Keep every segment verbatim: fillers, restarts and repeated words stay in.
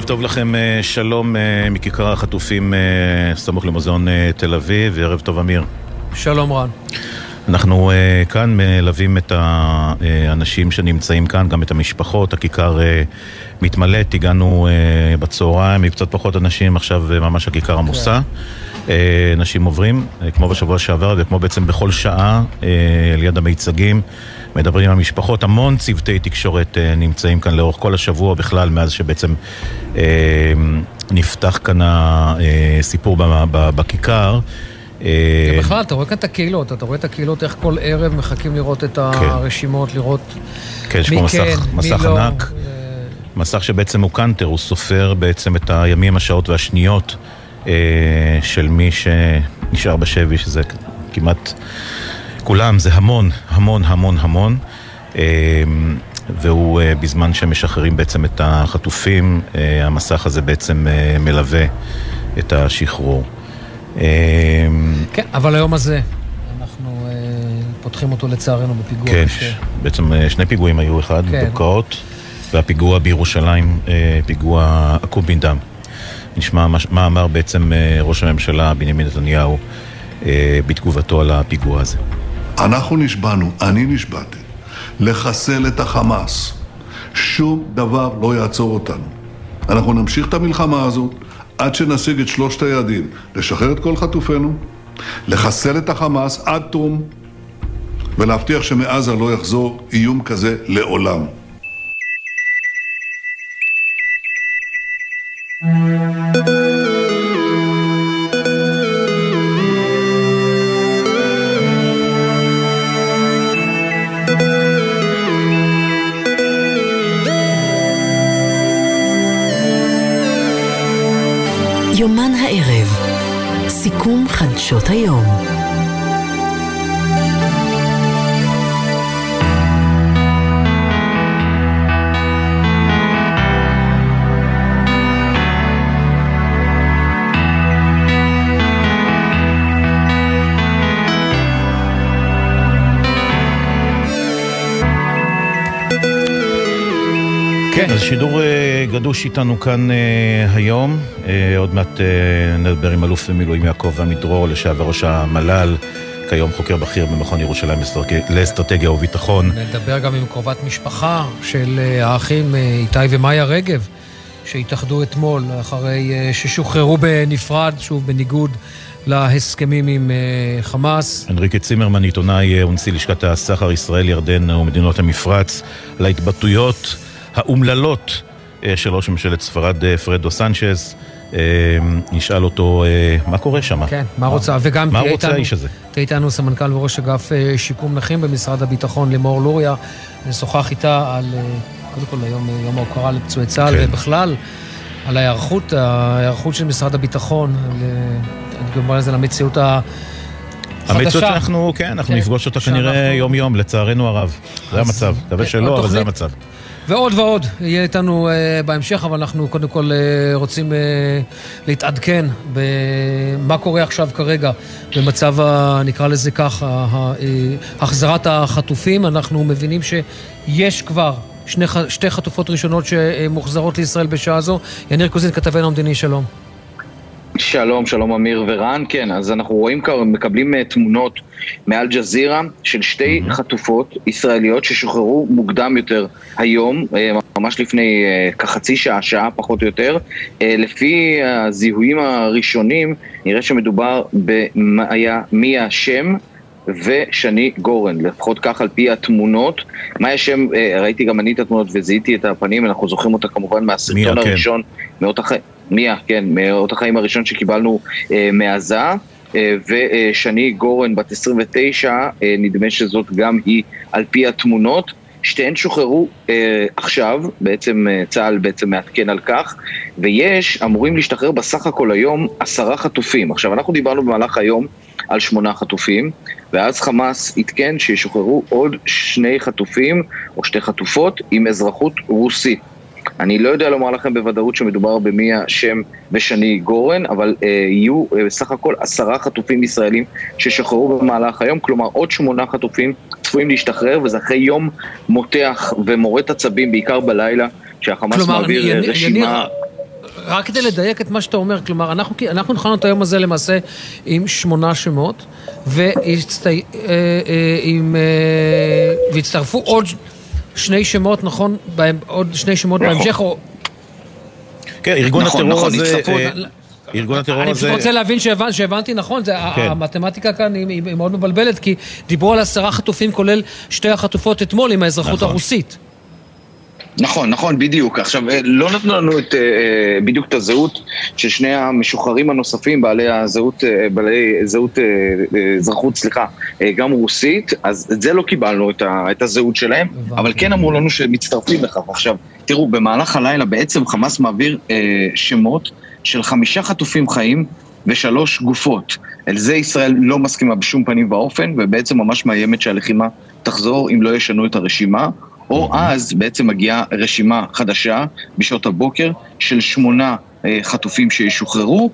ערב טוב לכם, שלום מכיכר החטופים סמוך למוזיאון תל אביב, וערב טוב אמיר. שלום רן. אנחנו uh, כאן מלווים את האנשים שנמצאים כאן, גם את המשפחות. הכיכר uh, מתמלאת, הגענו uh, בצהריים, קצת פחות אנשים, עכשיו uh, ממש הכיכר עמוסה. Okay. Uh, אנשים עוברים, uh, כמו בשבוע שעבר, וכמו בעצם בכל שעה, uh, ליד המיצגים, מדברים עם המשפחות. המון צוותי תקשורת uh, נמצאים כאן לאורך כל השבוע, בכלל מאז שבעצם uh, נפתח כאן הסיפור בכיכר. בכלל, אתה רואה כאן את הקהילות, אתה רואה את הקהילות איך כל ערב מחכים לראות את הרשימות, לראות כן, יש פה מסך ענק, מסך שבעצם הוא קנטר, הוא סופר בעצם את הימים, השעות והשניות של מי שנשאר בשבי, שזה כמעט כולם, זה המון, המון, המון, המון, והוא בזמן שמשחררים בעצם את החטופים, המסך הזה בעצם מלווה את השחרור. כן, אבל היום הזה אנחנו פותחים אותו לצערנו בפיגוע. כן, בעצם שני פיגועים היו, אחד בקעות והפיגוע בירושלים, פיגוע עקוב מדם. נשמע מה אמר בעצם ראש הממשלה בנימין נתניהו בתגובתו על הפיגוע הזה. אנחנו נשבענו, אני נשבעתי לחסל את החמאס. שום דבר לא יעצור אותנו. אנחנו נמשיך את המלחמה הזאת עד שנשיג את שלושת היעדים, לשחרר את כל חטופינו, לחסל את החמאס עד תום, ולהבטיח שמעזה לא יחזור איום כזה לעולם. יומן הערב, סיכום חדשות היום. כן, אז שידור גדוש איתנו כאן היום. עוד מעט נדבר עם אלוף במילואים יעקב עמידרור, לשעבר ראש המל"ל, כיום חוקר בכיר במכון ירושלים לאסטרטגיה וביטחון. נדבר גם עם קרובת משפחה של האחים איתי ומאיה רגב, שהתאחדו אתמול אחרי ששוחררו בנפרד, שוב בניגוד להסכמים עם חמאס. הנריקה צימרמן, עיתונאי ונשיא לשכת הסחר ישראל, ירדן ומדינות המפרץ, על ההתבטאויות האומללות של ראש ממשלת ספרד פרדו סנצ'ז. נשאל אותו מה קורה שם. כן, מה רוצה, וגם מה רוצה האיש הזה? תהיה איתנו סמנכ"ל וראש אגף שיקום נכים במשרד הביטחון לימור לוריה, נשוחח איתה על, קודם כל היום יום ההוקרה לפצועי צה"ל, ובכלל על ההיערכות, ההיערכות של משרד הביטחון, אני אומר לזה למציאות החדשה. המציאות שאנחנו, כן, אנחנו נפגוש אותה כנראה יום יום, לצערנו הרב. זה המצב, תווה שלא, אבל זה המצב. ועוד ועוד יהיה איתנו uh, בהמשך, אבל אנחנו קודם כל uh, רוצים uh, להתעדכן במה קורה עכשיו כרגע במצב, ה, נקרא לזה ככה, החזרת החטופים. אנחנו מבינים שיש כבר שני, שתי חטופות ראשונות שמוחזרות לישראל בשעה זו. יניר קוזין, כתבנו המדיני, שלום. שלום, שלום אמיר ורן. כן, אז אנחנו רואים כאן, מקבלים תמונות מאל ג'זירה של שתי mm-hmm. חטופות ישראליות ששוחררו מוקדם יותר היום, ממש לפני כחצי שעה, שעה פחות או יותר. לפי הזיהויים הראשונים נראה שמדובר במאיה מיה שם ושני גורן, לפחות כך על פי התמונות. מאיה שם, ראיתי גם אני את התמונות וזיהיתי את הפנים, אנחנו זוכרים אותה כמובן מהסרטון הראשון, כן. מאות החיים, מיה, כן, מאות החיים הראשון שקיבלנו אה, מעזה, אה, ושני גורן בת עשרים ותשע, אה, נדמה שזאת גם היא על פי התמונות. שתיהן שוחררו אה, עכשיו, בעצם אה, צה"ל בעצם מעדכן על כך, ויש, אמורים להשתחרר בסך הכל היום עשרה חטופים. עכשיו, אנחנו דיברנו במהלך היום על שמונה חטופים, ואז חמאס התקן שישוחררו עוד שני חטופים או שתי חטופות עם אזרחות רוסית. אני לא יודע לומר לכם בוודאות שמדובר במיה שם ושני גורן, אבל אה, יהיו אה, בסך הכל עשרה חטופים ישראלים ששחררו במהלך היום, כלומר עוד שמונה חטופים צפויים להשתחרר, וזה אחרי יום מותח ומורת עצבים, בעיקר בלילה, שהחמאס מעביר רשימה... רק כדי לדייק את מה שאתה אומר, כלומר, אנחנו, אנחנו נכנסנו את היום הזה למעשה עם שמונה שמות, והצטי, עם, והצטרפו עוד שני שמות, נכון? עוד שני שמות בהמשך, או... כן, ארגון הטרור הזה... ארגון הטרור הזה... אני פשוט רוצה להבין שהבנתי נכון, המתמטיקה כאן היא מאוד מבלבלת, כי דיברו על עשרה חטופים, כולל שתי החטופות אתמול עם האזרחות הרוסית. נכון, נכון, בדיוק. עכשיו, לא נתנו לנו את, בדיוק את הזהות של שני המשוחררים הנוספים, בעלי הזהות, בעלי זהות, אזרחות, סליחה, גם רוסית, אז את זה לא קיבלנו, את, ה, את הזהות שלהם, אבל כן אמרו לנו שמצטרפים לכך. עכשיו, תראו, במהלך הלילה בעצם חמאס מעביר שמות של חמישה חטופים חיים ושלוש גופות. על זה ישראל לא מסכימה בשום פנים ואופן, ובעצם ממש מאיימת שהלחימה תחזור אם לא ישנו את הרשימה, או אז בעצם מגיעה רשימה חדשה בשעות הבוקר של שמונה חטופים שישוחררו,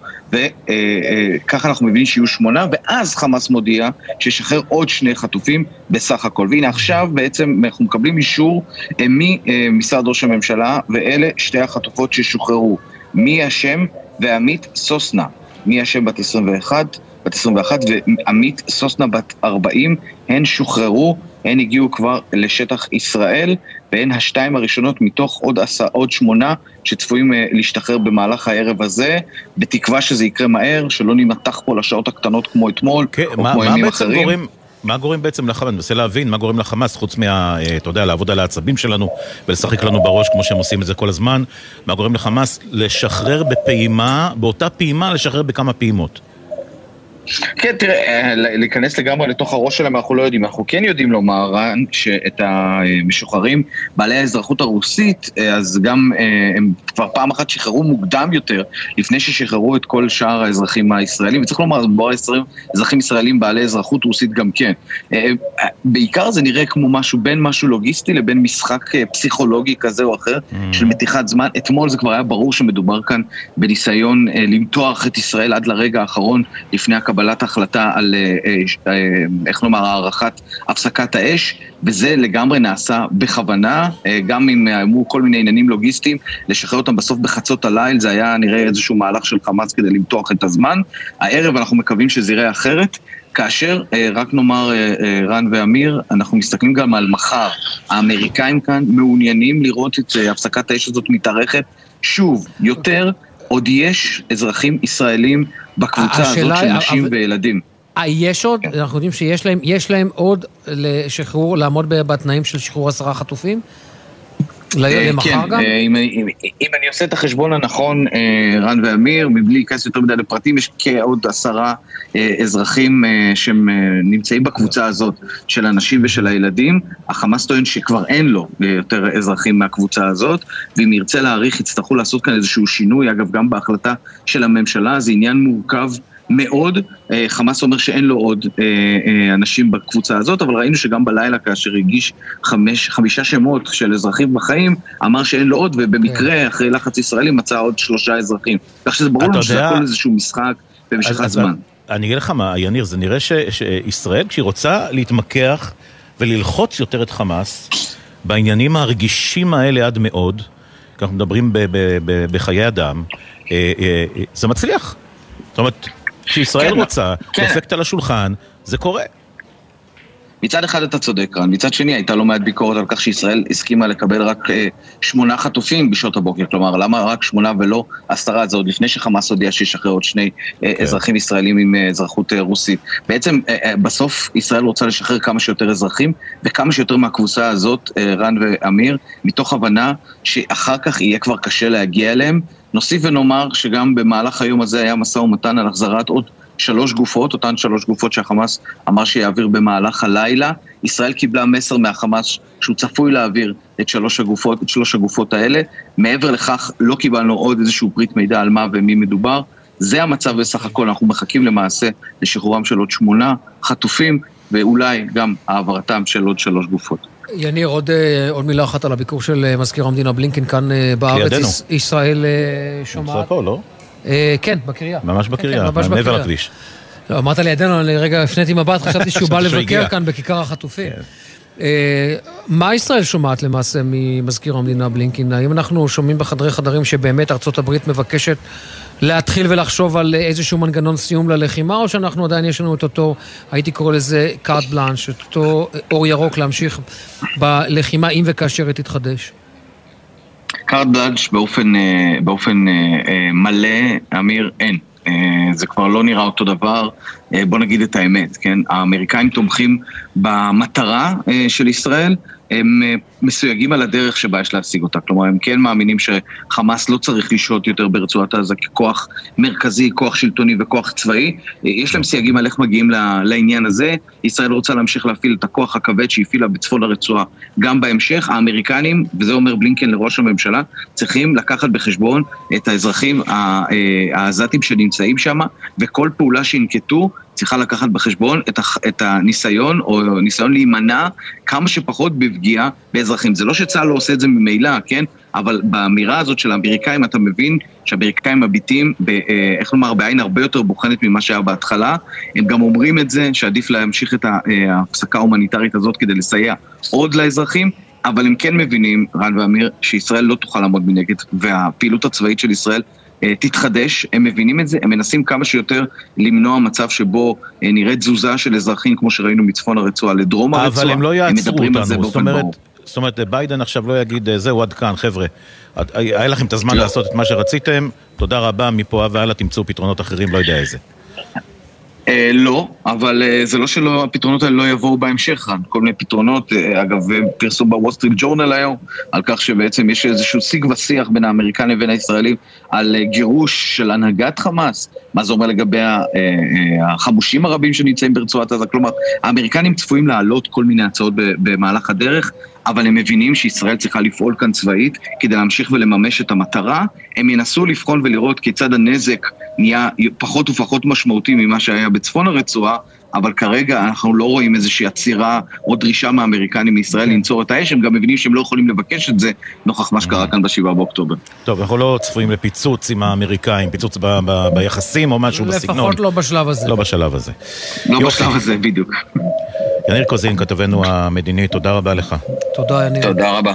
וככה אנחנו מבינים שיהיו שמונה, ואז חמאס מודיע שישחרר עוד שני חטופים בסך הכל. והנה עכשיו בעצם אנחנו מקבלים אישור ממשרד ראש הממשלה, ואלה שתי החטופות שישוחררו. מי השם? ועמית סוסנה. מי השם בת עשרים ואחת, בת עשרים ואחת, ועמית סוסנה בת ארבעים, הן שוחררו, הן הגיעו כבר לשטח ישראל, והן השתיים הראשונות מתוך עוד, עשה, עוד שמונה שצפויים להשתחרר במהלך הערב הזה, בתקווה שזה יקרה מהר, שלא נמתח פה לשעות הקטנות כמו אתמול, כן, או מה, כמו מה ימים בעצם אחרים. גורם, מה גורם בעצם לחמאס? אני מנסה להבין מה גורם לחמאס, חוץ מה, אתה יודע, לעבוד על העצבים שלנו, ולשחק לנו בראש כמו שהם עושים את זה כל הזמן, מה גורם לחמאס לשחרר בפעימה, באותה פעימה לשחרר בכמה פעימות? כן, תראה, להיכנס לגמרי לתוך הראש שלהם אנחנו לא יודעים, אנחנו כן יודעים לומר שאת המשוחררים בעלי האזרחים הרוסית, אז גם הם כבר פעם אחת שחררו מוקדם יותר, לפני ששחררו את כל שאר האזרחים הישראלים, וצריך לומר, בואו עשרים אזרחים ישראלים בעלי אזרחות רוסית גם כן. בעיקר זה נראה כמו משהו, בין משהו לוגיסטי לבין משחק פסיכולוגי כזה או אחר, של מתיחת זמן. אתמול זה כבר היה ברור שמדובר כאן בניסיון למתוח את ישראל עד לרגע האחרון, לפני הקבלת החלטה על, איך נאמר, הערכת הפסקת האש, וזה לגמרי נעשה בכוונה, גם אם אמרו כל מיני עניינים לוגיסטיים, לשחרר אותם בסוף בחצות הליל, זה היה נראה איזשהו מהלך של חמאס כדי למתוח את הזמן. הערב אנחנו מקווים שזה יראה אחרת, כאשר, רק נאמר רן ואמיר, אנחנו מסתכלים גם על מחר. האמריקאים כאן מעוניינים לראות את הפסקת האש הזאת מתארכת, שוב, יותר, עוד יש אזרחים ישראלים בקבוצה הזאת של נשים וילדים. יש עוד, אנחנו יודעים שיש להם, יש להם עוד לשחרור, לעמוד בתנאים של שחרור עשרה חטופים? למחר גם? אם אני עושה את החשבון הנכון, רן ואמיר, מבלי להיכנס יותר מדי לפרטים, יש כעוד עשרה אזרחים שהם נמצאים בקבוצה הזאת של הנשים ושל הילדים. החמאס טוען שכבר אין לו יותר אזרחים מהקבוצה הזאת, ואם ירצה להאריך יצטרכו לעשות כאן איזשהו שינוי. אגב, גם בהחלטה של הממשלה זה עניין מורכב מאוד. חמאס אומר שאין לו עוד אנשים בקבוצה הזאת, אבל ראינו שגם בלילה כאשר הגיש חמש, חמישה שמות של אזרחים בחיים, אמר שאין לו עוד, ובמקרה אחרי לחץ ישראלי מצא עוד שלושה אזרחים. כך שזה ברור לנו שזה הכל איזשהו משחק במשכת זמן. אני אגיד לך מה, יניר, זה נראה שישראל, כשהיא רוצה להתמקח וללחוץ יותר את חמאס, בעניינים הרגישים האלה עד מאוד, כי אנחנו מדברים בחיי אדם, זה מצליח. זאת אומרת, כשישראל רוצה, דופקת על השולחן, זה קורה. מצד אחד אתה צודק, רן, מצד שני הייתה לא מעט ביקורת על כך שישראל הסכימה לקבל רק אה, שמונה חטופים בשעות הבוקר, כלומר, למה רק שמונה ולא עשרה? זה עוד לפני שחמאס הודיע שישחרר עוד שני אה, okay. אזרחים ישראלים עם אה, אזרחות אה, רוסית. בעצם אה, אה, בסוף ישראל רוצה לשחרר כמה שיותר אזרחים, וכמה שיותר מהקבוצה הזאת, אה, רן ואמיר, מתוך הבנה שאחר כך יהיה כבר קשה להגיע אליהם. נוסיף ונאמר שגם במהלך היום הזה היה משא ומתן על החזרת עוד שלוש גופות, אותן שלוש גופות שהחמאס אמר שיעביר במהלך הלילה. ישראל קיבלה מסר מהחמאס שהוא צפוי להעביר את שלוש הגופות, את שלוש הגופות האלה. מעבר לכך לא קיבלנו עוד איזשהו פריט מידע על מה ומי מדובר. זה המצב בסך הכל, אנחנו מחכים למעשה לשחרורם של עוד שמונה חטופים, ואולי גם העברתם של עוד שלוש גופות. יניר, עוד, עוד מילה אחת על הביקור של מזכיר המדינה בלינקן כאן בארץ. ישראל שומעת. נמצא פה, לא? כן, בקריה. ממש בקריה, מעבר לכביש. לא, אמרת לידינו, לרגע הפניתי מבט, חשבתי שהוא בא לבקר כאן בכיכר החטופים. מה ישראל שומעת למעשה ממזכיר המדינה בלינקין? האם אנחנו שומעים בחדרי חדרים שבאמת ארצות הברית מבקשת להתחיל ולחשוב על איזשהו מנגנון סיום ללחימה, או שאנחנו עדיין יש לנו את אותו, הייתי קורא לזה קארט בלנש, את אותו אור ירוק להמשיך בלחימה אם וכאשר היא תתחדש? קארט בלנש באופן, באופן מלא, אמיר, אין. זה כבר לא נראה אותו דבר, בוא נגיד את האמת, כן? האמריקאים תומכים במטרה של ישראל, הם מסויגים על הדרך שבה יש להשיג אותה. כלומר, הם כן מאמינים שחמאס לא צריך לשהות יותר ברצועת עזה ככוח מרכזי, כוח שלטוני וכוח צבאי. יש להם סייגים על איך מגיעים לעניין הזה. ישראל רוצה להמשיך להפעיל את הכוח הכבד שהפעילה בצפון הרצועה גם בהמשך. האמריקנים, וזה אומר בלינקן לראש הממשלה, צריכים לקחת בחשבון את האזרחים העזתים שנמצאים שם, וכל פעולה שינקטו צריכה לקחת בחשבון את, הח, את הניסיון, או ניסיון להימנע כמה שפחות בפגיעה באזרחים. זה לא שצה"ל לא עושה את זה ממילא, כן? אבל באמירה הזאת של האמריקאים, אתה מבין שהאמריקאים מביטים, ב, איך לומר, בעין הרבה יותר בוחנת ממה שהיה בהתחלה. הם גם אומרים את זה, שעדיף להמשיך את ההפסקה ההומניטרית הזאת כדי לסייע עוד לאזרחים, אבל הם כן מבינים, רן ואמיר, שישראל לא תוכל לעמוד מנגד, והפעילות הצבאית של ישראל תתחדש, הם מבינים את זה, הם מנסים כמה שיותר למנוע מצב שבו נראה תזוזה של אזרחים, כמו שראינו מצפון הרצועה לדרום הרצועה. אבל הם לא יעצרו אותנו, זאת אומרת, זאת אומרת, ביידן עכשיו לא יגיד, זהו עד כאן, חבר'ה, היה לכם את הזמן לעשות את מה שרציתם, תודה רבה, מפה והלאה תמצאו פתרונות אחרים, לא יודע איזה. לא, אבל זה לא שהפתרונות האלה לא יבואו בהמשך, כל מיני פתרונות, אגב, פרסום בוול סטריט ג'ורנל היום, על כך שבעצם יש איזשהו שיג ושיח בין האמריקנים לבין הישראלים, על גירוש של הנהגת חמאס, מה זה אומר לגבי החמושים הרבים שנמצאים ברצועת עזה, כלומר, האמריקנים צפויים לעלות כל מיני הצעות במהלך הדרך, אבל הם מבינים שישראל צריכה לפעול כאן צבאית כדי להמשיך ולממש את המטרה. הם ינסו לבחון ולראות כיצד הנזק נהיה פחות ופחות משמעותי ממה שהיה בצפון הרצועה, אבל כרגע אנחנו לא רואים איזושהי עצירה או דרישה מהאמריקנים מישראל לנצור את האש. הם גם מבינים שהם לא יכולים לבקש את זה נוכח מה שקרה כאן בשבעה באוקטובר. טוב, אנחנו לא צפויים לפיצוץ עם האמריקאים, פיצוץ ב- ב- ביחסים או משהו בסגנון. לפחות לא בשלב הזה. לא בשלב הזה. לא בשלב הזה, בדיוק. יניר קוזין, כתבנו המדיני, תודה רבה לך. תודה, יניר. תודה רבה.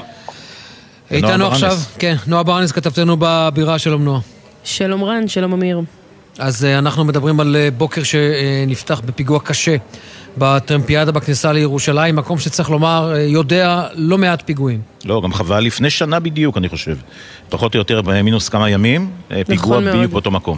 איתנו עכשיו, כן, נועה ברנס, כתבתנו בבירה. שלום נועה. שלום רן, שלום אמיר. אז אנחנו מדברים על בוקר שנפתח בפיגוע קשה בטרמפיאדה בכניסה לירושלים, מקום שצריך לומר יודע לא מעט פיגועים. לא, גם חווה לפני שנה בדיוק, אני חושב. פחות או יותר במינוס כמה ימים, פיגוע בדיוק באותו מקום.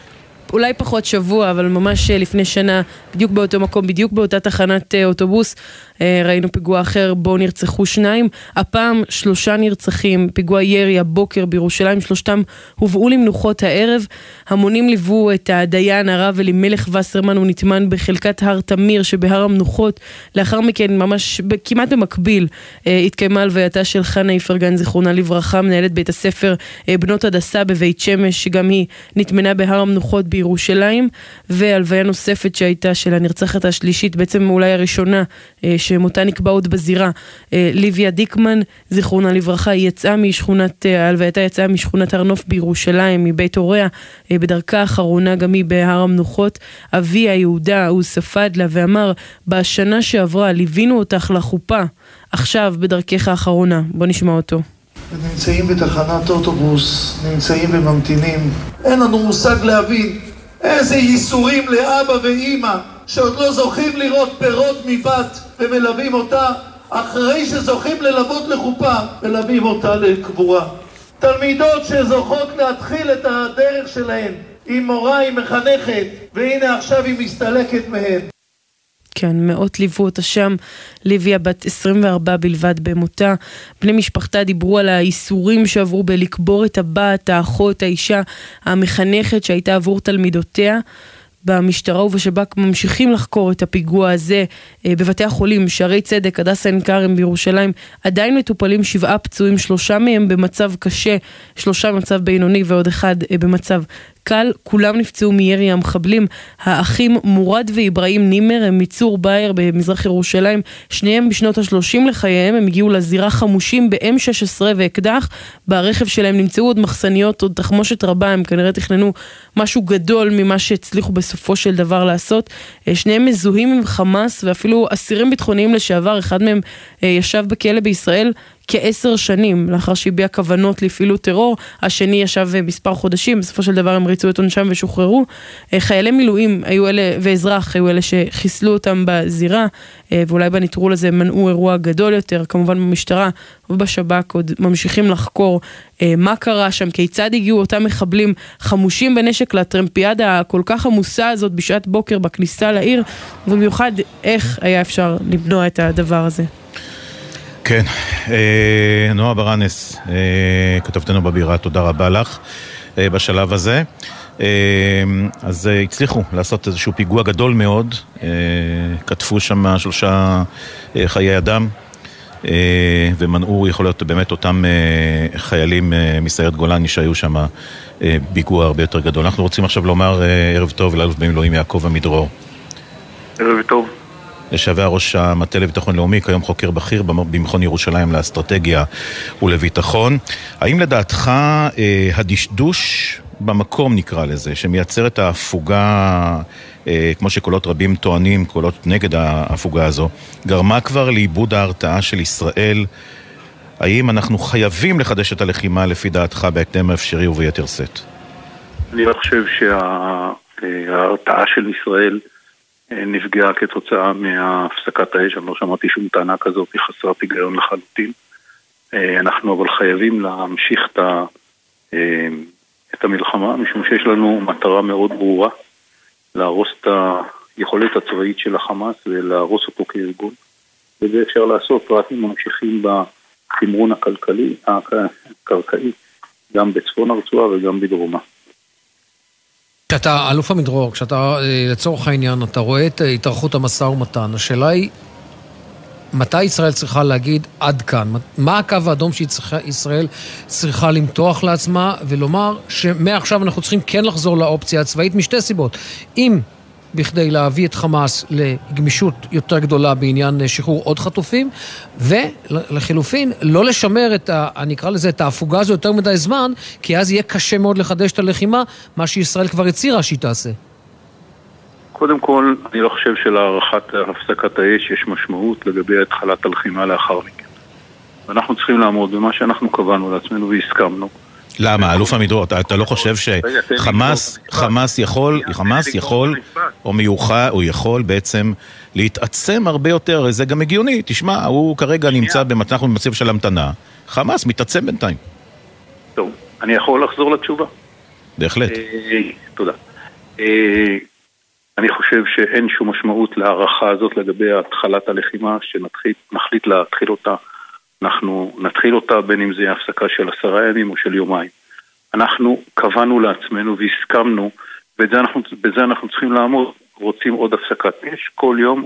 אולי פחות שבוע, אבל ממש לפני שנה, בדיוק באותו מקום, בדיוק באותה תחנת אוטובוס, ראינו פיגוע אחר, בו נרצחו שניים, הפעם שלושה נרצחים, פיגוע ירי הבוקר בירושלים, שלושתם הובאו למנוחות הערב, המונים ליוו את הדיין הרב אלימלך וסרמן, הוא נטמן בחלקת הר תמיר שבהר המנוחות, לאחר מכן ממש כמעט במקביל, התקיימה הלווייתה של חנה איפרגן, זיכרונה לברכה, מנהלת בית הספר בנות הדסה בבית שמש, שגם היא נטמנה בהר המנוחות בירושלים, והלוויה נוספת שהייתה של הנרצחת השלישית, בעצם אולי הראשונה, שמותה נקבע עוד בזירה, ליביה דיקמן, זיכרונה לברכה, היא יצאה משכונת, הלווייתה יצאה משכונת הר נוף בירושלים, מבית הוריה, בדרכה האחרונה גם היא בהר המנוחות. אביה יהודה, הוא ספד לה ואמר, בשנה שעברה ליווינו אותך לחופה, עכשיו בדרכך האחרונה. בוא נשמע אותו. נמצאים בתחנת אוטובוס, נמצאים וממתינים. אין לנו מושג להבין איזה ייסורים לאבא ואימא שעוד לא זוכים לראות פירות מבת ומלווים אותה, אחרי שזוכים ללוות לחופה מלווים אותה לקבורה. תלמידות שזוכות להתחיל את הדרך שלהן עם מורה, עם מחנכת, והנה עכשיו היא מסתלקת מהן. כן, מאות ליוו אותה שם, ליביה בת עשרים וארבע בלבד במותה. בני משפחתה דיברו על האיסורים שעברו בלקבור את הבת, האחות, האישה, המחנכת שהייתה עבור תלמידותיה. במשטרה ובשב"כ ממשיכים לחקור את הפיגוע הזה. בבתי החולים שערי צדק, הדסה עין כרם בירושלים, עדיין מטופלים שבעה פצועים, שלושה מהם במצב קשה, שלושה במצב בינוני ועוד אחד במצב קל, כולם נפצעו מירי המחבלים. האחים מורד ואיברהים נימר הם מצור בייר במזרח ירושלים, שניהם בשנות ה-שלושים לחייהם, הם הגיעו לזירה חמושים ב-אם שש עשרה ואקדח, ברכב שלהם נמצאו עוד מחסניות, עוד תחמושת רבה, הם כנראה תכננו משהו גדול ממה שהצליחו בסופו של דבר לעשות. שניהם מזוהים עם חמאס ואפילו אסירים ביטחוניים לשעבר, אחד מהם ישב בכלא בישראל כעשר שנים לאחר שהביע כוונות לפעילות טרור, השני ישב מספר חודשים, בסופו של דבר הם ריצו את עונשם ושוחררו. חיילי מילואים היו אלה, ואזרח היו אלה שחיסלו אותם בזירה, ואולי בנטרול הזה מנעו אירוע גדול יותר, כמובן במשטרה ובשב"כ עוד ממשיכים לחקור מה קרה שם, כיצד הגיעו אותם מחבלים חמושים בנשק לטרמפיאדה הכל כך עמוסה הזאת בשעת בוקר בכניסה לעיר, ובמיוחד איך היה אפשר למנוע את הדבר הזה. כן, נועה ברנס, כתבתנו בבירה, תודה רבה לך בשלב הזה. אז הצליחו לעשות איזשהו פיגוע גדול מאוד, כתפו שם שלושה חיי אדם, ומנעו יכול להיות באמת אותם חיילים מסיירת גולני שהיו שם פיגוע הרבה יותר גדול. אנחנו רוצים עכשיו לומר ערב טוב לאלוף במילואים יעקב עמידרור. ערב טוב. לשעבר ראש המטה לביטחון לאומי, כיום חוקר בכיר במכון ירושלים לאסטרטגיה ולביטחון. האם לדעתך אה, הדשדוש במקום נקרא לזה, שמייצר את ההפוגה, אה, כמו שקולות רבים טוענים, קולות נגד ההפוגה הזו, גרמה כבר לאיבוד ההרתעה של ישראל? האם אנחנו חייבים לחדש את הלחימה לפי דעתך בהקדם האפשרי וביתר שאת? אני לא חושב שההרתעה של ישראל נפגעה כתוצאה מהפסקת האש. אני לא שמעתי שום טענה כזאת, היא חסרת היגיון לחלוטין. אנחנו אבל חייבים להמשיך את, ה, את המלחמה, משום שיש לנו מטרה מאוד ברורה, להרוס את היכולת הצבאית של החמאס ולהרוס אותו כארגון. וזה אפשר לעשות רק אם ממשיכים בתמרון הכלכלי, הקרקעי, גם בצפון הרצועה וגם בדרומה. כשאתה, אלוף עמידרור, כשאתה לצורך העניין, אתה רואה את התארכות המשא ומתן, השאלה היא, מתי ישראל צריכה להגיד עד כאן? מה הקו האדום שישראל צריכה למתוח לעצמה, ולומר שמעכשיו אנחנו צריכים כן לחזור לאופציה הצבאית משתי סיבות. אם בכדי להביא את חמאס לגמישות יותר גדולה בעניין שחרור עוד חטופים, ולחילופין לא לשמר את ה, אני אקרא לזה, את ההפוגה הזו יותר מדי זמן, כי אז יהיה קשה מאוד לחדש את הלחימה, מה שישראל כבר הצירה שהיא תעשה. קודם כל, אני לא חושב שלהערכת הפסקת האש יש משמעות לגבי התחלת הלחימה לאחר מכן. ואנחנו צריכים לעמוד במה שאנחנו קבענו לעצמנו והסכמנו. למה? אלוף עמידרור, אתה לא חושב שחמאס חמאס יכול, חמאס יכול, או מיוחד, הוא יכול בעצם להתעצם הרבה יותר, זה גם הגיוני, תשמע, הוא כרגע נמצא אנחנו במצב של המתנה, חמאס מתעצם בינתיים. טוב, אני יכול לחזור לתשובה? בהחלט. תודה. אני חושב שאין שום משמעות להערכה הזאת לגבי התחלת הלחימה, שנחליט להתחיל אותה. אנחנו נתחיל אותה בין אם זה יהיה הפסקה של עשרה ימים או של יומיים. אנחנו קבענו לעצמנו והסכמנו, ובזה אנחנו, בזה אנחנו צריכים לעמוד, רוצים עוד הפסקת אש, כל יום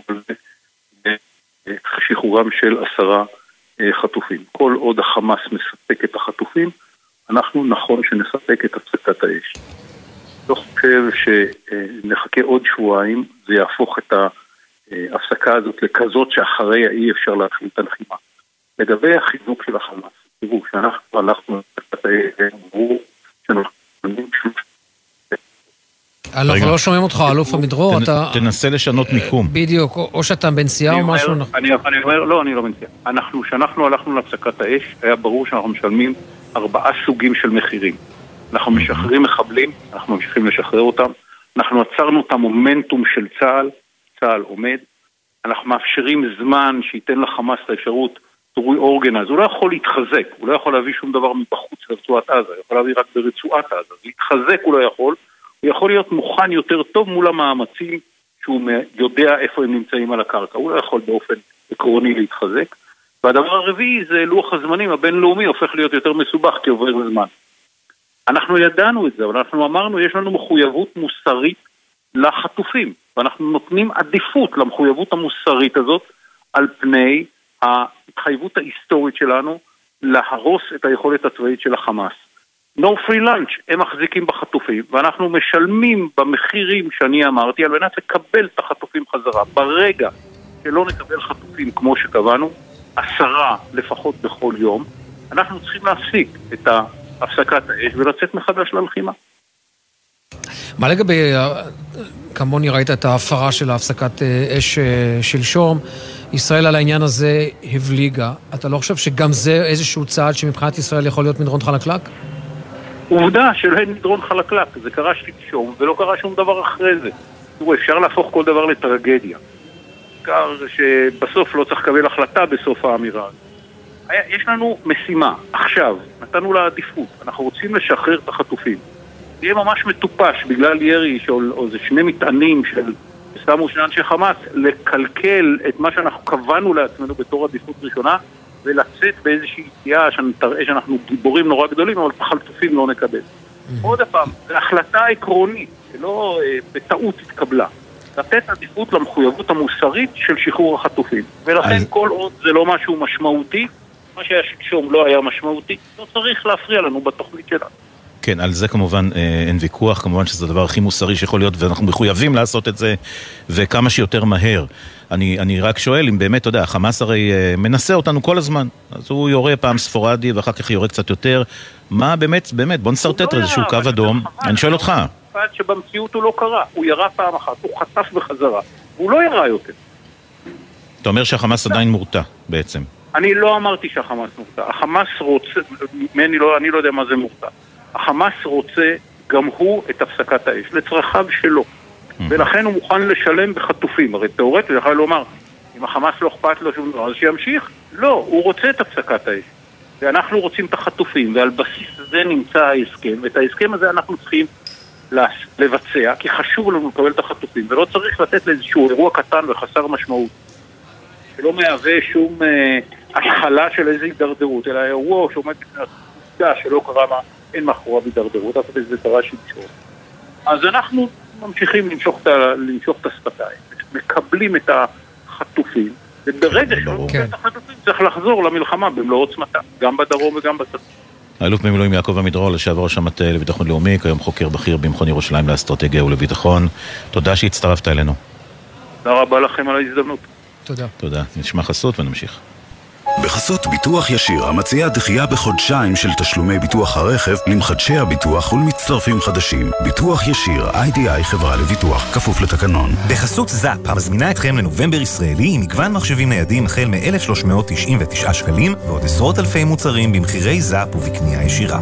שחרורם של עשרה חטופים. כל עוד החמאס מספק את החטופים, אנחנו נכון שנספק את הפסקת האש. לא חושב שנחכה עוד שבועיים, זה יהפוך את ההפסקה הזאת לכזאת שאחרי אי אפשר להתחיל את הלחימה. לגבי החיזוק של החמאס, תראו, שאנחנו הלכנו את האמרו, אנחנו לא שומעים אותך, אלוף עמידרור, אתה... תנסה לשנות מיקום. בדיוק, או שאתה בנסיעה או משהו... אני אומר, לא, אני לא בנסיעה. אנחנו, כשאנחנו הלכנו להפסקת האש, היה ברור שאנחנו משלמים ארבעה סוגים של מחירים. אנחנו משחררים מחבלים, אנחנו ממשיכים לשחרר אותם, אנחנו עצרנו את המומנטום של צה"ל, צה"ל עומד, אנחנו מאפשרים זמן שייתן לחמאס את האפשרות תורוי אורגנז, הוא לא יכול להתחזק, הוא לא יכול להביא שום דבר מבחוץ לרצועת עזה, הוא יכול להביא רק ברצועת עזה, להתחזק הוא לא יכול, הוא יכול להיות מוכן יותר טוב מול המאמצים שהוא יודע איפה הם נמצאים על הקרקע, הוא לא יכול באופן עקרוני להתחזק, והדבר הרביעי זה לוח הזמנים הבינלאומי הופך להיות יותר מסובך כי עובר זמן. אנחנו ידענו את זה, אבל אנחנו אמרנו יש לנו מחויבות מוסרית לחטופים, ואנחנו נותנים עדיפות למחויבות המוסרית הזאת על פני ההתחייבות ההיסטורית שלנו להרוס את היכולת הצבאית של החמאס. no free lunch, הם מחזיקים בחטופים, ואנחנו משלמים במחירים שאני אמרתי, על מנת לקבל את החטופים חזרה. ברגע שלא נקבל חטופים כמו שקבענו, עשרה לפחות בכל יום, אנחנו צריכים להפסיק את הפסקת האש ולצאת מחדש ללחימה. מה לגבי, כמוני ראית את ההפרה של ההפסקת אש שלשום, ישראל על העניין הזה הבליגה. אתה לא חושב שגם זה איזשהו צעד שמבחינת ישראל יכול להיות מדרון חלקלק? עובדה שלא אין מדרון חלקלק, זה קרה שלשום ולא קרה שום דבר אחרי זה. תראו, אפשר להפוך כל דבר לטרגדיה. קר שבסוף לא צריך לקבל החלטה בסוף האמירה. יש לנו משימה, עכשיו, נתנו לה עדיפות, אנחנו רוצים לשחרר את החטופים. זה יהיה ממש מטופש בגלל ירי של, או זה שני מטענים של שמו שני אנשי חמאס, לקלקל את מה שאנחנו קבענו לעצמנו בתור עדיפות ראשונה, ולצאת באיזושהי יציאה שתראה שאנחנו גיבורים נורא גדולים, אבל חטופים לא נקבל. עוד הפעם, זו החלטה עקרונית, שלא אה, בטעות התקבלה. לתת עדיפות למחויבות המוסרית של שחרור החטופים. ולכן אז... כל עוד זה לא משהו משמעותי, מה שהיה שלשום לא היה משמעותי, לא צריך להפריע לנו בתוכנית שלנו. כן, על זה כמובן אין ויכוח, כמובן שזה הדבר הכי מוסרי שיכול להיות, ואנחנו מחויבים לעשות את זה, וכמה שיותר מהר. אני, אני רק שואל אם באמת, אתה יודע, החמאס הרי מנסה אותנו כל הזמן, אז הוא יורה פעם ספורדי, ואחר כך יורה קצת יותר. מה באמת, באמת, בוא נסרטט איזשהו קו אדום. אני שואל אותך. שבמציאות הוא לא קרה, הוא ירה פעם אחת, הוא חטף בחזרה, הוא לא ירה יותר. אתה אומר שהחמאס עדיין מורתע בעצם. אני לא אמרתי שהחמאס מורתע, החמאס רוצה, אני לא, אני לא יודע מה זה מורתע. החמאס רוצה גם הוא את הפסקת האש, לצרכיו שלו. ולכן הוא מוכן לשלם בחטופים. הרי תיאורטית, יכול לומר, אם החמאס לא אכפת לו שום דבר, אז שימשיך. לא, הוא רוצה את הפסקת האש. ואנחנו רוצים את החטופים, ועל בסיס זה נמצא ההסכם, ואת ההסכם הזה אנחנו צריכים לבצע, כי חשוב לנו לקבל את החטופים, ולא צריך לתת לאיזשהו אירוע קטן וחסר משמעות, שלא מהווה שום אה, התחלה של איזו הידרדרות, אלא אירוע שעומד בפני התפקידה שלא קרה מה, אין מאחוריו הידרדרות, אף איזה קרה שלשום. אז אנחנו ממשיכים למשוך את, למשוך את השפתיים, מקבלים את החטופים, וברגע שלא מקבלים את החטופים צריך לחזור למלחמה במלוא עוצמתה, גם בדרום וגם בצפון. האלוף במילואים יעקב עמידרור, לשעבר ראש המטה לביטחון לאומי, כיום חוקר בכיר במכון ירושלים לאסטרטגיה ולביטחון. תודה שהצטרפת אלינו. תודה רבה לכם על ההזדמנות. תודה. תודה. נשמע חסות ונמשיך. בחסות ביטוח ישיר, המציעה דחייה בחודשיים של תשלומי ביטוח הרכב למחדשי הביטוח ולמצטרפים חדשים. ביטוח ישיר, איי די איי חברה לביטוח, כפוף לתקנון. בחסות זאפ, המזמינה אתכם לנובמבר ישראלי עם מגוון מחשבים ניידים החל מ-אלף שלוש מאות תשעים ותשעה שקלים ועוד עשרות אלפי מוצרים במחירי זאפ ובקנייה ישירה.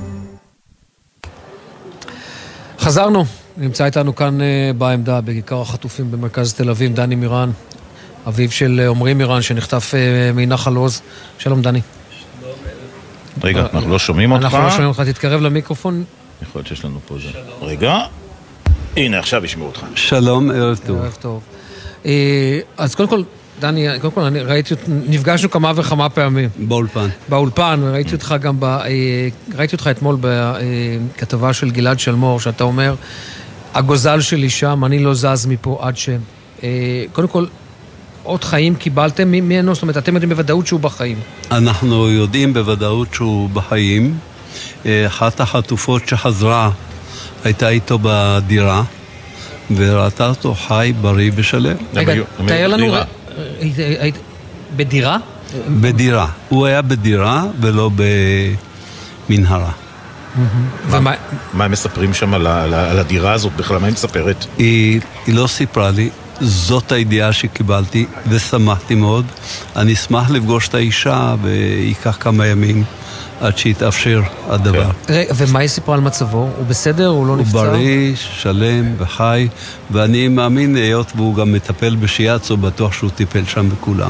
חזרנו, נמצא איתנו כאן בעמדה בכיכר החטופים במרכז תל אביב, דני מירן. אביו של עומרי מירן שנחטף מנחל עוז. שלום דני. רגע, אנחנו לא שומעים אותך. אנחנו לא שומעים אותך, תתקרב למיקרופון. יכול להיות שיש לנו פה זה. רגע. הנה, עכשיו ישמעו אותך. שלום, ערב טוב. ערב טוב. אז קודם כל, דני, קודם כל, אני ראיתי, נפגשנו כמה וכמה פעמים. באולפן. באולפן, וראיתי אותך גם, ראיתי אותך אתמול בכתבה של גלעד שלמור, שאתה אומר, הגוזל שלי שם, אני לא זז מפה עד ש... קודם כל, עוד חיים קיבלתם ממנו? זאת אומרת, אתם יודעים בוודאות שהוא בחיים. אנחנו יודעים בוודאות שהוא בחיים. אחת החטופות שחזרה הייתה איתו בדירה, וראתה אותו חי, בריא ושלם. רגע, תאר לנו... בדירה? בדירה. הוא היה בדירה ולא במנהרה. מה הם מספרים שם על הדירה הזאת בכלל? מה היא מספרת? היא לא סיפרה לי. זאת הידיעה שקיבלתי ושמחתי מאוד. אני אשמח לפגוש את האישה וייקח כמה ימים עד שיתאפשר הדבר. ומה היא סיפרה על מצבו? הוא בסדר? הוא לא נפצע? הוא בריא, שלם וחי, ואני מאמין היות והוא גם מטפל בשיאצו, בטוח שהוא טיפל שם בכולם.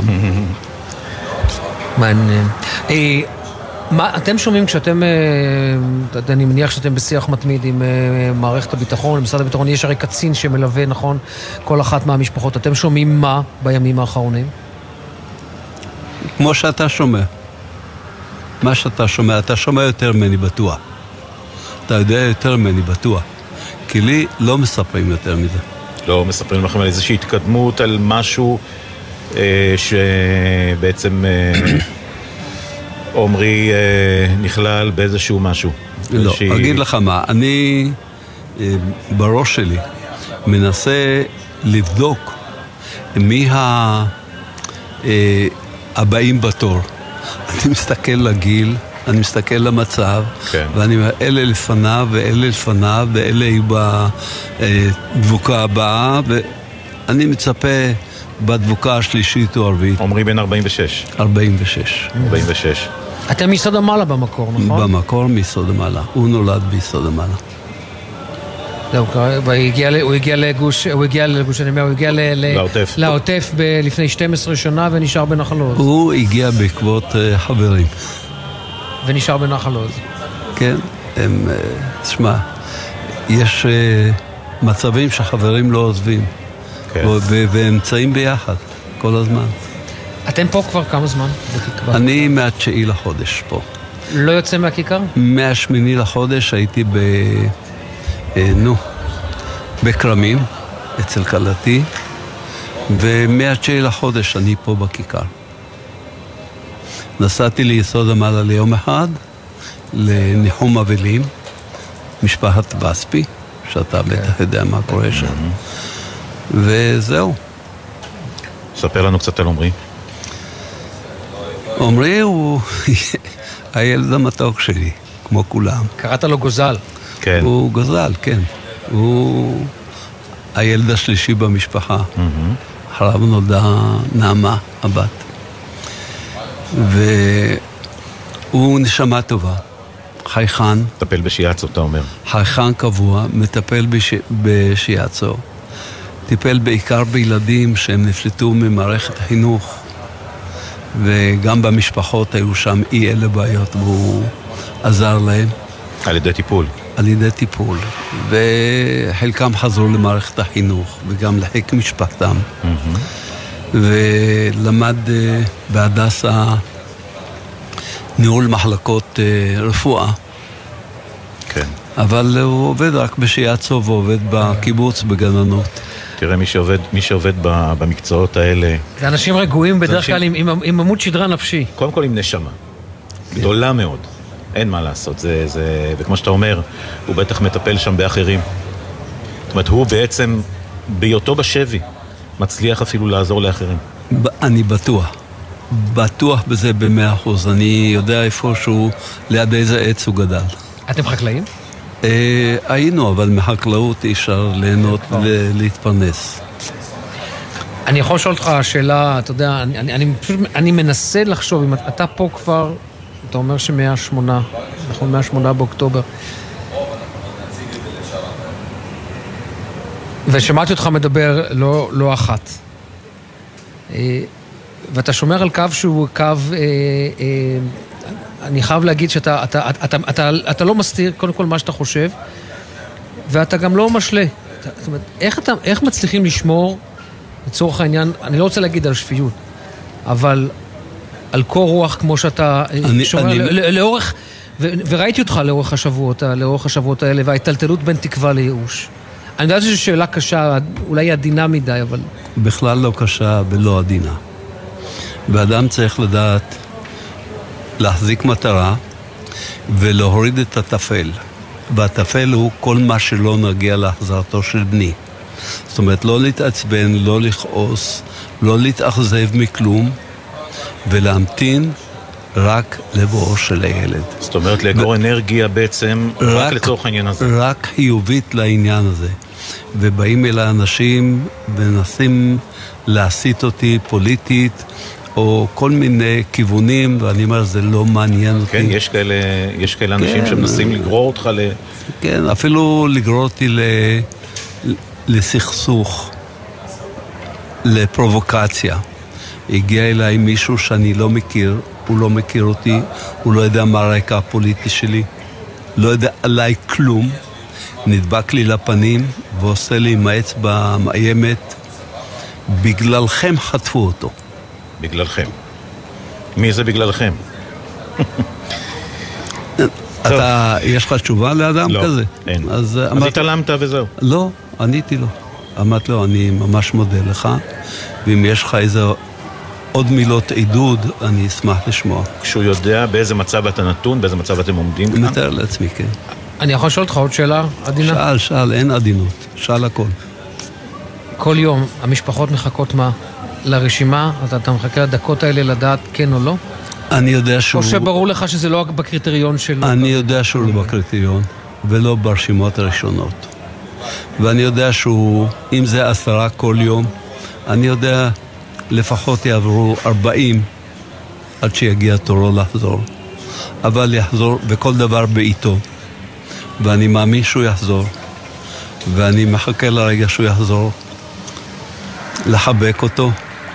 מעניין. מה, אתם שומעים כשאתם, אני מניח שאתם בשיח מתמיד עם מערכת הביטחון, עם משרד הביטחון, יש הרי קצין שמלווה, נכון, כל אחת מהמשפחות. אתם שומעים מה בימים האחרונים? כמו שאתה שומע. מה שאתה שומע, אתה שומע יותר ממני בטוח. אתה יודע יותר ממני בטוח. כי לי לא מספרים יותר מזה. לא מספרים לכם על איזושהי התקדמות, על משהו אה, שבעצם... אה, עומרי אה, נכלל באיזשהו משהו. לא, אגיד לך מה, אני בראש שלי מנסה לבדוק מי הבאים בתור. אני מסתכל לגיל, אני מסתכל למצב, כן. ואני אומר, אלה לפניו ואלה לפניו ואלה יהיו בדבוקה הבאה, ואני מצפה בדבוקה השלישית או הרביעית. עומרי בן ארבעים ושש. ארבעים ושש. ארבעים ושש. אתם מיסוד המעלה במקור, נכון? במקור מיסוד המעלה. הוא נולד ביסוד המעלה. הוא הגיע לגוש, הוא הגיע לגוש, אני אומר, הוא הגיע לעוטף. לעוטף לפני שתים עשרה שנה ונשאר בנחל עוז. הוא הגיע בעקבות חברים. ונשאר בנחל עוז. כן, הם, תשמע, יש מצבים שחברים לא עוזבים. כן. ונמצאים ביחד כל הזמן. אתם פה כבר כמה זמן? אני מהתשיעי לחודש פה. לא יוצא מהכיכר? מהשמיני לחודש הייתי ב... נו, בקרמים, אצל קלתי, ומהתשיעי לחודש אני פה בכיכר. נסעתי ליסוד המעלה ליום אחד, לניחום אבלים, משפחת בספי, שאתה בטח יודע מה קורה שם. וזהו. ספר לנו קצת על עומרי. עומרי הוא הילד המתוק שלי, כמו כולם. קראת לו גוזל. כן. הוא גוזל, כן. הוא הילד השלישי במשפחה. Mm-hmm. אחריו נולדה נעמה, הבת. והוא נשמה טובה. חייכן. מטפל בשיאצו, אתה אומר. חייכן קבוע, מטפל בש... בשיאצו. טיפל בעיקר בילדים שהם נפלטו ממערכת החינוך. וגם במשפחות היו שם אי אלה בעיות, והוא עזר להם. על ידי טיפול. על ידי טיפול, וחלקם חזרו למערכת החינוך, וגם לחיק משפחתם. Mm-hmm. ולמד uh, בהדסה ניהול מחלקות uh, רפואה. כן. אבל הוא עובד רק בשיאצו, ועובד בקיבוץ בגננות. תראה, מי שעובד, מי שעובד במקצועות האלה... זה אנשים רגועים בדרך כלל עם, עם, עם עמוד שדרה נפשי. קודם כל עם נשמה. גדולה מאוד. אין מה לעשות, זה, זה, וכמו שאתה אומר, הוא בטח מטפל שם באחרים. זאת אומרת, הוא בעצם, בהיותו בשבי, מצליח אפילו לעזור לאחרים. אני בטוח. בטוח בזה במאה אחוז. אני יודע איפה שהוא, ליד איזה עץ הוא גדל. אתם חקלאים? אה, היינו, אבל מחקלאות אי אפשר ליהנות להתפרנס. אני יכול לשאול אותך שאלה, אתה יודע, אני, אני, אני, פשוט, אני מנסה לחשוב, אם אתה פה כבר... אתה אומר שמאה שמונה, נכון, מאה שמונה באוקטובר. ושמעתי אותך מדבר לא, לא אחת. ואתה שומר על קו שהוא קו, אני חייב להגיד שאתה אתה, אתה, אתה, אתה לא מסתיר קודם כל מה שאתה חושב, ואתה גם לא משלה. זאת אומרת, איך, אתה, איך מצליחים לשמור, לצורך העניין, אני לא רוצה להגיד על שפיות, אבל... על קור רוח כמו שאתה אני, שומר, אני... לאורך, ו, וראיתי אותך לאורך השבועות, לאורך השבועות האלה, וההתלתלות בין תקווה לייאוש. אני יודעת שזו שאלה קשה, אולי עדינה מדי, אבל... בכלל לא קשה ולא עדינה. ואדם צריך לדעת להחזיק מטרה ולהוריד את התפל. והתפל הוא כל מה שלא נגיע להחזרתו של בני. זאת אומרת, לא להתעצבן, לא לכעוס, לא להתאכזב מכלום, ולהמתין רק לבואו של הילד. זאת אומרת, לאגור ו... אנרגיה בעצם רק, רק לצורך העניין הזה. רק חיובית לעניין הזה. ובאים אל האנשים ונסים להסיט אותי פוליטית, או כל מיני כיוונים, ואני אומר, זה לא מעניין אותי. כן, יש כאלה, יש כאלה כן, אנשים שמנסים לגרור אותך ל... כן, אפילו לגרור אותי ל... לסכסוך, לפרובוקציה. הגיע אליי מישהו שאני לא מכיר, הוא לא מכיר אותי, הוא לא יודע מה הרקע הפוליטי שלי, לא יודע עליי כלום, נדבק לי לפנים ועושה לי עם האצבע מאיימת, בגללכם חטפו אותו. בגללכם. מי זה בגללכם? אתה, יש לך תשובה לאדם לא, כזה? לא, אין. אז, אז התעלמת וזהו. לא, עניתי לו. אמרת לו, אני ממש מודה לך, ואם יש לך איזה עוד מילות עידוד, אני אשמח לשמוע. כשהוא יודע באיזה מצב אתה נתון, באיזה מצב אתם עומדים כאן? מתאר לעצמי, כן. אני יכול לשאול אותך עוד שאלה עדינה? שאל, שאל, אין עדינות. שאל הכל. כל יום המשפחות מחכות מה? לרשימה? אתה, אתה מחכה לדקות האלה לדעת כן או לא? אני יודע שהוא... או שברור לך שזה לא בקריטריון שלו? אני יודע שהוא לא בקריטריון, ולא ברשימות הראשונות. ואני יודע שהוא, אם זה עשרה כל יום, אני יודע לפחות יעברו ארבעים עד שיגיע תורו לחזור. אבל יחזור בכל דבר בעיתו. ואני מאמין שהוא יחזור. ואני מחכה לרגע שהוא יחזור. לחבק אותו.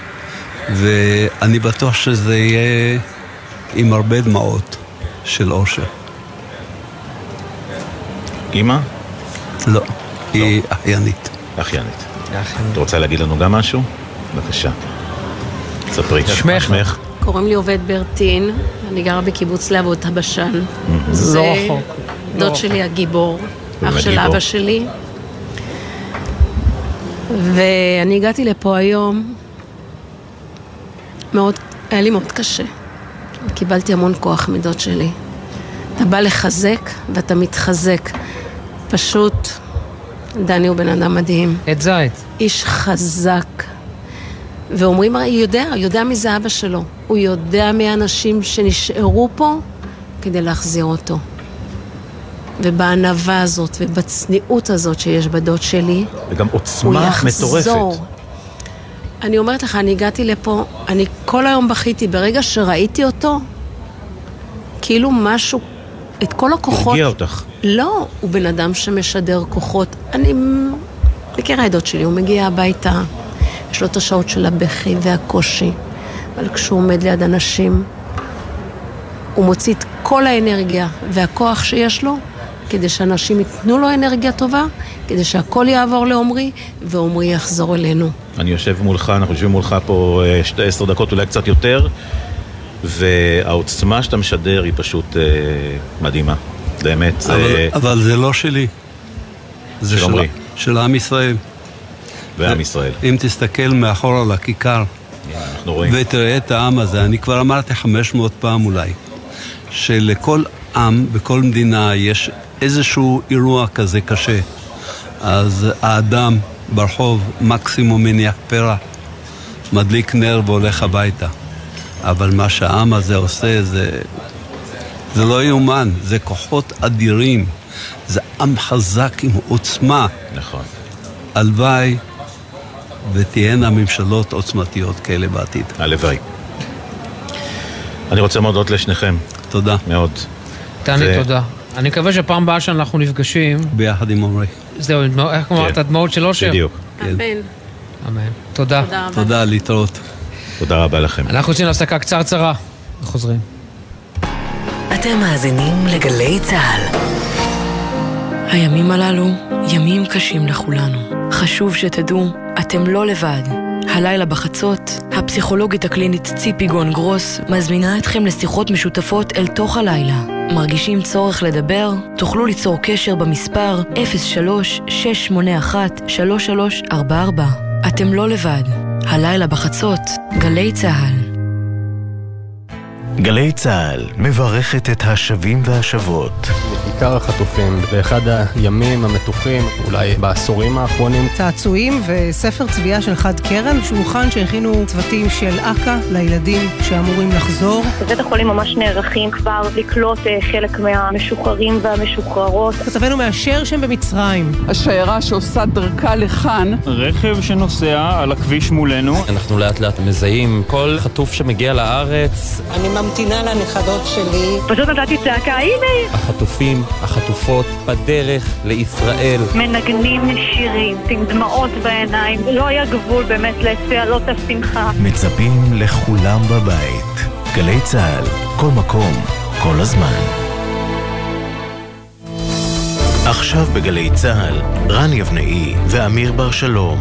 ואני בטוח שזה יהיה עם הרבה דמעות של אושר. אמא? לא, היא אחיינית. אחיינית. אתה רוצה להגיד לנו גם משהו? בבקשה. ספרי. שמך. קוראים לי עובד ברטין, אני גרה בקיבוץ להבות הבשן. לא רחוק. דוד שלי הגיבור, אח של אבא שלי. ואני הגעתי לפה היום, מאוד, היה לי מאוד קשה. קיבלתי המון כוח מדוד שלי. אתה בא לחזק ואתה מתחזק. פשוט, דני הוא בן אדם מדהים. את זית. איש חזק. ואומרים, הוא יודע, הוא יודע מי זה אבא שלו. הוא יודע מי האנשים שנשארו פה כדי להחזיר אותו. ובענווה הזאת ובצניעות הזאת שיש בדוד שלי, וגם עוצמה מטורפת. אני אומרת לך, אני הגעתי לפה, אני כל היום בכיתי, ברגע שראיתי אותו, כאילו משהו, את כל הכוחות... הרגיע אותך. לא, הוא בן אדם שמשדר כוחות. אני מכירה את דוד שלי, הוא מגיע הביתה, יש לו את השעות של הבכי והקושי, אבל כשהוא עומד ליד אנשים, הוא מוציא את כל האנרגיה והכוח שיש לו, כדי שאנשים ייתנו לו אנרגיה טובה, כדי שהכל יעבור לעומרי, ועומרי יחזור אלינו. אני יושב מולך, אנחנו יושבים מולך פה שתי עשר דקות, אולי קצת יותר, והעוצמה שאתה משדר היא פשוט אה, מדהימה. באמת. אבל, זה... אבל זה לא שלי. זה של, של עם ישראל. ועם ישראל. אם תסתכל מאחור על הכיכר, אנחנו רואים. ותראה את העם הזה, אני כבר אמרתי חמש מאות פעם אולי, שלכל עם, בכל מדינה, יש איזשהו אירוע כזה קשה. אז האדם ברחוב מקסימום מניח פרע, מדליק נר והולך הביתה. אבל מה שהעם הזה עושה זה, זה לא יאומן, זה כוחות אדירים, זה עם חזק עם עוצמה. נכון. הלוואי ותהיינה ממשלות עוצמתיות כאלה בעתיד. הלוואי. אני רוצה להודות לשניכם. תודה. מאוד. תעני ו... תודה. אני מקווה שפעם הבאה שאנחנו נפגשים... ביחד עם עומרי. זהו, איך אמרת, הדמעות של אושר? בדיוק. אמן. אמן. תודה. תודה רבה. תודה, להתראות. תודה רבה לכם. אנחנו יוצאים להפסקה קצרצרה. וחוזרים. אתם מאזינים לגלי צהל. הימים הללו ימים קשים לכולנו. חשוב שתדעו, אתם לא לבד. הלילה בחצות, הפסיכולוגית הקלינית ציפי גון גרוס מזמינה אתכם לשיחות משותפות אל תוך הלילה. מרגישים צורך לדבר? תוכלו ליצור קשר במספר אפס שלוש שש שמונה אחת שלוש שלוש ארבע ארבע. אתם לא לבד. הלילה בחצות, גלי צהל. גלי צהל מברכת את השבים והשבות. עיקר החטופים באחד הימים המתוחים, אולי בעשורים האחרונים. צעצועים וספר צביעה של חד קרן, שולחן שהכינו צוותים של אקה לילדים שאמורים לחזור. בבית החולים ממש נערכים כבר לקלוט חלק מהמשוחררים והמשוחררות. כתבנו מאשר שהם במצרים. השיירה שעושה דרכה לכאן. רכב שנוסע על הכביש מולנו. אנחנו לאט לאט מזהים כל חטוף שמגיע לארץ. אני ממתינה לנכדות שלי. פשוט נתתי צעקה, הנה! החטופים, החטופות, בדרך לישראל. מנגנים שירים, עם דמעות בעיניים. לא היה גבול באמת לצהלות השמחה. מצפים לכולם בבית. גלי צהל, כל מקום, כל הזמן. עכשיו בגלי צהל, רן יבנאי ואמיר בר שלום.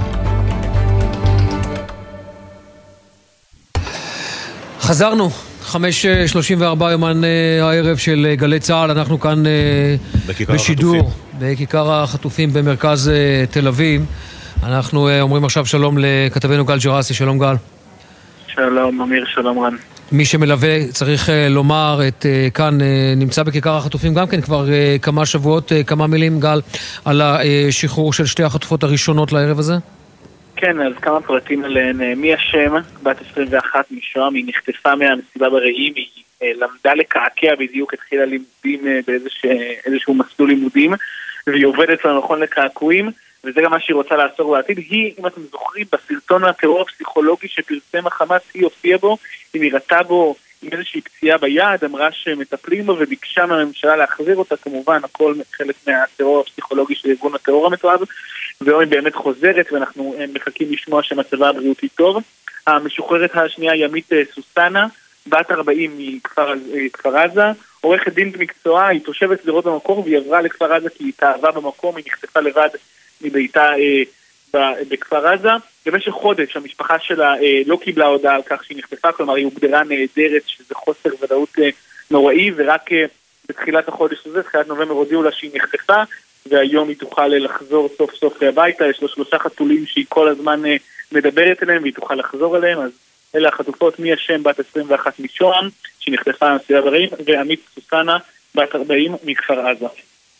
חזרנו. חמש שלושים וארבע יומן הערב של גלי צהל, אנחנו כאן בשידור בכיכר החטופים במרכז תל אביב. אנחנו אומרים עכשיו שלום לכתבנו גל ג'רסי. שלום גל. שלום, אמיר, שלום רן. מי שמלווה, צריך לומר, את כאן נמצא בכיכר החטופים גם כן כבר כמה שבועות, כמה מילים, גל, על השחרור של שתי החטופות הראשונות לערב הזה? כן, אז כמה פרטים עליהן. מי השם, בת עשרים ואחת משוהם, היא נחטפה מהמסיבה ברעים, היא למדה לקעקע בדיוק, התחילה לימודים באיזשהו מסלול לימודים, והיא עובדת למכון לקעקועים, וזה גם מה שהיא רוצה לעשות בעתיד. היא, אם אתם זוכרים, בסרטון הטרור הפסיכולוגי שפרסם החמאס, היא הופיעה בו, היא נראתה בו עם איזושהי פציעה ביד, אמרה שמטפלים בו וביקשה מהממשלה להחזיר אותה, כמובן, הכל חלק מהטרור הפסיכולוגי של ארגון הטרור המתועב, והיום היא באמת חוזרת, ואנחנו מחכים לשמוע שמצבה הבריאותי טוב. המשוחררת השנייה היא עמית סוסנה, בת ארבעים מכפר עזה, עורכת דין במקצועה, היא תושבת שדרות במקור, והיא עברה לכפר עזה כי היא התאהבה במקום, היא נחטפה לבד מביתה אה, בכפר עזה. במשך חודש המשפחה שלה אה, לא קיבלה הודעה על כך שהיא נחטפה, כלומר היא הוגדרה נהדרת, שזה חוסר ודאות אה, נוראי, ורק אה, בתחילת החודש הזה, תחילת נובמבר, הודיעו לה שהיא נחטפה, והיום היא תוכל לחזור סוף סוף הביתה. יש לו שלושה חתולים שהיא כל הזמן אה, מדברת אליהם, והיא תוכל לחזור אליהם. אז אלה החטופות, מי השם, בת עשרים ואחת משוהם, שהיא נחטפה מהמסיבה ברעים, ועמית סוסנה, בת ארבעים מכפר עזה.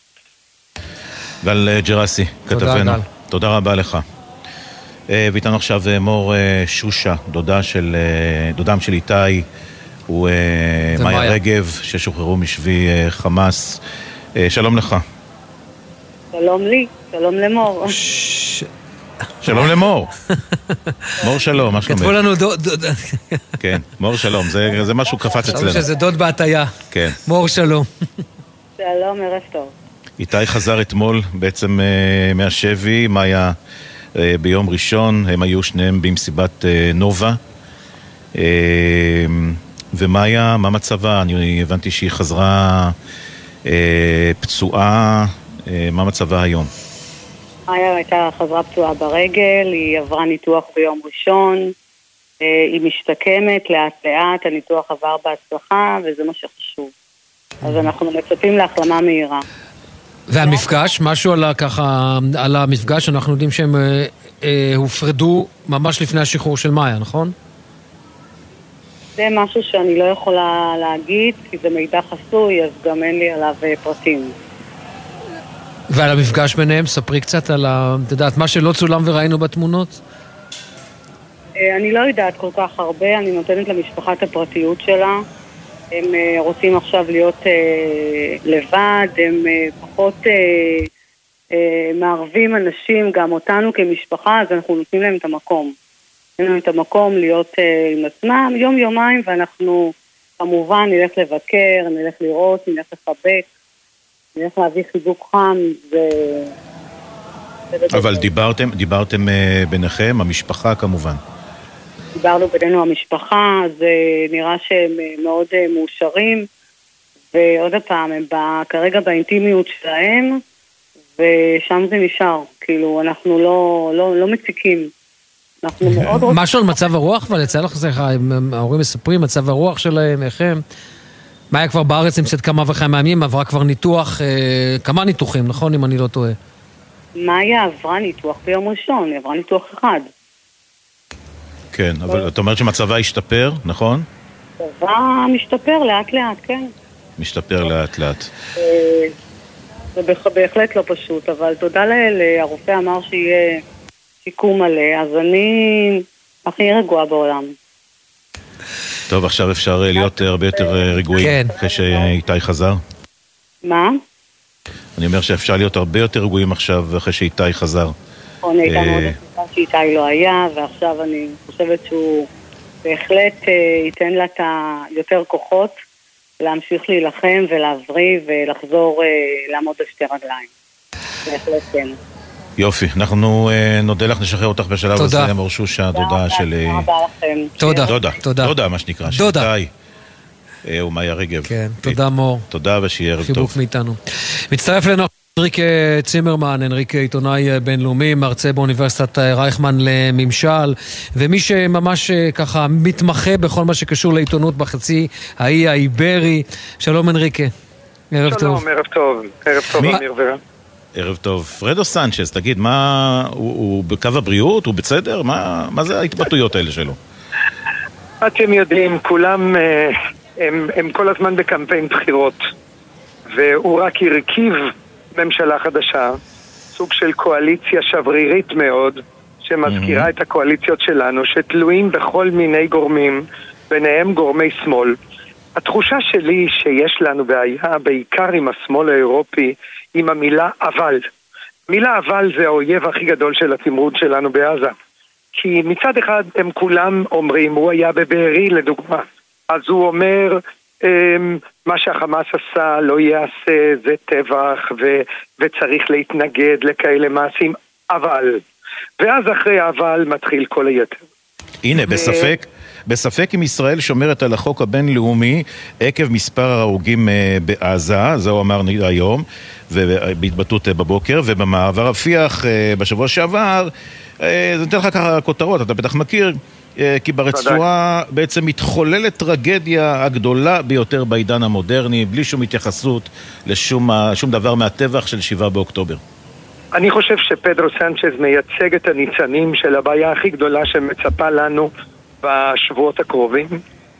גל ג'רסי, כתבנו. תודה רבה לך. ואיתנו עכשיו מור שושה, דודה של, דודם של איתי, הוא מאיה רגב, ששוחררו משבי חמאס. שלום לך. שלום לי, שלום למור. שלום למור. מור שלום, מה שלומך? כתבו לנו דוד. כן, מור שלום, זה משהו קפץ אצלנו. שזה דוד בהטיה. כן. מור שלום. שלום, ערב טוב. איתי חזר אתמול בעצם מהשבי, מאיה ביום ראשון, הם היו שניהם במסיבת נובה. ומאיה, מה מצבה? אני הבנתי שהיא חזרה פצועה, מה מצבה היום? מאיה הייתה חזרה פצועה ברגל, היא עברה ניתוח ביום ראשון, היא משתקמת לאט לאט, הניתוח עבר בהצלחה, וזה מה שחשוב. אז אנחנו מצפים להחלמה מהירה. והמפגש, משהו על, ככה, על המפגש, אנחנו יודעים שהם אה, אה, הופרדו ממש לפני השחרור של מאיה, נכון? זה משהו שאני לא יכולה להגיד, כי זה מידע חסוי, אז גם אין לי עליו פרטים. ועל המפגש ביניהם, ספרי קצת על ה... אתה יודעת, מה שלא צולם וראינו בתמונות? אני לא יודעת כל כך הרבה, אני נותנת למשפחה את הפרטיות שלה. הם uh, רוצים עכשיו להיות uh, לבד, הם uh, פחות uh, uh, מערבים אנשים, גם אותנו כמשפחה, אז אנחנו נותנים להם את המקום. נותנים להם את המקום להיות uh, עם עצמם יום יומיים, ואנחנו כמובן נלך לבקר, נלך לראות, נלך לחבק, נלך להביא חיבוק חם. ו... אבל דיברתם, דיברתם uh, ביניכם, המשפחה כמובן. דיברנו בינינו המשפחה, אז נראה שהם מאוד מאושרים, ועוד הפעם, הם בא, כרגע באינטימיות שלהם, ושם זה נשאר. כאילו, אנחנו לא, לא, לא מציקים. אנחנו מאוד רוצים... משהו על מצב הרוח, אבל יצא לך זה, ההורים מספרים, מצב הרוח שלהם, איך הם... מאיה כבר בארץ נמצאת כמה וכמה ימים, עברה כבר ניתוח, כמה ניתוחים, נכון, אם אני לא טועה? מאיה עברה ניתוח ביום ראשון, עברה ניתוח אחד. כן, אבל את אומרת שמצבה השתפר, נכון? מצבה משתפר לאט לאט, כן. משתפר לאט לאט. זה בהחלט לא פשוט, אבל תודה לאל, הרופא אמר שיהיה שיקום מלא, אז אני הכי רגועה בעולם. טוב, עכשיו אפשר להיות הרבה יותר רגועים אחרי שאיתי חזר? מה? אני אומר שאפשר להיות הרבה יותר רגועים עכשיו אחרי שאיתי חזר. נכון, הייתה מאוד עצובה שאיתי לא היה, ועכשיו אני חושבת שהוא בהחלט ייתן לה את יותר כוחות להמשיך להילחם ולהבריא ולחזור לעמוד על שתי רגליים. בהחלט כן. יופי, אנחנו נודה לך, נשחרר אותך בשלב הזה, מור שושה, דודה של... תודה רבה לכם. תודה. דודה, דודה, מה שנקרא. דודה. ומאיה רגב. כן, תודה מור. תודה ושיהיה ערב טוב. חיבוק מאיתנו. מצטרף אלינו אנריק צימרמן, אנריק עיתונאי בינלאומי, מרצה באוניברסיטת רייכמן לממשל, ומי שממש ככה מתמחה בכל מה שקשור לעיתונות בחצי האי האיברי. שלום אנריק, ערב טוב. שלום, ערב טוב. ערב טוב, אמיר ורן. ערב טוב. פרדו סנצ'ס, תגיד, מה, הוא, הוא בקו הבריאות? הוא בסדר? מה, מה זה ההתבטאויות האלה שלו? אתם יודעים, כולם, הם, הם כל הזמן בקמפיין בחירות, והוא רק הרכיב ממשלה חדשה, סוג של קואליציה שברירית מאוד, שמזכירה mm-hmm. את הקואליציות שלנו, שתלויים בכל מיני גורמים, ביניהם גורמי שמאל. התחושה שלי שיש לנו בעיה, בעיקר עם השמאל האירופי, עם המילה אבל. מילה אבל זה האויב הכי גדול של התמרוד שלנו בעזה. כי מצד אחד הם כולם אומרים, הוא היה בבארי לדוגמה, אז הוא אומר, מה שהחמאס עשה לא יעשה, זה טבח ו- וצריך להתנגד לכאלה מעשים, אבל. ואז אחרי אבל מתחיל כל היתר. הנה, ו- בספק, בספק אם ישראל שומרת על החוק הבינלאומי עקב מספר ההרוגים בעזה, זה הוא אמר היום, ובהתבטאות בבוקר, ובמעבר רפיח בשבוע שעבר, זה נותן לך ככה כותרות, אתה בטח מכיר, כי ברצועה בעצם מתחוללת טרגדיה הגדולה ביותר בעידן המודרני, בלי שום התייחסות לשום שום דבר מהטבח של שבעה באוקטובר. אני חושב שפדרו סנצ'ז מייצג את הניצנים של הבעיה הכי גדולה שמצפה לנו בשבועות הקרובים.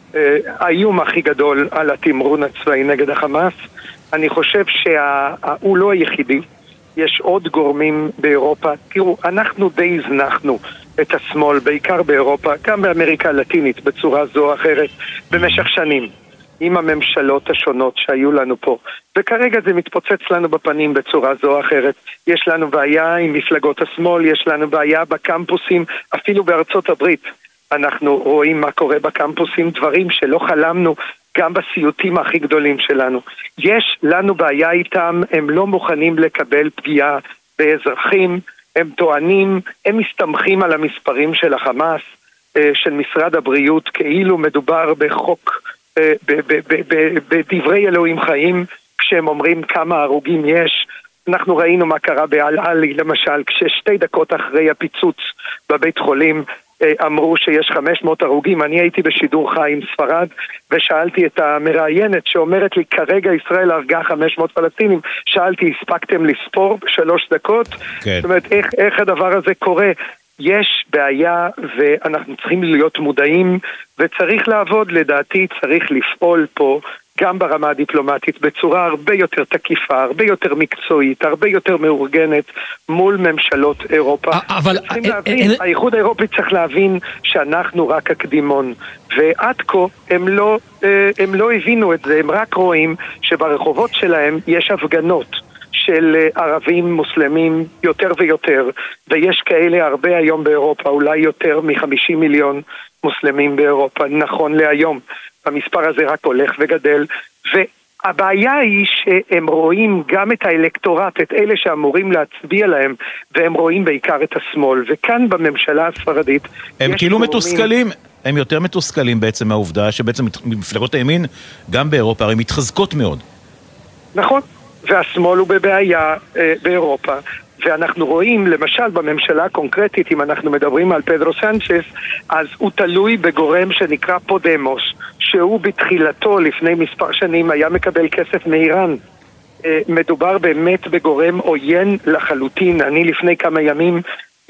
האיום הכי גדול על התמרון הצבאי נגד החמאס. אני חושב שהוא לא היחידי. יש עוד גורמים באירופה. תראו, אנחנו די זנחנו את השמאל, בעיקר באירופה, גם באמריקה הלטינית, בצורה זו או אחרת, במשך שנים, עם הממשלות השונות שהיו לנו פה. וכרגע זה מתפוצץ לנו בפנים בצורה זו או אחרת. יש לנו בעיה עם מפלגות השמאל, יש לנו בעיה בקמפוסים, אפילו בארצות הברית. אנחנו רואים מה קורה בקמפוסים, דברים שלא חלמנו גם בסיוטים הכי גדולים שלנו. יש לנו בעיה איתם, הם לא מוכנים לקבל פגיעה באזרחים, הם טוענים, הם מסתמכים על המספרים של החמאס, של משרד הבריאות, כאילו מדובר בחוק, בדברי אלוהים חיים, כשהם אומרים כמה הרוגים יש. אנחנו ראינו מה קרה באל-עלי, למשל, כששתי דקות אחרי הפיצוץ בבית חולים, אמרו שיש חמש מאות הרוגים. אני הייתי בשידור חי עם ספרד ושאלתי את המראיינת שאומרת לי כרגע ישראל הרגה חמש מאות פלסטינים. שאלתי, הספקתם לספור בשלוש דקות? כן. זאת אומרת, איך, איך הדבר הזה קורה? יש בעיה ואנחנו צריכים להיות מודעים וצריך לעבוד, לדעתי צריך לפעול פה גם ברמה הדיפלומטית בצורה הרבה יותר תקיפה, הרבה יותר מקצועית, הרבה יותר מאורגנת מול ממשלות אירופה. אבל להבין, האיחוד האירופי צריך להבין שאנחנו רק הקדימון, ועד כה הם לא, הם לא הבינו את זה, הם רק רואים שברחובות שלהם יש הפגנות של ערבים מוסלמים יותר ויותר, ויש כאלה הרבה היום באירופה, אולי יותר מ-חמישים מיליון מוסלמים באירופה, נכון להיום. המספר הזה רק הולך וגדל, והבעיה היא שהם רואים גם את האלקטורט, את אלה שאמורים להצביע להם, והם רואים בעיקר את השמאל, וכאן בממשלה הספרדית הם כאילו מתוסכלים, הם יותר מתוסכלים בעצם מהעובדה שבעצם מפלגות הימין גם באירופה הרי מתחזקות מאוד. נכון, והשמאל הוא בבעיה אה, באירופה, ואנחנו רואים, למשל בממשלה הקונקרטית, אם אנחנו מדברים על פדרו סנצ'ז, אז הוא תלוי בגורם שנקרא פודמוס, שהוא בתחילתו לפני מספר שנים היה מקבל כסף מאיראן. מדובר באמת בגורם עוין לחלוטין. אני לפני כמה ימים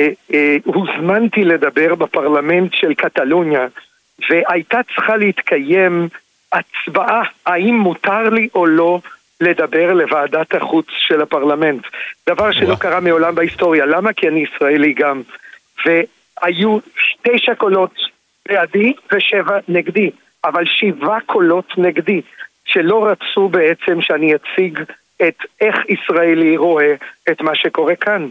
הוזמנתי לדבר בפרלמנט של קטלוניה, והייתה צריכה להתקיים הצבעה, האם מותר לי או לא לדבר לוועדת החוץ של הפרלמנט. דבר שלא קרה מעולם בהיסטוריה. למה? כי אני ישראלי גם. והיו תשע קולות בעדי ושבע נגדי, אבל שבעה קולות נגדי, שלא רצו בעצם שאני אציג את איך ישראלי רואה את מה שקורה כאן.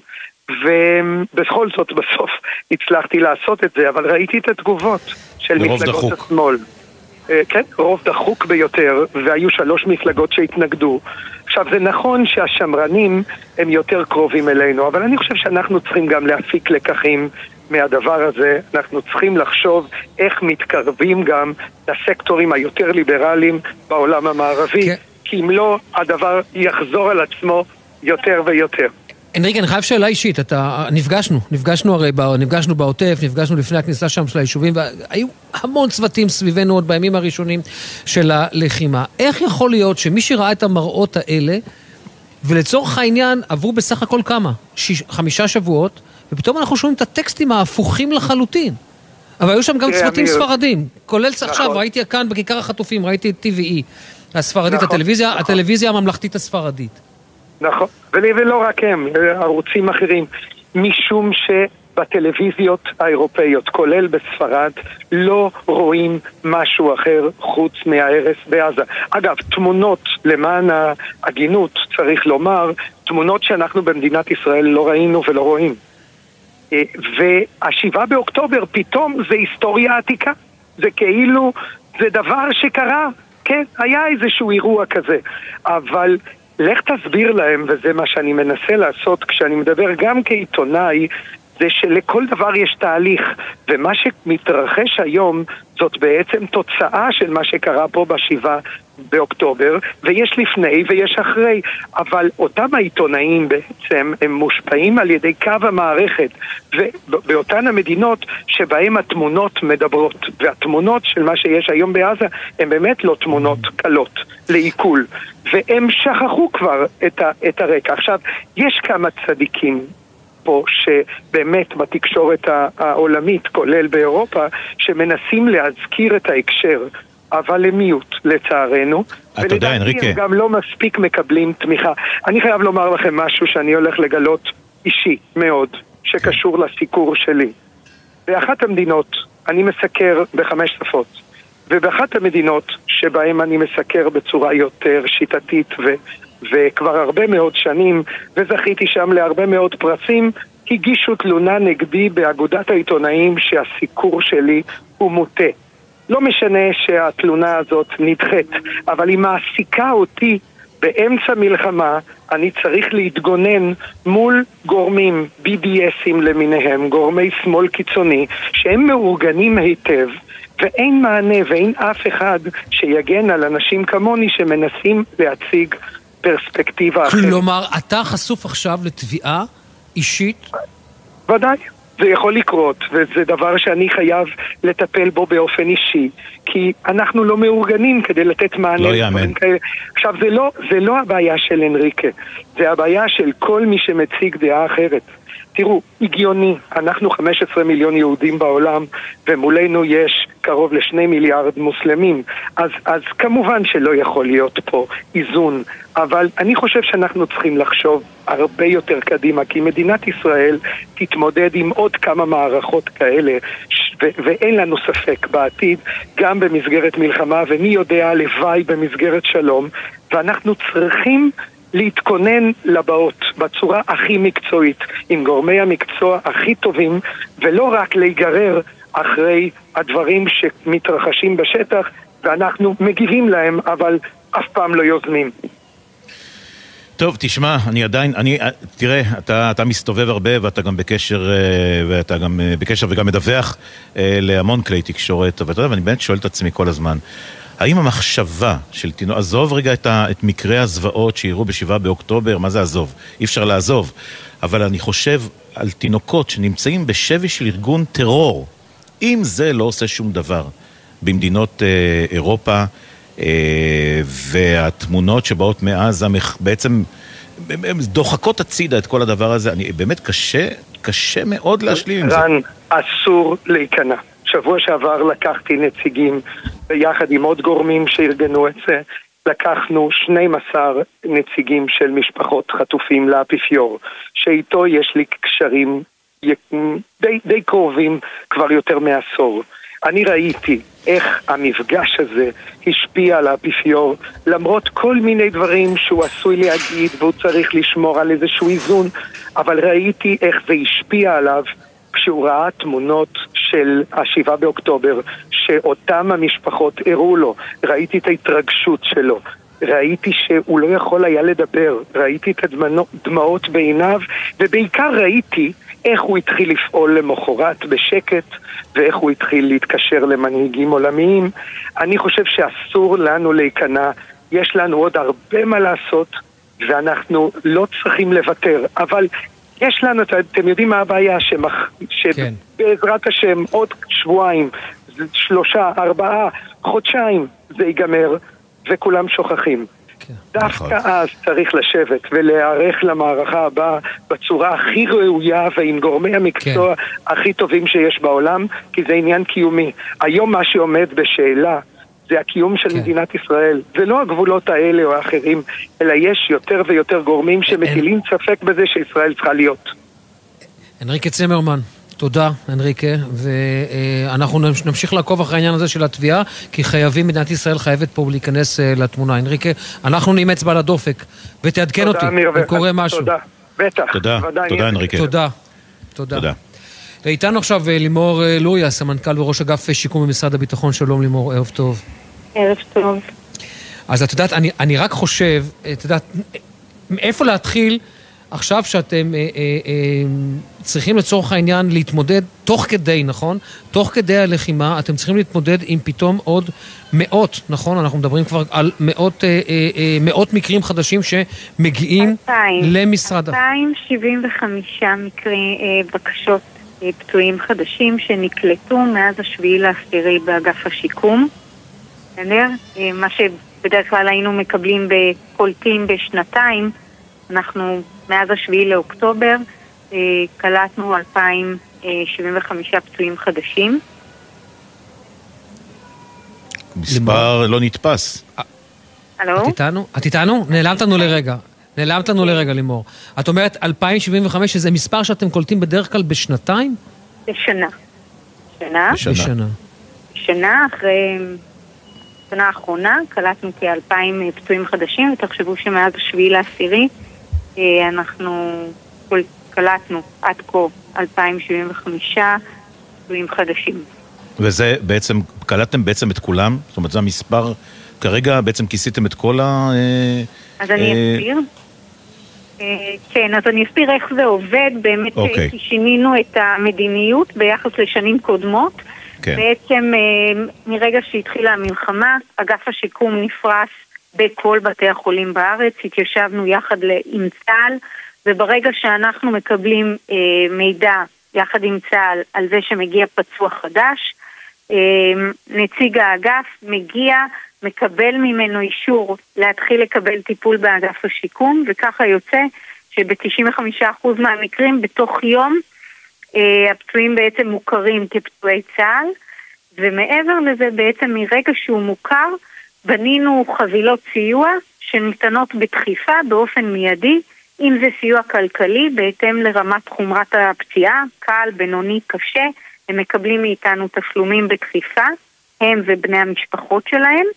ובכל זאת בסוף הצלחתי לעשות את זה, אבל ראיתי את התגובות של מפלגות השמאל. כן, רוב דחוק ביותר, והיו שלוש מפלגות שהתנגדו. עכשיו, זה נכון שהשמרנים הם יותר קרובים אלינו, אבל אני חושב שאנחנו צריכים גם להפיק לקחים מהדבר הזה. אנחנו צריכים לחשוב איך מתקרבים גם לסקטורים היותר ליברליים בעולם המערבי, כן. כי אם לא, הדבר יחזור על עצמו יותר ויותר. אנריק, אני חייב שאלה אישית, אתה, נפגשנו, נפגשנו הרי, נפגשנו בעוטף, נפגשנו לפני הכניסה שם של היישובים, והיו המון צוותים סביבנו עוד בימים הראשונים של הלחימה. איך יכול להיות שמי שראה את המראות האלה, ולצורך העניין עברו בסך הכל כמה? שיש, חמישה שבועות, ופתאום אנחנו שומעים את הטקסטים ההפוכים לחלוטין. אבל היו שם גם צוותים ספרדים, כולל עכשיו, ראיתי כאן בכיכר החטופים, ראיתי את טי וי אי, הספרדית, הטלוויזיה, הטלוויזיה הממלכתית הספרדית. נכון, ולא רק הם, ערוצים אחרים, משום שבטלוויזיות האירופאיות, כולל בספרד, לא רואים משהו אחר חוץ מההרס בעזה. אגב, תמונות, למען ההגינות, צריך לומר, תמונות שאנחנו במדינת ישראל לא ראינו ולא רואים. והשבעה באוקטובר פתאום זה היסטוריה עתיקה, זה כאילו, זה דבר שקרה, כן, היה איזשהו אירוע כזה, אבל לך תסביר להם, וזה מה שאני מנסה לעשות כשאני מדבר גם כעיתונאי, זה שלכל דבר יש תהליך, ומה שמתרחש היום זאת בעצם תוצאה של מה שקרה פה בשבעה באוקטובר, ויש לפני ויש אחרי, אבל אותם העיתונאים בעצם הם מושפעים על ידי קו המערכת, ובאותן המדינות שבהם התמונות מדברות, והתמונות של מה שיש היום בעזה הן באמת לא תמונות קלות לעיכול, והם שכחו כבר את, ה, את הרקע. עכשיו, יש כמה צדיקים פה שבאמת בתקשורת העולמית, כולל באירופה, שמנסים להזכיר את ההקשר, אבל למיעוט, לצערנו, ולדעתי הם גם לא מספיק מקבלים תמיכה. אני חייב לומר לכם משהו שאני הולך לגלות אישי מאוד, שקשור לסיקור שלי. באחת המדינות אני מסקר בחמש שפות, ובאחת המדינות שבהם אני מסקר בצורה יותר שיטתית ו... וכבר הרבה מאוד שנים, וזכיתי שם להרבה מאוד פרסים, הגישו תלונה נגדי באגודת העיתונאים שהסיקור שלי הוא מוטה. לא משנה שהתלונה הזאת נדחית, אבל היא מעסיקה אותי באמצע מלחמה, אני צריך להתגונן מול גורמים בי די אסים למיניהם, גורמי שמאל קיצוני, שהם מאורגנים היטב, ואין מענה ואין אף אחד שיגן על אנשים כמוני שמנסים להציג פרספקטיבה אחרת. כלומר, אתה חשוף עכשיו לתביעה אישית? ודאי, זה יכול לקרות, וזה דבר שאני חייב לטפל בו באופן אישי, כי אנחנו לא מאורגנים כדי לתת מענה. לא יאמן. עכשיו, זה לא, זה לא הבעיה של אנריקה, זה הבעיה של כל מי שמציג דעה אחרת. תראו, הגיוני, אנחנו חמישה עשר מיליון יהודים בעולם, ומולנו יש קרוב לשני מיליארד מוסלמים, אז, אז כמובן שלא יכול להיות פה איזון, אבל אני חושב שאנחנו צריכים לחשוב הרבה יותר קדימה, כי מדינת ישראל תתמודד עם עוד כמה מערכות כאלה, ו- ואין לנו ספק בעתיד, גם במסגרת מלחמה, ומי יודע לוואי במסגרת שלום, ואנחנו צריכים להתכונן לבאות בצורה הכי מקצועית, עם גורמי המקצוע הכי טובים, ולא רק להיגרר אחרי הדברים שמתרחשים בשטח, ואנחנו מגיבים להם, אבל אף פעם לא יוזמים. טוב, תשמע, אני עדיין, אני, תראה, אתה, אתה מסתובב הרבה, ואתה גם בקשר, ואתה גם בקשר וגם מדווח להמון כלי תקשורת, אבל אתה יודע, ואני באמת שואל את עצמי כל הזמן, האם המחשבה של תינוק, עזוב רגע את, ה, את מקרה הזוועות שיראו בשבעה באוקטובר, מה זה עזוב? אי אפשר לעזוב. אבל אני חושב על תינוקות שנמצאים בשבי של ארגון טרור, אם זה לא עושה שום דבר במדינות אה, אירופה, אה, והתמונות שבאות מעזה בעצם דוחקות הצידה את כל הדבר הזה, אני באמת קשה, קשה מאוד להשלים עם זה. רן, אסור להיכנע. שבוע שעבר לקחתי נציגים ביחד עם עוד גורמים שארגנו את זה, לקחנו שנים עשר נציגים של משפחות חטופים לאפיפיור, שאיתו יש לי קשרים די, די קרובים כבר יותר מעשור. אני ראיתי איך המפגש הזה השפיע על האפיפיור, למרות כל מיני דברים שהוא עשוי להגיד והוא צריך לשמור על איזשהו איזון, אבל ראיתי איך זה השפיע עליו כשהוא ראה תמונות של השבעה באוקטובר, שאותם המשפחות הראו לו, ראיתי את ההתרגשות שלו, ראיתי שהוא לא יכול היה לדבר, ראיתי את הדמעות בעיניו, ובעיקר ראיתי איך הוא התחיל לפעול למחרת בשקט, ואיך הוא התחיל להתקשר למנהיגים עולמיים. אני חושב שאסור לנו להיכנע, יש לנו עוד הרבה מה לעשות, ואנחנו לא צריכים לוותר, אבל יש לנו, אתם יודעים מה הבעיה, שמח... כן. שבעזרת השם עוד שבועיים, שלושה, ארבעה, חודשיים זה ייגמר, וכולם שוכחים. דווקא אז צריך לשבת ולהיערך למערכה הבאה בצורה הכי ראויה ועם גורמי המקצוע הכי טובים שיש בעולם, כי זה עניין קיומי. היום מה שעומד בשאלה זה הקיום של מדינת ישראל, ולא הגבולות האלה או האחרים, אלא יש יותר ויותר גורמים שמטילים ספק בזה שישראל צריכה להיות. אנריקה צימרמן, תודה אנריקה, ואנחנו נמשיך לעקוב אחרי העניין הזה של התביעה, כי חייבים, מדינת ישראל חייבת פה להיכנס לתמונה. אנריקה, אנחנו נעים אצבע לדופק, ותעדכן אותי, אם קורה משהו. תודה, בטח. תודה, תודה אנריקה. תודה, תודה. ואיתנו עכשיו לימור לוריה, סמנכ"ל וראש אגף שיקום במשרד הביטחון. שלום לימור, ערב טוב. ערב טוב. אז את יודעת, אני, אני רק חושב, את יודעת, מאיפה להתחיל עכשיו שאתם אה, אה, אה, צריכים לצורך העניין להתמודד תוך כדי, נכון? תוך כדי הלחימה אתם צריכים להתמודד עם פתאום עוד מאות, נכון? אנחנו מדברים כבר על מאות, אה, אה, מאות מקרים חדשים שמגיעים למשרד... אלפיים שבעים וחמישה מקרי אה, בקשות אה, פצועים חדשים שנקלטו מאז השביעי לעשירי באגף השיקום. בסדר? אה, מה שבדרך כלל היינו מקבלים בקולטים בשנתיים, אנחנו מאז השביעי לאוקטובר אה, קלטנו אלפיים שבעים וחמישה פצועים חדשים. מספר לא נתפס. הלו? את איתנו? את איתנו? נעלמת לנו לרגע. נעלמת לנו לרגע, לימור. את אומרת אלפיים שבעים וחמש, שזה מספר שאתם קולטים בדרך כלל בשנתיים? בשנה. שנה? בשנה. בשנה, אחרי... בשנה האחרונה קלטנו כאלפיים פצועים חדשים, ותחשבו שמאז השביעי לעשירי אנחנו קלטנו עד כה אלפיים שבעים וחמישה פצועים חדשים. וזה בעצם, קלטתם בעצם את כולם? זאת אומרת, זה המספר, כרגע בעצם כיסיתם את כל ה... אז אני אסביר. כן, אז אני אסביר איך זה עובד. באמת שינינו את המדיניות ביחס לשנים קודמות. בעצם מרגע שהתחילה המלחמה, אגף השיקום נפרס בכל בתי החולים בארץ, התיישבנו יחד עם צה"ל, וברגע שאנחנו מקבלים אה, מידע יחד עם צה"ל על זה שמגיע פצוע חדש, אה, נציג האגף מגיע, מקבל ממנו אישור להתחיל לקבל טיפול באגף השיקום, וככה יוצא שב-תשעים וחמישה אחוז מהמקרים בתוך יום אה, הפצועים בעצם מוכרים כפצועי צה"ל, ומעבר לזה בעצם מרגע שהוא מוכר, בנינו חבילות סיוע שניתנות בדחיפה באופן מיידי, אם זה סיוע כלכלי בהתאם לרמת חומרת הפציעה, קל, בינוני, קשה, הם מקבלים מאיתנו תשלומים בדחיפה, הם ובני המשפחות שלהם,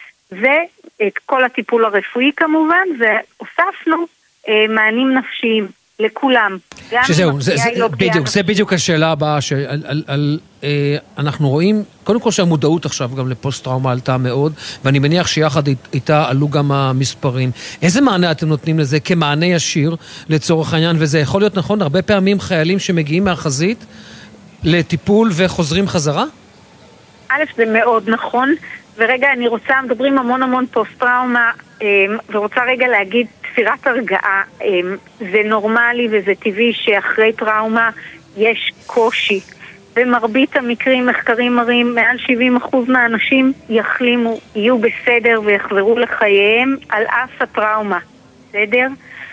ואת כל הטיפול הרפואי כמובן, והוספנו אה, מענים נפשיים לכולם. שזהו, זה, זה, לא בדיוק, זה בדיוק השאלה הבאה, שעל, על, על, אה, אנחנו רואים, קודם כל שהמודעות עכשיו גם לפוסט-טראומה עלתה מאוד, ואני מניח שיחד איתה עלו גם המספרים. איזה מענה אתם נותנים לזה כמענה ישיר לצורך העניין, וזה יכול להיות נכון, הרבה פעמים חיילים שמגיעים מהחזית לטיפול וחוזרים חזרה? א', זה מאוד נכון, ורגע אני רוצה, מדברים המון המון פוסט-טראומה, ורוצה רגע להגיד תפירת הרגעה, זה נורמלי וזה טבעי שאחרי טראומה יש קושי. במרבית המקרים מחקרים מראים מעל שבעים אחוז מהאנשים יחלימו, יהיו בסדר ויחזרו לחייהם על אף הטראומה, בסדר?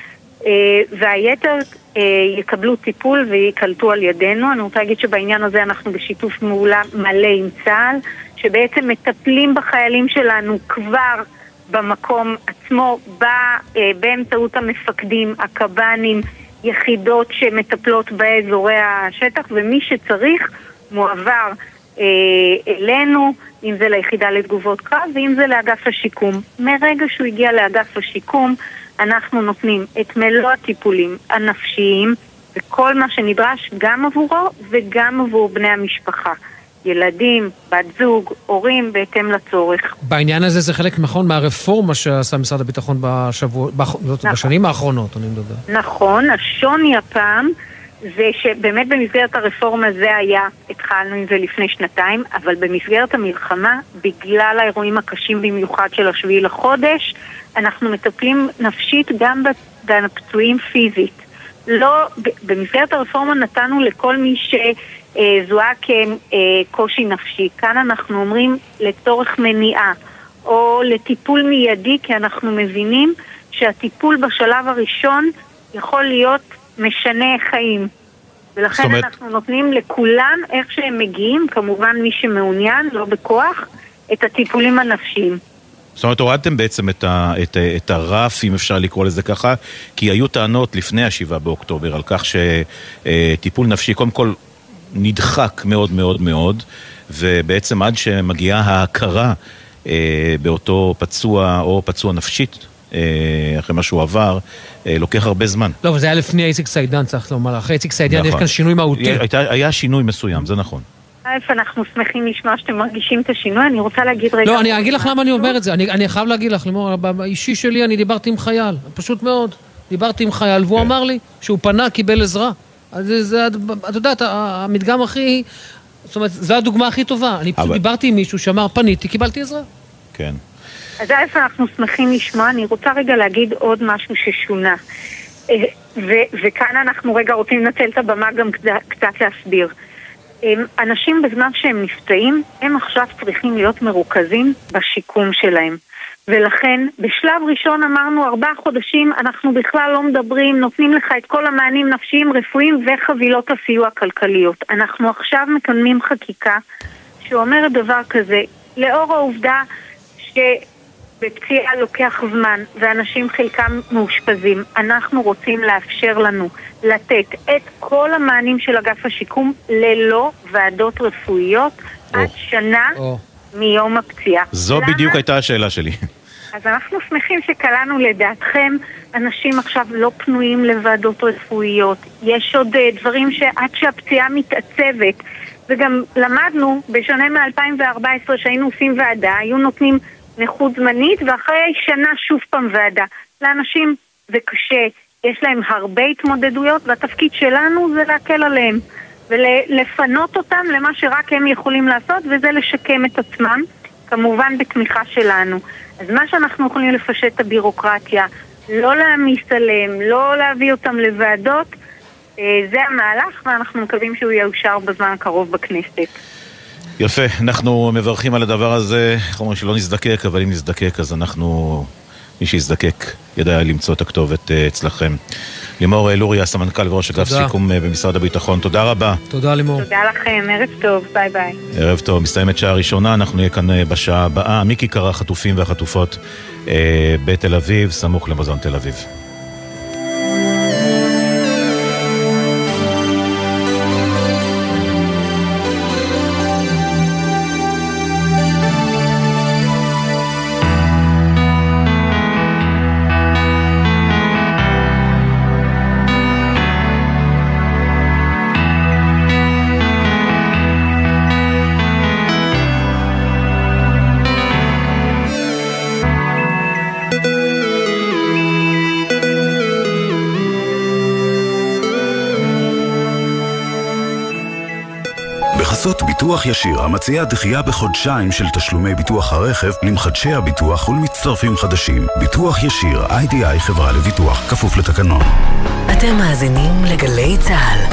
והיתר יקבלו טיפול ויקלטו על ידינו. אני רוצה להגיד שבעניין הזה אנחנו בשיתוף מעולה מלא עם צה"ל, שבעצם מטפלים בחיילים שלנו כבר במקום עצמו, בא, באמצעות המפקדים, הקב"נים, יחידות שמטפלות באזורי השטח, ומי שצריך מועבר אה, אלינו, אם זה ליחידה לתגובות קרב, ואם זה לאגף השיקום. מרגע שהוא הגיע לאגף השיקום, אנחנו נותנים את מלוא הטיפולים הנפשיים, וכל מה שנדרש גם עבורו וגם עבור בני המשפחה. ילדים, בת זוג, הורים, בהתאם לצורך. בעניין הזה זה חלק נכון מהרפורמה שעשה משרד הביטחון בשבוע, נכון. בשנים האחרונות, אני מדבר. נכון, השוני הפעם זה שבאמת במסגרת הרפורמה זה היה, התחלנו עם זה לפני שנתיים, אבל במסגרת המלחמה, בגלל האירועים הקשים במיוחד של השביעי לחודש, אנחנו מטפלים נפשית גם בפצועים פיזית. לא, במסגרת הרפורמה נתנו לכל מי שזוהה כקושי נפשי. כאן אנחנו אומרים לצורך מניעה או לטיפול מיידי, כי אנחנו מבינים שהטיפול בשלב הראשון יכול להיות משנה חיים. ולכן אומרת... אנחנו נותנים לכולם, איך שהם מגיעים, כמובן מי שמעוניין, לא בכוח, את הטיפולים הנפשיים. זאת אומרת, הורדתם בעצם את, ה, את, את הרף, אם אפשר לקרוא לזה ככה, כי היו טענות לפני השבעה באוקטובר על כך שטיפול נפשי, קודם כל, נדחק מאוד מאוד מאוד, ובעצם עד שמגיעה ההכרה אה, באותו פצוע או פצוע נפשית, אה, אחרי מה שהוא עבר, אה, לוקח הרבה זמן. לא, אבל זה היה לפני איציק סעידן, צריך לומר. אחרי איציק סעידן נכון. יש כאן שינוי מהותי. היה, היה שינוי מסוים, זה נכון. איפה אנחנו שמחים לשמוע שאתם מרגישים את השינוי, אני רוצה להגיד רגע... לא, אני אגיד לך למה אני אומר את זה, אני, אני חייב להגיד לך, לימור, באישי שלי אני דיברתי עם חייל, פשוט מאוד, דיברתי עם חייל, והוא אמר לי שהוא פנה, קיבל עזרה. אז זה, את יודעת, המדגם הכי, זאת אומרת, זו הדוגמה הכי טובה, אני פשוט דיברתי עם מישהו שאמר, פניתי, קיבלתי עזרה. כן. אז איפה אנחנו שמחים לשמוע, אני רוצה רגע להגיד עוד משהו ששונה. ו- וכאן אנחנו רגע רוצים לנצל את הבמה גם קצת להסביר. אנשים בזמן שהם נפצעים, הם עכשיו צריכים להיות מרוכזים בשיקום שלהם. ולכן, בשלב ראשון אמרנו, ארבעה חודשים, אנחנו בכלל לא מדברים, נותנים לך את כל המענים נפשיים, רפואיים וחבילות הסיוע הכלכליות. אנחנו עכשיו מקדמים חקיקה שאומרת דבר כזה, לאור העובדה שבפציעה לוקח זמן, ואנשים חלקם מאושפזים, אנחנו רוצים לאפשר לנו לתת את כל המענים של אגף השיקום ללא ועדות רפואיות oh. עד שנה oh. מיום הפציעה. זו למה? בדיוק הייתה השאלה שלי. אז אנחנו שמחים שקלענו לדעתכם, אנשים עכשיו לא פנויים לוועדות רפואיות. יש עוד uh, דברים שעד שהפציעה מתעצבת, וגם למדנו בשונה מ-אלפיים וארבע עשרה שהיינו עושים ועדה, היו נותנים נכות זמנית, ואחרי שנה שוב פעם ועדה. לאנשים זה קשה, יש להם הרבה התמודדויות, והתפקיד שלנו זה להקל עליהם, ולפנות אותם למה שרק הם יכולים לעשות, וזה לשקם את עצמם, כמובן בתמיכה שלנו. אז מה שאנחנו יכולים לפשט את הבירוקרטיה, לא להעמיס עליהם, לא להביא אותם לוועדות, זה המהלך, ואנחנו מקווים שהוא יאושר בזמן הקרוב בכנסת. יפה, אנחנו מברכים על הדבר הזה, אומרים שלא נזדקק, אבל אם נזדקק אז אנחנו, מי שיזדקק ידע למצוא את הכתובת אצלכם. לימור לוריה, סמנכ"ל וראש אגף שיקום במשרד הביטחון, תודה רבה. תודה לימור. תודה לכם, ערב טוב, ביי ביי. ערב טוב, מסתיימת שעה ראשונה, אנחנו נהיה כאן בשעה הבאה, מכיכר החטופים והחטופות בתל אביב, סמוך למוזיאון תל אביב. בחסות ביטוח ישיר, המציעה דחייה בחודשיים של תשלומי ביטוח הרכב למחדשי הביטוח ולמצטרפים חדשים. ביטוח ישיר, איי די איי חברה לביטוח, כפוף לתקנון. אתם מאזינים לגלי צהל.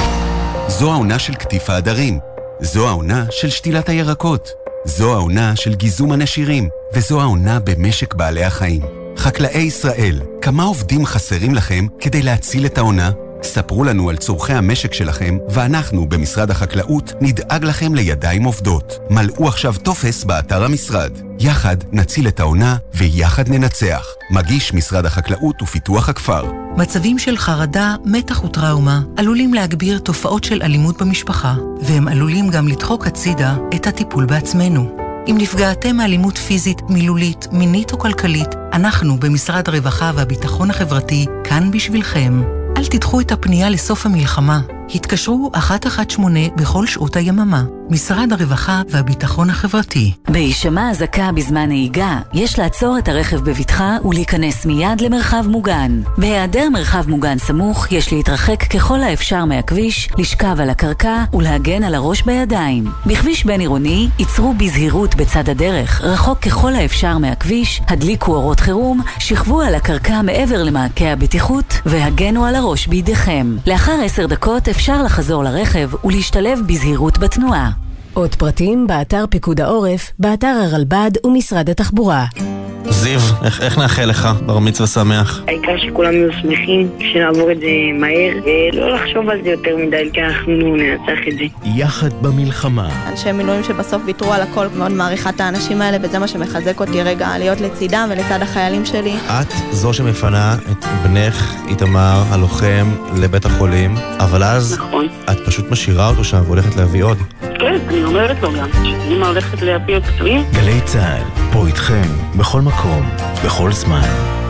זו העונה של קטיף העדרים. זו העונה של שתילת הירקות. זו העונה של גיזום הנשירים. וזו העונה במשק בעלי החיים. חקלאי ישראל, כמה עובדים חסרים לכם כדי להציל את העונה? ספרו לנו על צורכי המשק שלכם, ואנחנו במשרד החקלאות נדאג לכם לידיים עובדות. מלאו עכשיו טופס באתר המשרד. יחד נציל את העונה ויחד ננצח. מגיש משרד החקלאות ופיתוח הכפר. מצבים של חרדה, מתח וטראומה עלולים להגביר תופעות של אלימות במשפחה, והם עלולים גם לדחוק הצידה את הטיפול בעצמנו. אם נפגעתם מאלימות פיזית, מילולית, מינית או כלכלית, אנחנו במשרד הרווחה והביטחון החברתי כאן בשבילכם. אל תדחו את הפנייה לסוף המלחמה. התקשרו אחת אחת שמונה בכל שעות היממה. משרד הרווחה והביטחון החברתי. בהישמע אזעקה בזמן נהיגה, יש לעצור את הרכב בבטחה ולהיכנס מיד למרחב מוגן. בהיעדר מרחב מוגן סמוך, יש להתרחק ככל האפשר מהכביש, לשכב על הקרקע ולהגן על הראש בידיים. בכביש בין עירוני, ייצרו בזהירות בצד הדרך, רחוק ככל האפשר מהכביש, הדליקו אורות חירום, שכבו על הקרקע מעבר למעקי הבטיחות והגנו על הראש בידיכם. לאחר עשר דקות אפשר לחזור לרכב ולהשתלב בזהירות בתנועה. עוד פרטים באתר פיקוד העורף, באתר הרלב"ד ומשרד התחבורה. זיו, איך, איך נאחל לך בר מצווה שמח? העיקר שכולם יהיו שמחים, שנעבור את זה מהר, ולא לחשוב על זה יותר מדי, כי אנחנו ננצח את זה. יחד במלחמה. אנשי מילואים שבסוף ויתרו על הכל, מאוד מעריכה את האנשים האלה, וזה מה שמחזק אותי רגע, להיות לצידם ולצד החיילים שלי. את זו שמפנה את בנך איתמר, הלוחם, לבית החולים, אבל אז נכון. את פשוט משאירה אותו שם והולכת להביא עוד. כן, אני אומרת לו גם, שאמא הולכת להביא עוד פצועים. גלי צהל, פה איתכם, בכל מקום, בכל זמן.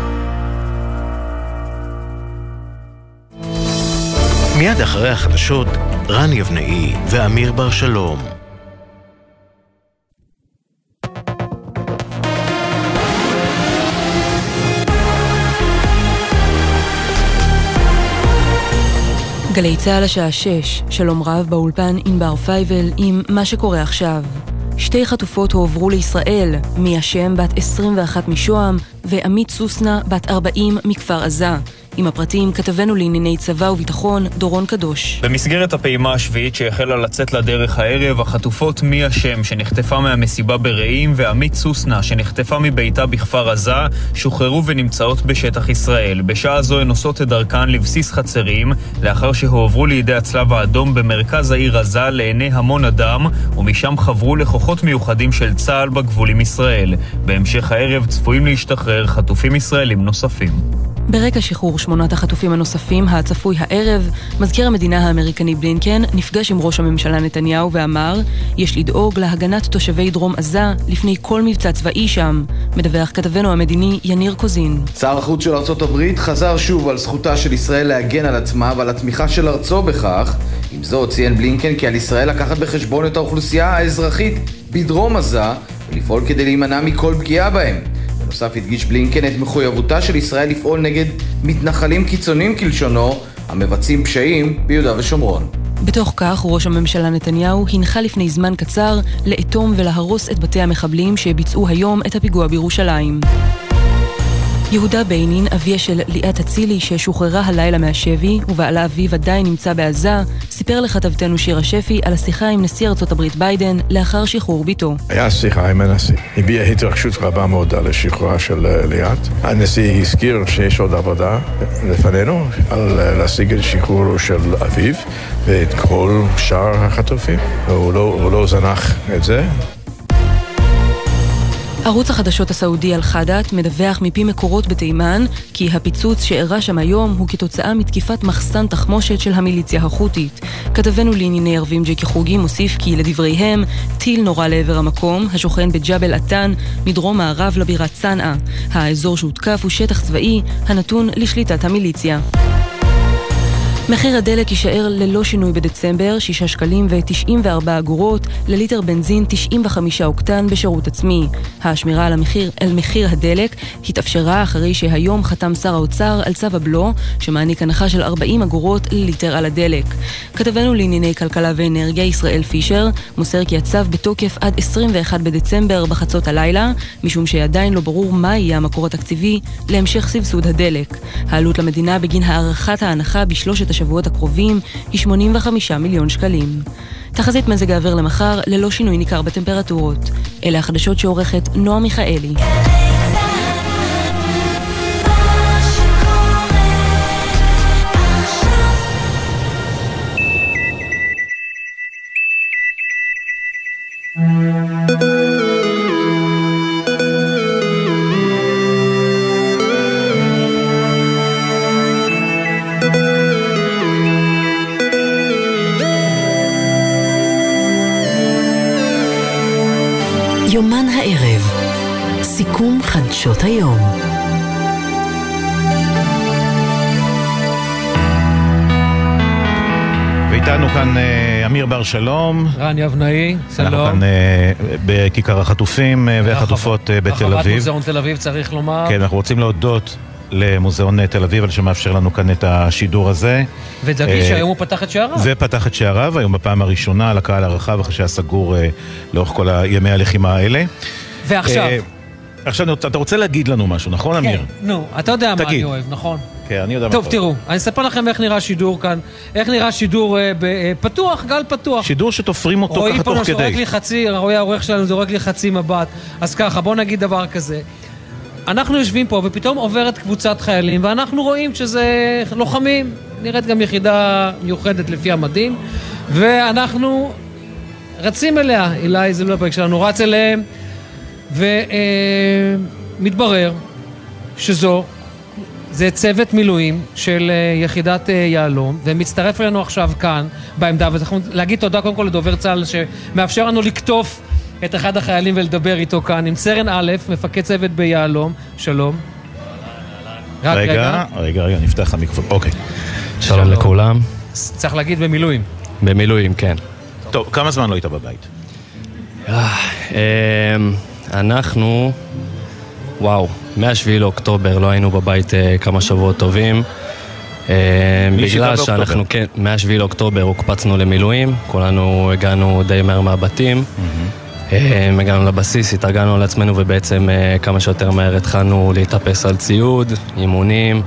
מיד אחרי החדשות, רן יבנאי ואמיר בר שלום. גלי צהל השעה שש, שלום רב באולפן ענבר פייבל עם מה שקורה עכשיו. שתי חטופות הועברו לישראל, מיה שם בת עשרים ואחת משוהם ועמית סוסנה בת ארבעים מכפר עזה. עם הפרטים כתבנו לענייני צבא וביטחון דורון קדוש. במסגרת הפעימה השביעית שהחלה לצאת לדרך הערב, החטופות מיה שם שנחטפה מהמסיבה ברעים ועמית סוסנה שנחטפה מביתה בכפר עזה שוחררו ונמצאות בשטח ישראל. בשעה זו הן נוסעות את דרכן לבסיס חצרים לאחר שהועברו לידי הצלב האדום במרכז העיר עזה לעיני המון אדם, ומשם חברו לכוחות מיוחדים של צה"ל בגבול עם ישראל. בהמשך הערב צפויים להשתחרר חטופים ישראלים נוספים. ברקע שחרור שמונת החטופים הנוספים הצפוי הערב, מזכיר המדינה האמריקני בלינקן נפגש עם ראש הממשלה נתניהו ואמר, יש לדאוג להגנת תושבי דרום עזה לפני כל מבצע צבאי שם. מדווח כתבנו המדיני יניר קוזין. שר החוץ של ארצות הברית חזר שוב על זכותה של ישראל להגן על עצמה ועל התמיכה של ארצו בכך. עם זאת ציין בלינקן כי על ישראל לקחת בחשבון את האוכלוסייה האזרחית בדרום עזה ולפעול כדי להימנע מכל פגיעה בהם. בנוסף הדגיש בלינקן את מחויבותה של ישראל לפעול נגד מתנחלים קיצוניים כלשונו המבצעים פשעים ביהודה ושומרון. בתוך כך ראש הממשלה נתניהו הנחה לפני זמן קצר לאטום ולהרוס את בתי המחבלים שביצעו היום את הפיגוע בירושלים. יהודה ביינין, אביה של ליאת הצילי ששוחררה הלילה מהשבי ובעלה אביו עדיין נמצא בעזה, סיפר לכתבתנו שירה שפי על השיחה עם נשיא ארצות הברית ביידן לאחר שחרור ביתו. היה שיחה עם הנשיא. הביע התרגשות רבה מאוד על השחרורה של ליאת. הנשיא הזכיר שיש עוד עבודה לפנינו על להשיג את שחרורו של אביו ואת כל שאר החטופים. הוא לא, הוא לא זנח את זה. ערוץ החדשות הסעודי אל-חדאת מדווח מפי מקורות בתימן כי הפיצוץ שאירע שם היום הוא כתוצאה מתקיפת מחסן תחמושת של המיליציה החותית. כתבנו לענייני ערבים ג'קי חוגי מוסיף כי לדבריהם טיל נורה לעבר המקום השוכן בג'בל עטן מדרום מערב לבירת צנעה. האזור שהותקף הוא שטח צבאי הנתון לשליטת המיליציה. מחיר הדלק יישאר ללא שינוי בדצמבר, שישה שקלים ותשעים וארבע אגורות, לליטר בנזין תשעים וחמישה אוקטן בשירות עצמי. השמירה על המחיר, על מחיר הדלק התאפשרה אחרי שהיום חתם שר האוצר על צו הבלו, שמעניק הנחה של ארבעים אגורות לליטר על הדלק. כתבנו לענייני כלכלה ואנרגיה ישראל פישר, מוסר כי הצו בתוקף עד עשרים ואחד בדצמבר בחצות הלילה, משום שעדיין לא ברור מה יהיה המקור התקציבי להמשך סבסוד הדלק. העלות למדינה בגין הערכת ההנחה בשלושת השבועות הקרובים היא שמונים וחמישה מיליון שקלים. תחזית מזג האוויר למחר ללא שינוי ניכר בטמפרטורות. אלה החדשות שעורכת נועה מיכאלי. יומן הערב, סיכום חדשות היום. ואיתנו כאן אמיר בר שלום. רן יבנאי, שלום. אנחנו כאן בכיכר החטופים והחטופות בתל אביב. הרחבת מוזיאון תל אביב צריך לומר. כן, אנחנו רוצים להודות למוזיאון תל אביב על שמאפשר לנו כאן את השידור הזה. ודגיש שהיום הוא פתח את שעריו. ופתח את שעריו, היום בפעם הראשונה לקהל הרחב אחרי שהיה סגור לאורך כל ימי הלחימה האלה. ועכשיו? עכשיו, אתה רוצה להגיד לנו משהו, נכון אמיר? כן, נו, אתה יודע מה אני אוהב, נכון? כן, אני יודע מה. טוב, תראו, אני אספר לכם איך נראה שידור כאן, איך נראה שידור פתוח, גל פתוח. שידור שתופרים אותו ככה תוך כדי. זורק לי חצי, רואי העורך שלנו זורק לי חצי מבט. אז ככה, בואו נגיד דבר כזה. אנחנו יושבים פה ופתאום עוברת קבוצת חיילים, ואנחנו רואים שזה לוחמים, נראית גם יחידה מיוחדת לפי המדים, ואנחנו רצים אליה, אולי זה לא הפרק שלנו, רץ אליהם, ומתברר שזו, זה צוות מילואים של יחידת יעלום, ומצטרף אלינו עכשיו כאן בעמדה, ואנחנו להגיד תודה קודם כל לדובר צה"ל שמאפשר לנו לקטוף את אחד החיילים ולדבר איתו כאן, עם סרן א', מפקד צוות ביעלום. שלום. רגע, רגע, רגע, רגע, נפתח המיקרופון. אוקיי. שלום לכולם. צריך להגיד במילואים. במילואים, כן. טוב, כמה זמן לא היית בבית? אנחנו, וואו, מהשביעי לאוקטובר לא היינו בבית כמה שבועות טובים. בגלל שאנחנו, כן, מהשביעי לאוקטובר הוקפצנו למילואים, כולנו הגענו די מהר מהבתים. הגענו לבסיס, התארגנו על עצמנו ובעצם כמה שיותר מהר התחלנו להתאפס על ציוד, אימונים,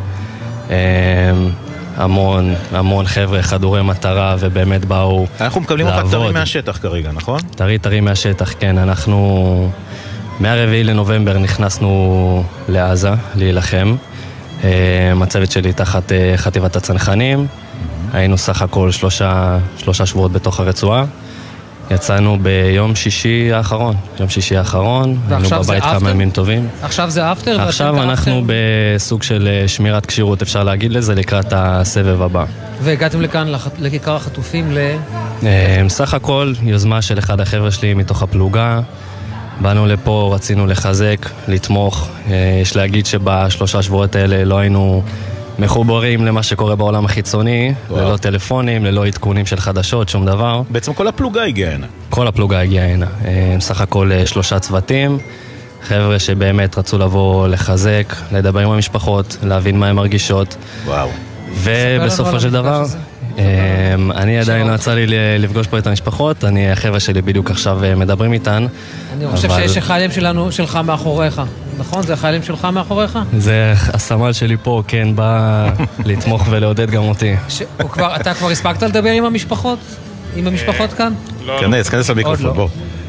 המון, המון חבר'ה, חדורי מטרה ובאמת באו לעבוד. אנחנו מקבלים אותך טרי מהשטח כרגע, נכון? טרי טרי מהשטח, כן. אנחנו מהרביעי לנובמבר נכנסנו לעזה להילחם. הצוות שלי תחת חטיבת הצנחנים. היינו סך הכל שלושה, שלושה שבועות בתוך הרצועה. יצאנו ביום שישי האחרון, יום שישי האחרון, היינו בבית כמה ימים טובים. עכשיו זה אפטר? עכשיו אנחנו בסוג של שמירת קשירות, אפשר להגיד לזה, לקראת הסבב הבא. והגעתם לכאן, לכיכר החטופים ל... סך הכל, יוזמה של אחד החבר'ה שלי מתוך הפלוגה. באנו לפה, רצינו לחזק, לתמוך. יש להגיד שבשלושה שבועות האלה לא היינו מחוברים למה שקורה בעולם החיצוני, וואו. ללא טלפונים, ללא עדכונים של חדשות, שום דבר. בעצם כל הפלוגה הגיעה הנה. כל הפלוגה הגיעה הנה. סך הכל שלושה צוותים, חבר'ה שבאמת רצו לבוא לחזק, לדבר עם המשפחות, להבין מה הן מרגישות. וואו. ובסופו של דבר, אני עדיין לא יצא לי לפגוש פה את המשפחות, אני החבר'ה שלי בדיוק עכשיו מדברים איתן. אני חושב שיש חיילים שלנו, שלך מאחוריך. נכון? זה החיילים שלך מאחוריך? זה הסמל שלי פה, כן, בא לתמוך ולעודד גם אותי. אתה כבר הספקת לדבר עם המשפחות? עם המשפחות כאן? כנס, כנס למיקרופון, בוא.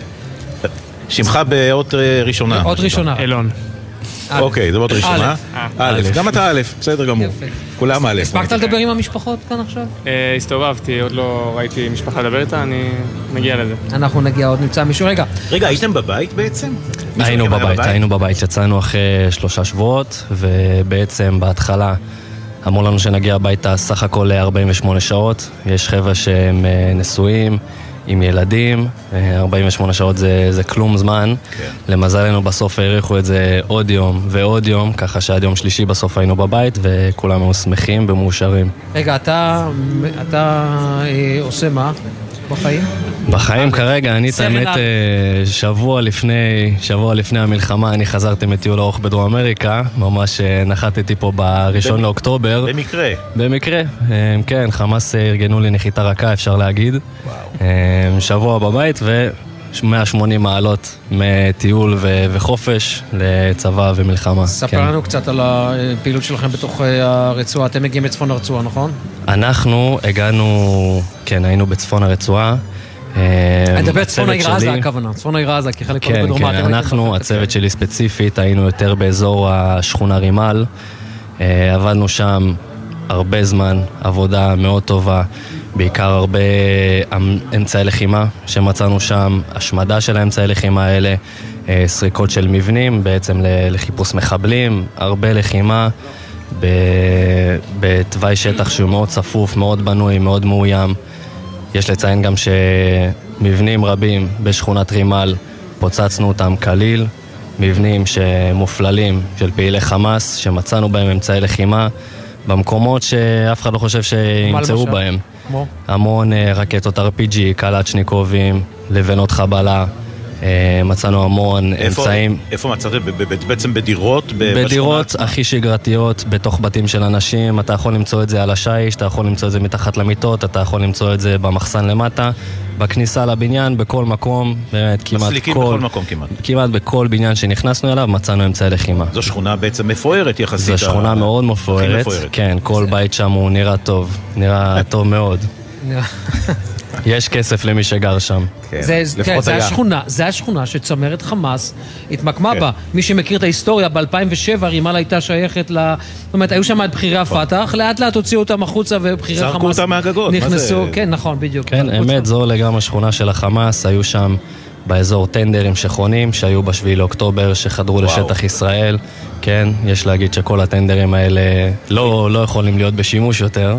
שמך באות ראשונה. אות ראשונה. אלון. אוקיי, זה באות ראשונה. א', גם אתה א', בסדר גמור. כולם א'. הספקת לדבר עם המשפחות כאן עכשיו? הסתובבתי, עוד לא ראיתי משפחה לדבר איתה, אני מגיע לזה. אנחנו נגיע, עוד נמצא מישהו. רגע. רגע, הייתם בבית בעצם? היינו בבית, היינו בבית, יצאנו אחרי שלושה שבועות, ובעצם בהתחלה אמרו לנו שנגיע הביתה סך הכל ארבעים ושמונה שעות. יש חבר'ה שהם נשואים, עם ילדים, ארבעים ושמונה שעות זה, זה כלום זמן. כן. למזלנו בסוף העריכו את זה עוד יום ועוד יום, ככה שעד יום שלישי בסוף היינו בבית, וכולם היו שמחים ומאושרים. רגע, אתה, אתה אה, עושה מה בחיים? בחיים כרגע, אני תאמת שבוע לפני, שבוע לפני המלחמה, אני חזרתי מטיול ארוך בדרום אמריקה, ממש נחתתי פה בראשון לאוקטובר. במקרה? במקרה, כן, חמאס ארגנו לי נחיתה רכה, אפשר להגיד. וואו. שבוע בבית ו-מאה ושמונים מעלות מטיול ו- וחופש לצבא ומלחמה. ספר כן. לנו קצת על הפעילות שלכם בתוך הרצועה, אתם מגיעים לצפון הרצועה, נכון? אנחנו הגענו, כן, היינו בצפון הרצועה. אני מדבר צפון העיר עזה, הכוונה, צפון העיר עזה, כי חלק כן, בדרומה. כן, אנחנו, הצוות שלי ספציפית, היינו יותר באזור השכונה רימל, עבדנו שם הרבה זמן, עבודה מאוד טובה, בעיקר הרבה אמצעי לחימה שמצאנו שם, השמדה של האמצעי לחימה האלה, סריקות של מבנים, בעצם לחיפוש מחבלים, הרבה לחימה, בתוואי שטח שהוא מאוד צפוף, מאוד בנוי, מאוד מאוים. יש לציין גם שמבנים רבים בשכונת רימל פוצצנו אותם כליל, מבנים שמופללים של פעילי חמאס שמצאנו בהם אמצעי לחימה במקומות שאף אחד לא חושב שימצאו בהם. כמו? המון רקטות אר פי ג'י, קלצ'ניקובים, לבנות חבלה, מצאנו המון אמצעים. איפה מצאתם? בעצם בדירות? בדירות הכי שגרתיות, בתוך בתים של אנשים. אתה יכול למצוא את זה על השיש, אתה יכול למצוא את זה מתחת למיטות, אתה יכול למצוא את זה במחסן למטה. בכניסה לבניין, בכל מקום, באמת כמעט כל... מסליקים בכל מקום כמעט. כמעט בכל בניין שנכנסנו אליו מצאנו אמצעי לחימה. זו שכונה בעצם מפוארת יחסית. זו שכונה מאוד מפוארת, כן, כל בית שם הוא נראה טוב, נראה טוב מאוד. יש כסף למי שגר שם. זה השכונה, זה השכונה שצמרת חמאס התמקמה בה. מי שמכיר את ההיסטוריה, ב-אלפיים ושבע רימאל הייתה שייכת ל... זאת אומרת, היו שם את בחירי הפתח, לאט לאט הוציאו אותם החוצה ובחירי חמאס... זרקו אותם מהגגות. נכנסו, כן, נכון, בדיוק. כן, אמת, זו לגמרי השכונה של החמאס, היו שם באזור טנדרים שכונים, שהיו בשביעי לאוקטובר, שחדרו לשטח ישראל. כן, יש להגיד שכל הטנדרים האלה לא יכולים להיות בשימוש יותר.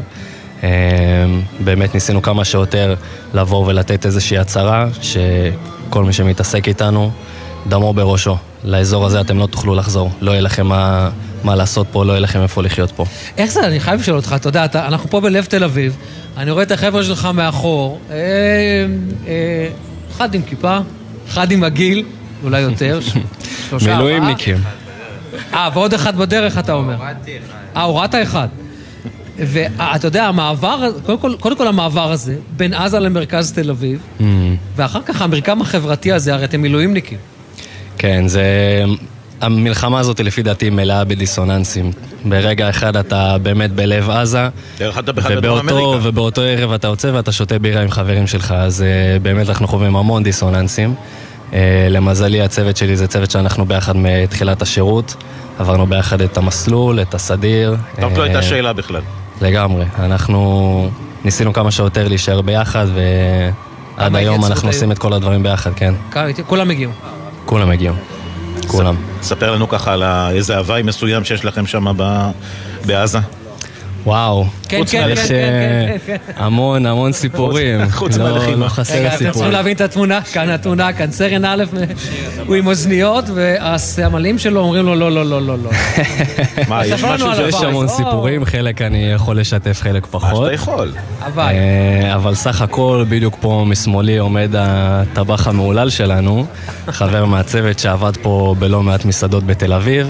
באמת ניסינו כמה שיותר לעבור ולתת איזושהי הצהרה שכל מי שמתעסק איתנו דמו בראשו, לאזור הזה אתם לא תוכלו לחזור, לא יהיה לכם מה, מה לעשות פה, לא יהיה לכם איפה לחיות פה. איך זה? אני חייב לשאול אותך, אתה יודע, אתה, אנחנו פה בלב תל אביב, אני רואה את החבר'ה שלך מאחור, אה, אה, אחד עם כיפה, אחד עם הגיל, אולי יותר, שלושה, מילואימניקים. אה, ועוד אחד בדרך אתה אומר. אה, הורדת אחד. ואתה יודע, המעבר, קודם כל, קודם כל המעבר הזה, בין עזה למרכז תל אביב, mm. ואחר כך המרקם החברתי הזה, הרי אתם מילואימניקים. כן, זה... המלחמה הזאת לפי דעתי מלאה בדיסוננסים. ברגע אחד אתה באמת בלב עזה, ובאותו, ובאותו ערב אתה יוצא ואתה שותה בירה עם חברים שלך, אז באמת אנחנו חווים המון דיסוננסים. למזלי, הצוות שלי זה צוות שאנחנו ביחד מתחילת השירות, עברנו ביחד את המסלול, את הסדיר. זאת לא הייתה שאלה בכלל. לגמרי, אנחנו ניסינו כמה שיותר להישאר ביחד, ועד היום אנחנו עושים את כל הדברים ביחד, כן. כולם מגיעים. כולם מגיעים, כולם. ספר לנו ככה על איזה הוואי מסוים שיש לכם שם בעזה. וואו, כן, כן, כן, כן. המון, המון סיפורים. חוץ מהלחימה. לא חסר סיפורים. אתם צריכים להבין את התמונה, כאן התמונה, כאן סרן א', הוא עם אוזניות, והסמלים שלו אומרים לו לא, לא, לא, לא, לא. מה, יש משהו שיש המון סיפורים, חלק אני יכול לשתף, חלק פחות. מה שאתה יכול. אבל סך הכל, בדיוק פה משמאלי עומד הטבח המעולל שלנו, חבר מהצוות שעבד פה בלא מעט מסעדות בתל אביב,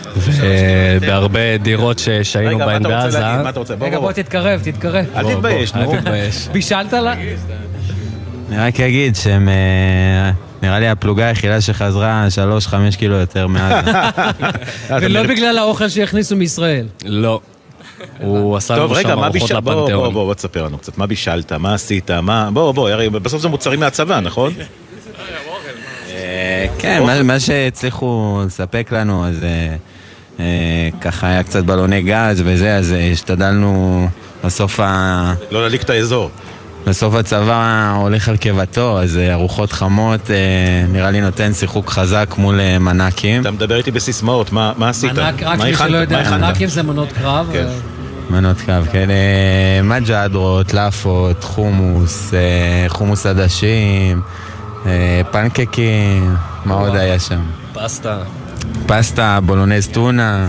ובהרבה דירות שהיינו בהן בעזה. רגע, בוא תתקרב, תתקרב. אל תתבייש, נו. בישלת לה? אני רק אגיד שהם... נראה לי הפלוגה היחידה שחזרה שלוש, חמש קילו יותר מעזה. ולא בגלל האוכל שהכניסו מישראל. לא. הוא עשה לנו שם ארוחות לפנתיאון. בוא, בוא, בוא, תספר לנו קצת. מה בישלת? מה עשית? בוא, בוא, בסוף זה מוצרים מהצבא, נכון? כן, מה שהצליחו לספק לנו, אז... ככה היה קצת בלוני גז וזה, אז השתדלנו בסוף ה... לא להליק את האזור. בסוף הצבא הולך על קבתו, אז ארוחות חמות נראה לי נותן שיחוק חזק מול מנקים. אתה מדבר איתי בסיסמאות, מה עשית? מנק, רק מי שלא יודע, מנקים זה מנות קרב. מנות קרב, כן. מג'דרות, לאפות, חומוס, חומוס עדשים, פנקקים, מה עוד היה שם? פסטה. פסטה, בולונז טונה.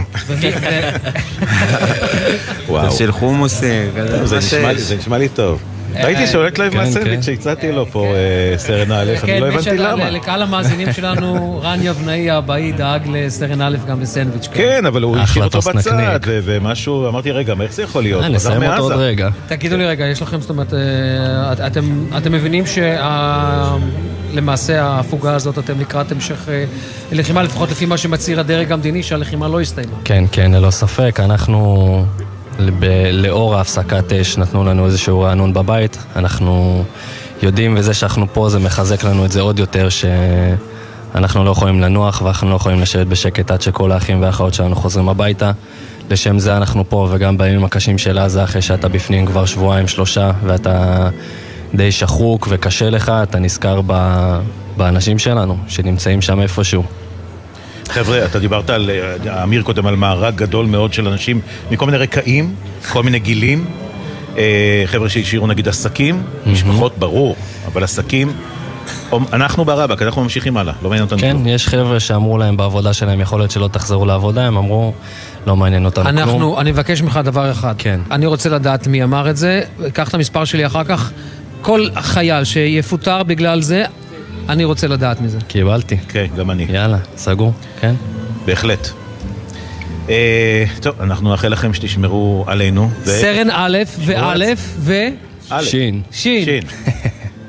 של חומוסי. זה נשמע לי טוב. ראיתי שהולק להם מהסנדוויץ' שהצעתי לו פה סרן א', אני לא הבנתי למה. לקהל המאזינים שלנו, רן יבנאי הבאי דאג לסרן א' גם לסנדוויץ'. כן, אבל הוא השאיר אותו בצד, ומשהו, אמרתי, רגע, איך זה יכול להיות? נסיים אותו עוד רגע. תגידו לי רגע, יש לכם, זאת אומרת, אתם מבינים שלמעשה ההפוגה הזאת, אתם לקראת המשך לחימה, לפחות לפי מה שמצהיר הדרג המדיני, שהלחימה לא הסתיימה. כן, כן, ללא ספק, אנחנו... לאור ההפסקת אש נתנו לנו איזשהו רענון בבית, אנחנו יודעים וזה שאנחנו פה זה מחזק לנו את זה עוד יותר, שאנחנו לא יכולים לנוח ואנחנו לא יכולים לשבת בשקט עד שכל האחים והאחיות שלנו חוזרים הביתה. לשם זה אנחנו פה, וגם בימים הקשים של עזה, אחרי שאתה בפנים כבר שבועיים שלושה ואתה די שחוק וקשה לך, אתה נזכר באנשים שלנו שנמצאים שם איפשהו. חבר'ה, אתה דיברת על, אמיר קודם, על מארג גדול מאוד של אנשים מכל מיני רקעים, כל מיני גילים, חבר'ה שהשאירו נגיד עסקים, משפחות ברור, אבל עסקים, אנחנו ברבק, אנחנו ממשיכים הלאה, לא מעניין אותנו. כן, יש חבר'ה שאמרו להם בעבודה שלהם, יכול להיות שלא תחזרו לעבודה, הם אמרו, לא מעניין אותנו אנחנו, כלום. אני מבקש ממך דבר אחד, כן. אני רוצה לדעת מי אמר את זה, קח את המספר שלי אחר כך, כל חייל שיפוטר בגלל זה, אני רוצה לדעת מזה. קיבלתי. כן, גם אני. יאללה, סגור, כן? בהחלט. טוב, אנחנו נאחל לכם שתשמרו עלינו. סרן א' וא' ו... שין. שין.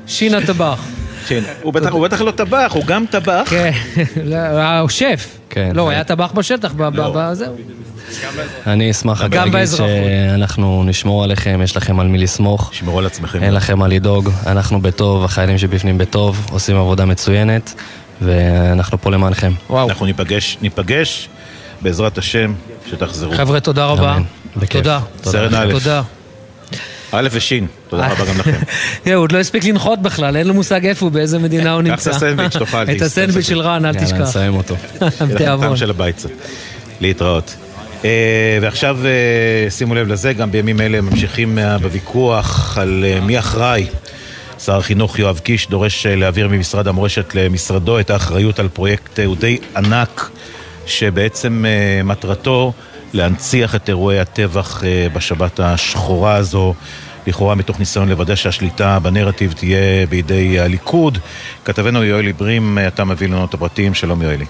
שין הטבח. הוא בטח לא טבח, הוא גם טבח. כן, הוא שף. לא, הוא היה טבח בשטח, זהו. אני אשמח להגיד שאנחנו נשמור עליכם, יש לכם על מי לסמוך. שמרו על עצמכם. אין לכם על לדאוג, אנחנו בטוב, החיילים שבפנים בטוב, עושים עבודה מצוינת, ואנחנו פה למענכם. אנחנו ניפגש, ניפגש בעזרת השם שתחזרו. חבר'ה, תודה רבה. תודה. סרן א'. תודה. א' ושין, תודה רבה גם לכם. הוא עוד לא הספיק לנחות בכלל, אין לו מושג איפה הוא, באיזה מדינה הוא נמצא. קח את הסנדוויץ', תאכל. את הסנדוויץ' של רן, אל תשכח. יאללה, נסיים אותו. טעם של הבית. להתראות. ועכשיו שימו לב לזה, גם בימים אלה ממשיכים בוויכוח על מי אחראי. שר החינוך יואב קיש דורש להעביר ממשרד המורשת למשרדו את האחריות על פרויקט תיעודי ענק, שבעצם מטרתו להנציח את אירועי הטבח בשבת השחורה הזו, לכאורה מתוך ניסיון לוודא שהשליטה בנרטיב תהיה בידי הליכוד. כתבנו יואלי ברים, אתה מביא לנו את הפרטים. שלום יואלי.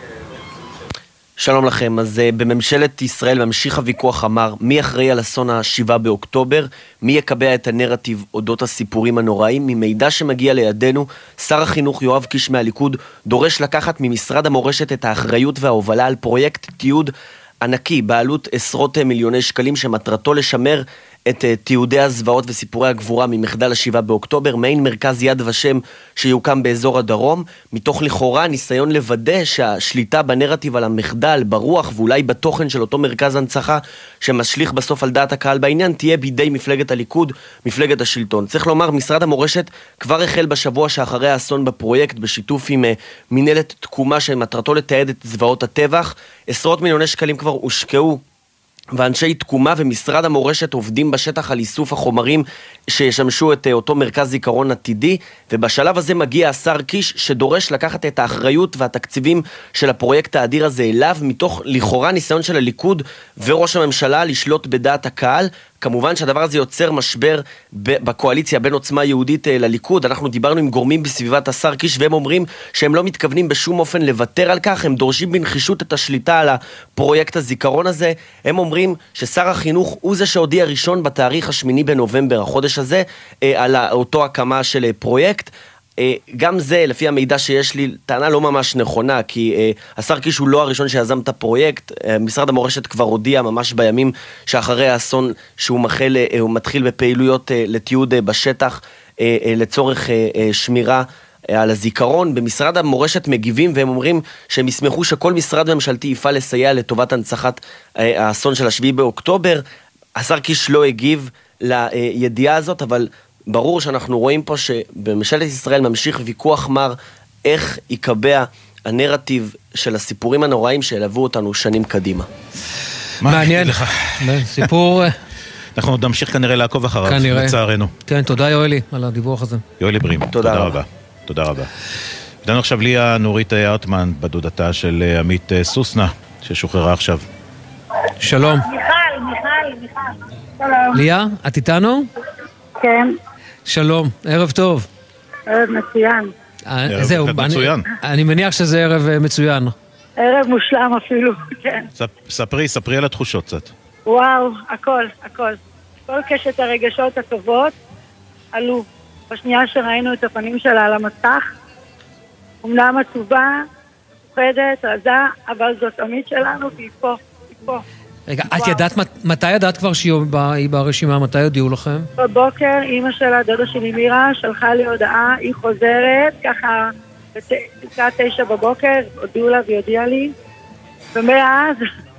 שלום לכם. אז בממשלת ישראל ממשיך הוויכוח המר מי אחראי על אסון השבעה באוקטובר, מי יקבע את הנרטיב אודות הסיפורים הנוראים. ממידע שמגיע לידינו, שר החינוך יואב קיש מהליכוד דורש לקחת ממשרד המורשת את האחריות וההובלה על פרויקט תיעוד ענקי בעלות עשרות מיליוני שקלים, שמטרתו לשמר את תיעודי הזוועות וסיפורי הגבורה ממחדל השבעה באוקטובר, מעין מרכז יד ושם שיוקם באזור הדרום, מתוך לכאורה ניסיון לוודא שהשליטה בנרטיב על המחדל, ברוח ואולי בתוכן של אותו מרכז הנצחה שמשליך בסוף על דעת הקהל בעניין, תהיה בידי מפלגת הליכוד, מפלגת השלטון. צריך לומר, משרד המורשת כבר החל בשבוע שאחרי האסון בפרויקט, בשיתוף עם מנהלת תקומה שמטרתו לתעד את זוועות הטבח. עשרות מיליוני שקלים כבר הושקעו, ואנשי תקומה ומשרד המורשת עובדים בשטח על איסוף החומרים שישמשו את אותו מרכז זיכרון עתידי, ובשלב הזה מגיע השר קיש שדורש לקחת את האחריות והתקציבים של הפרויקט האדיר הזה אליו, מתוך לכאורה ניסיון של הליכוד וראש הממשלה לשלוט בדעת הקהל. כמובן שהדבר הזה יוצר משבר בקואליציה בין עוצמה יהודית לליכוד. אנחנו דיברנו עם גורמים בסביבת השר קיש, והם אומרים שהם לא מתכוונים בשום אופן לוותר על כך, הם דורשים בנחישות את השליטה על הפרויקט הזיכרון הזה. הם אומרים ששר החינוך הוא זה שהודיע ראשון בתאריך השמיני בנובמבר, החודש הזה, על אותו הקמה של פרויקט. גם זה, לפי המידע שיש לי, טענה לא ממש נכונה, כי השר קיש הוא לא הראשון שיזם את הפרויקט. משרד המורשת כבר הודיע ממש בימים שאחרי האסון שהוא מתחיל, הוא מתחיל בפעילויות לתיעוד בשטח לצורך שמירה על הזיכרון. במשרד המורשת מגיבים והם אומרים שהם ישמחו שכל משרד ממשלתי יפעל לסייע לטובת הנצחת האסון של השביעי באוקטובר. השר קיש לא הגיב לידיעה הזאת, אבל ברור שאנחנו רואים פה שבממשלת ישראל ממשיך ויכוח מר איך יקבע הנרטיב של הסיפורים הנוראים שילוו אותנו שנים קדימה. מעניין לך. סיפור... אנחנו עוד נמשיך כנראה לעקוב אחריו, לצערנו. כן, תודה יואלי על הדיווח הזה. יואלי ברים, תודה רבה. תודה רבה. איתנו עכשיו ליה נורית ארטמן, בדודתה של עמית סוסנה, ששוחררה עכשיו. שלום. מיכל, מיכל, מיכל. שלום. ליה, את איתנו? כן. שלום, ערב טוב. ערב מצוין. זהו, אני מניח שזה ערב מצוין. ערב מושלם אפילו, כן. ספרי, ספרי על התחושות קצת. וואו, הכל, הכל. כל קשת הרגשות הטובות עלו. בשנייה שראינו את הפנים שלה על המסך, אומנם עצובה, מפוחדת, רזה, אבל זאת עמית שלנו, והיא פה, היא פה. רגע, את ידעת, מתי ידעת כבר שהיא ברשימה? מתי הודיעו לכם? בבוקר, אמא שלה, דודה שלי מירה, שלחה לי הודעה, היא חוזרת, ככה, בשעה תשע בבוקר, הודיעו לה והודיעה לי, ומאז,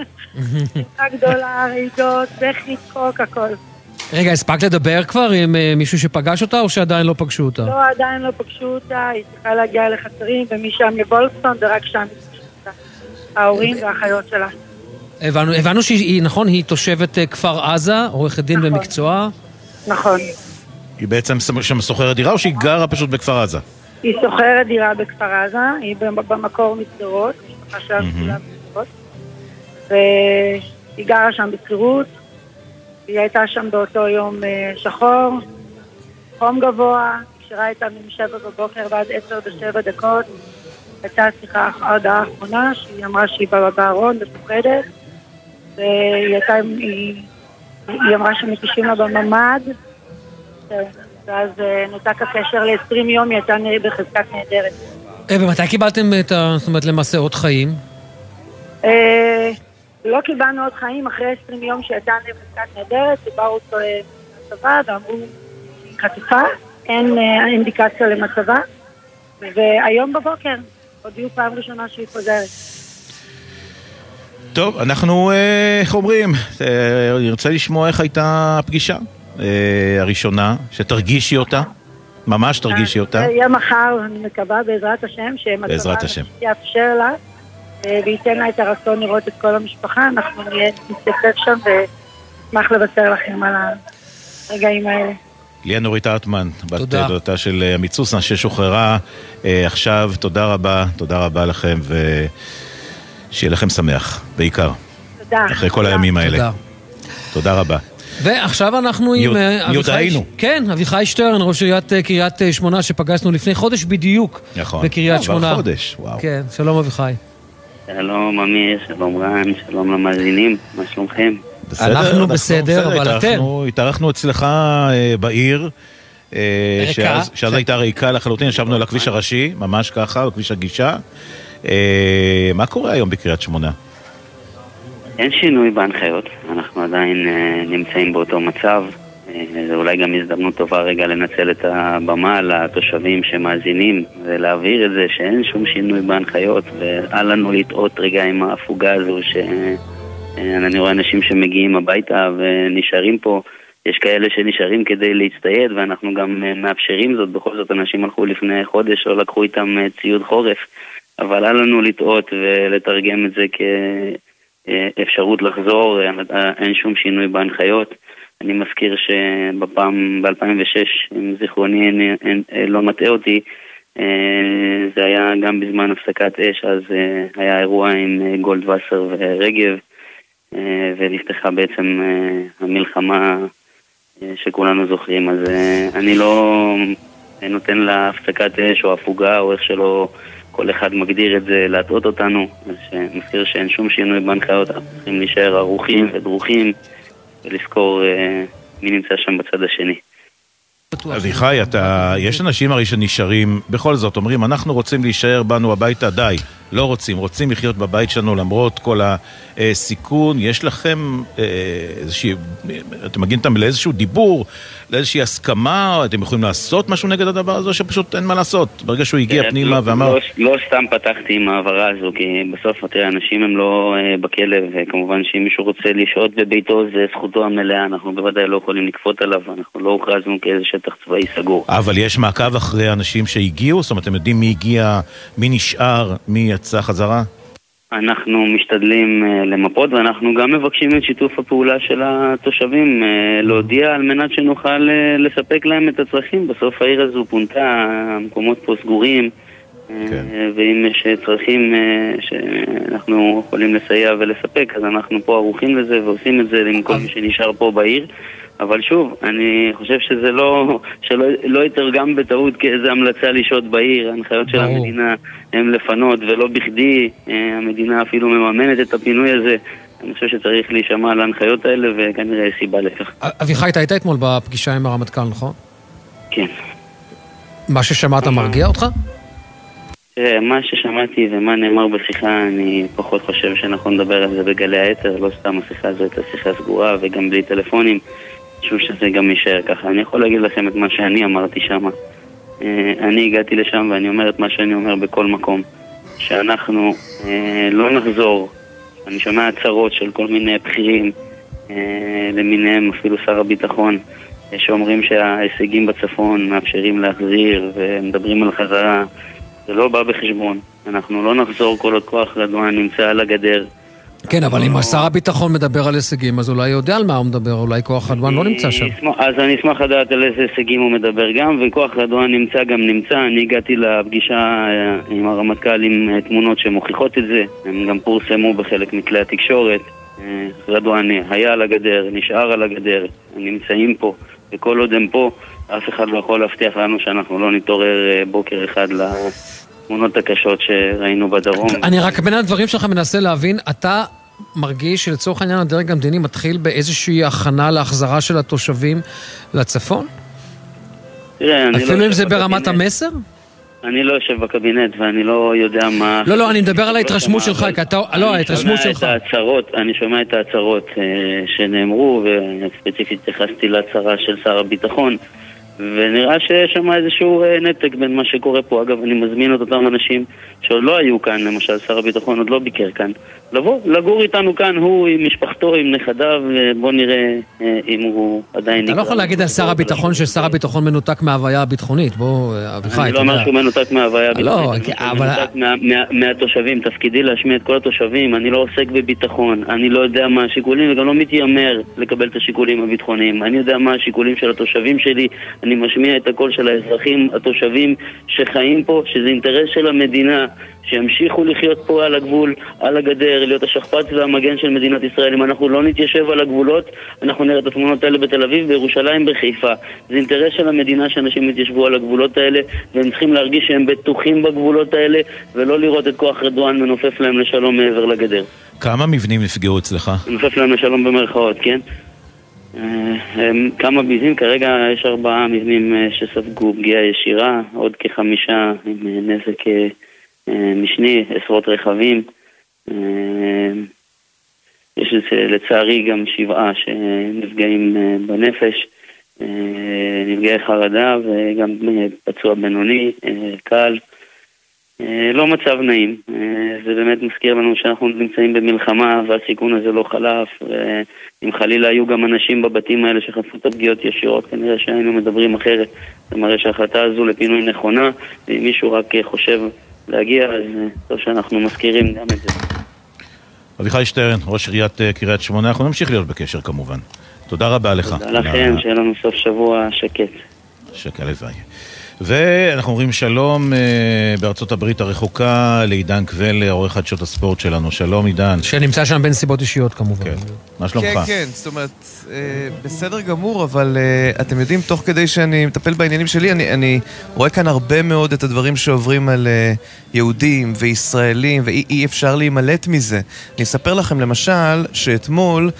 שמחה גדולה, רעידות, בכי, צחוק, הכל. רגע, הספקת לדבר כבר עם מישהו שפגש אותה, או שעדיין לא פגשו אותה? לא, עדיין לא פגשו אותה, היא צריכה להגיע לחצרים, ומשם לבולפסון, ורק שם פגשו אותה. ההורים והאחיות שלה. הבנו, הבנו שהיא, נכון, היא תושבת כפר עזה, עורכת דין נכון. במקצועה. נכון. היא בעצם שוכרת דירה, או שהיא גרה פשוט בכפר עזה? היא שוכרת דירה בכפר עזה, היא במקור מסדרות, משפחה שלה כולה מסדרות, והיא גרה שם בסחירות, היא הייתה שם באותו יום שחור, חום גבוה, נשארה איתה משבע בבוקר ועד עשר ושבע דקות, הייתה שיחה ההודעה האחרונה, שהיא אמרה שהיא באה בארון, מפוחדת, והיא הייתה, היא, היא אמרה שמקישים לה בממד, ואז נותק הקשר ל-עשרים יום, היא הייתה בחזקת נהדרת. ומתי קיבלתם את ה... זאת אומרת, למעשה עוד חיים? לא קיבלנו עוד חיים, אחרי עשרים יום שהייתה בחזקת נהדרת, באו אותו למצבה ואמרו חטיפה, אין אינדיקציה למצבה, והיום בבוקר הודיעו פעם ראשונה שהיא חוזרת. טוב, אנחנו, איך אומרים, נרצה לשמוע איך הייתה הפגישה הראשונה, שתרגישי אותה, ממש תרגישי אותה. יהיה מחר, אני מקווה, בעזרת השם, בעזרת השם. יאפשר לה, וייתן לה את הרצון לראות את כל המשפחה, אנחנו נהיה נצטפף שם ונשמח לבשר לכם על הרגעים האלה. ליאן נורית ארטמן, בת דודתה של עמית סוסנה, ששוחררה עכשיו, תודה רבה, תודה רבה לכם, ושיהיה לכם שמח, בעיקר. תודה. אחרי כל הימים האלה. תודה. תודה רבה. ועכשיו אנחנו עם אביחי... כן, אביחי שטרן, ראש עיריית קריית שמונה, שפגשנו לפני חודש בדיוק. נכון. בקריית שמונה. כבר חודש, וואו. כן, שלום אביחי. שלום אמיר, שלום רן, שלום למאזינים, מה שלומכם? אנחנו בסדר, אבל אתם. התארחנו אצלך בעיר, שאז הייתה ריקה לחלוטין, ישבנו על הכביש הראשי, ממש ככה, בכביש הגישה. מה קורה היום בקריית שמונה? אין שינוי בהנחיות, אנחנו עדיין נמצאים באותו מצב. זה אולי גם הזדמנות טובה רגע לנצל את הבמה לתושבים שמאזינים ולהעביר את זה שאין שום שינוי בהנחיות, ואל לנו לטעות רגע עם ההפוגה הזו ש... אני רואה אנשים שמגיעים הביתה ונשארים פה, יש כאלה שנשארים כדי להצטייד ואנחנו גם מאפשרים זאת, בכל זאת אנשים הלכו לפני חודש או לקחו איתם ציוד חורף, אבל אל לנו לטעות ולתרגם את זה כאפשרות לחזור, אין שום שינוי בהנחיות. אני מזכיר שבפעם ב-אלפיים ושש, אם זיכרוני לא מטעה אותי, זה היה גם בזמן הפסקת אש, אז היה אירוע עם גולדווסר ורגב, ונפתחה בעצם המלחמה שכולנו זוכרים. אז אני לא נותן להפסקת אש או הפוגה או איך שלא כל אחד מגדיר את זה להטעות אותנו. אז מזכיר שאין שום שינוי בהנחיות, אנחנו צריכים להישאר ערוכים ודרוכים ולזכור מי נמצא שם בצד השני. אביחי, אתה, יש אנשים הרי שנשארים, בכל זאת אומרים, אנחנו רוצים להישאר בנו הביתה, די, לא רוצים, רוצים לחיות בבית שלנו למרות כל הסיכון. יש לכם איזושהי, אתם מגיעים אותם לאיזשהו דיבור, לאיזושהי הסכמה, אתם יכולים לעשות משהו נגד הדבר הזה, שפשוט אין מה לעשות, ברגע שהוא הגיע פנימה ואמר... לא, לא סתם פתחתי עם העברה הזו, כי בסוף, תראה, אנשים הם לא בכלא, וכמובן שאם מישהו רוצה לשהות בביתו, זה זכותו המלאה, אנחנו בוודאי לא יכולים לקפות עליו, אנחנו לא הוכרזנו כאיזה שטח צבאי סגור. אבל יש מעקב אחרי אנשים שהגיעו? זאת אומרת, אתם יודעים מי הגיע, מי נשאר, מי יצא חזרה? אנחנו משתדלים uh, למפות, ואנחנו גם מבקשים את שיתוף הפעולה של התושבים uh, להודיע על מנת שנוכל uh, לספק להם את הצרכים. בסוף העיר הזו פונתה, המקומות פה סגורים, uh, כן. ואם יש צרכים uh, שאנחנו יכולים לסייע ולספק, אז אנחנו פה ערוכים לזה ועושים את זה עם כל מי שנשאר פה בעיר. אבל שוב, אני חושב שזה לא, שלא לא יתרגם בטעות כאיזו המלצה לשהות בעיר. ההנחיות של המדינה הם לפנות, ולא בכדי המדינה אפילו מממנת את הפינוי הזה. אני חושב שצריך להישמע על ההנחיות האלה, וכנראה יש סיבה לכך. אביחי, אתה היית אתמול בפגישה עם הרמטכ"ל, נכון? כן. מה ששמעת מרגיע אותך? תראה, מה ששמעתי ומה נאמר בשיחה, אני פחות חושב שנכון לדבר על זה בגלי היתר. לא סתם השיחה הזו הייתה שיחה סגורה וגם בלי טלפונים. חושב שזה גם יישאר ככה. אני יכול להגיד לכם את מה שאני אמרתי שם. אני הגעתי לשם ואני אומר את מה שאני אומר בכל מקום. שאנחנו לא נחזור. אני שומע הצהרות של כל מיני בכירים, למיניהם אפילו שר הביטחון, שאומרים שההישגים בצפון מאפשרים להחזיר ומדברים על חזרה. זה לא בא בחשבון. אנחנו לא נחזור כל עוד כוח רדואן נמצא על הגדר. כן, אבל אם שר הביטחון מדבר על הישגים, אז אולי יודע על מה הוא מדבר, אולי כוח רדואן לא נמצא שם. אז אני אשמח לדעת על איזה הישגים הוא מדבר גם, וכוח רדואן נמצא גם נמצא. אני הגעתי לפגישה עם הרמטכ"ל עם תמונות שמוכיחות את זה, הם גם פורסמו בחלק מכלי התקשורת. רדואן היה על הגדר, נשאר על הגדר, הם נמצאים פה, וכל עוד הם פה, אף אחד לא יכול להבטיח לנו שאנחנו לא נתעורר בוקר אחד לתמונות הקשות שראינו בדרום. אני רק בין הדברים שלך מנסה להבין, אתה מרגיש שלצורך העניין הדרג המדיני מתחיל באיזושהי הכנה להחזרה של התושבים לצפון? אפילו אם זה ברמת המסר? אני לא יושב בקבינט ואני לא יודע מה... לא, לא, אני מדבר על ההתרשמות שלך, כי אתה... לא, ההתרשמות שלך. אני שומע את ההצהרות שנאמרו, וספציפית התייחסתי להצהרה של שר הביטחון, ונראה שיש שם איזשהו נתק בין מה שקורה פה. אגב, אני מזמין את אותם אנשים שעוד לא היו כאן, למשל שר הביטחון עוד לא ביקר כאן, לבוא, לגור איתנו כאן, הוא עם משפחתו, עם נכדיו, ובוא נראה אם הוא עדיין... אתה לא יכול להגיד על שר הביטחון ששר הביטחון מנותק מההוויה הביטחונית, בוא, אביחי. אני לא אומר שהוא מנותק מההוויה הביטחונית, אני מנותק מהתושבים, תפקידי להשמיע את כל התושבים, אני לא עוסק בביטחון, אני לא יודע מה השיקולים, וגם לא מתיימר לקבל את השיקולים הביטחוניים, אני יודע מה השיקולים של התושבים שלי, אני משמיע את הקול של האזרחים, התושבים שחיים פה, שזה אינטרס של המדינה, שימשיכו לחיות פה על הגבול, על הגדר, להיות השכפ"ץ והמגן של מדינת ישראל. אם אנחנו לא נתיישב על הגבולות, אנחנו נראה את התמונות האלה בתל אביב, בירושלים, בחיפה. זה אינטרס של המדינה שאנשים יתיישבו על הגבולות האלה, והם צריכים להרגיש שהם בטוחים בגבולות האלה, ולא לראות את כוח רדואן מנופף להם לשלום מעבר לגדר. כמה מבנים נפגעו אצלך? מנופף להם לשלום במרכאות, כן? כמה מבנים, כרגע יש ארבעה מבנים שספגו פגיעה ישירה, עוד כחמישה עם נזק משני, עשרות רכבים. יש לצערי גם שבעה שנפגעים בנפש, נפגעי חרדה וגם פצוע בינוני, קל. לא מצב נעים, זה באמת מזכיר לנו שאנחנו נמצאים במלחמה והסיכון הזה לא חלף, ואם חלילה היו גם אנשים בבתים האלה שחטפו את הפגיעות ישירות, כנראה שהיינו מדברים אחרת. זה מראה שההחלטה הזו לפינוי נכונה, ואם מישהו רק חושב להגיע, אז טוב שאנחנו מזכירים גם את זה. אביחי שטרן, ראש עיריית קריית שמונה, אנחנו נמשיך להיות בקשר כמובן. תודה רבה לך. תודה לכם, שיהיה לנו סוף שבוע שקט. שקט לוואי. ואנחנו אומרים שלום בארצות הברית הרחוקה לעידן קבל, עורך חדשות הספורט שלנו. שלום עידן. שנמצא שם בין סיבות אישיות כמובן. כן. מה שלומך? כן, כן, זאת אומרת, בסדר גמור, אבל אתם יודעים, תוך כדי שאני מטפל בעניינים שלי, אני, אני רואה כאן הרבה מאוד את הדברים שעוברים על יהודים וישראלים, ואי אי אפשר להימלט מזה. אני אספר לכם למשל שאתמול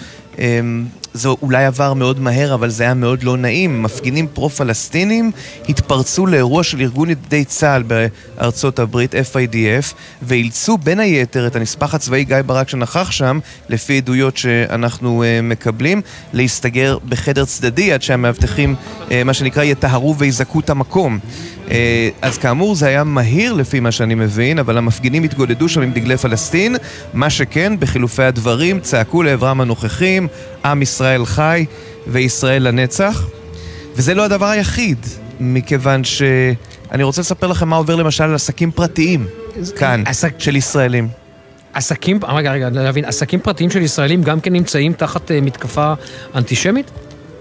זה אולי עבר מאוד מהר, אבל זה היה מאוד לא נעים. מפגינים פרו-פלסטינים התפרצו לאירוע של ארגון ידידי צה"ל בארצות הברית, אף איי די אף, ואילצו בין היתר את הנספח הצבאי גיא ברק שנכח שם, לפי עדויות שאנחנו uh, מקבלים, להסתגר בחדר צדדי עד שהמאבטחים, uh, מה שנקרא, יטהרו ויזכו את המקום. Uh, אז כאמור זה היה מהיר לפי מה שאני מבין, אבל המפגינים התגודדו שם עם דגלי פלסטין, מה שכן, בחילופי הדברים צעקו לעברם הנוכחים, עם ישראל חי וישראל לנצח. וזה לא הדבר היחיד, מכיוון שאני רוצה לספר לכם מה עובר למשל על עסקים פרטיים כאן, עסק... של ישראלים. עסקים, רגע, רגע, להבין, עסקים פרטיים של ישראלים גם כן נמצאים תחת uh, מתקפה אנטישמית?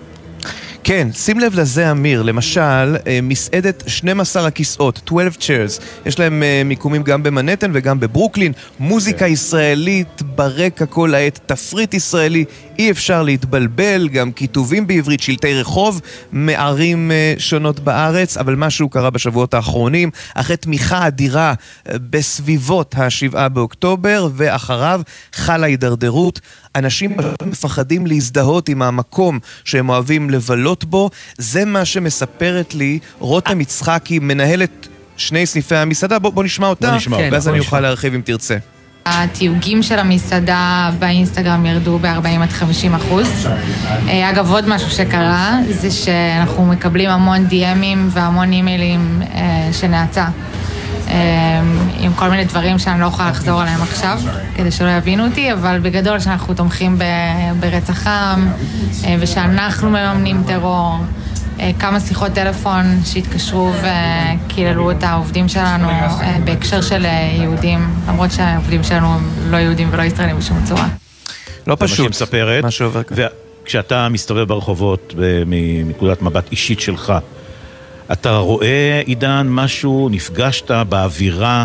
כן, שים לב לזה אמיר, למשל, מסעדת שנים עשר הכיסאות, שתים עשרה chairs, יש להם מיקומים גם במנהטן וגם בברוקלין, מוזיקה ישראלית ברקע כל העת, תפריט ישראלי, אי אפשר להתבלבל, גם כיתובים בעברית, שלטי רחוב, מערים שונות בארץ, אבל משהו קרה בשבועות האחרונים, אחרי תמיכה אדירה בסביבות השבעה באוקטובר, ואחריו חלה הידרדרות, אנשים מפחדים להזדהות עם המקום שהם אוהבים לבלות בו. זה מה שמספרת לי רותם יצחקי, מנהלת שני סניפי המסעדה. בוא, בוא נשמע אותה, כן, ואז אני אוכל להרחיב אם תרצה. התיוגים של המסעדה באינסטגרם ירדו ב-ארבעים עד חמישים אחוז. אגב, עוד משהו שקרה זה שאנחנו מקבלים המון די אמים והמון אימיילים שנעצה עם כל מיני דברים שאני לא יכולה לחזור עליהם עכשיו, כדי שלא יבינו אותי, אבל בגדול שאנחנו תומכים ברצח עם, ושאנחנו מממנים טרור, כמה שיחות טלפון שהתקשרו וקיללו את העובדים שלנו בהקשר של יהודים, למרות שהעובדים שלנו לא יהודים ולא ישראלים בשום צורה. לא פשוט, מה שעובר כאן. וכשאתה מסתובב ברחובות מנקודת מבט אישית שלך, אתה רואה, עידן, משהו, נפגשת באווירה?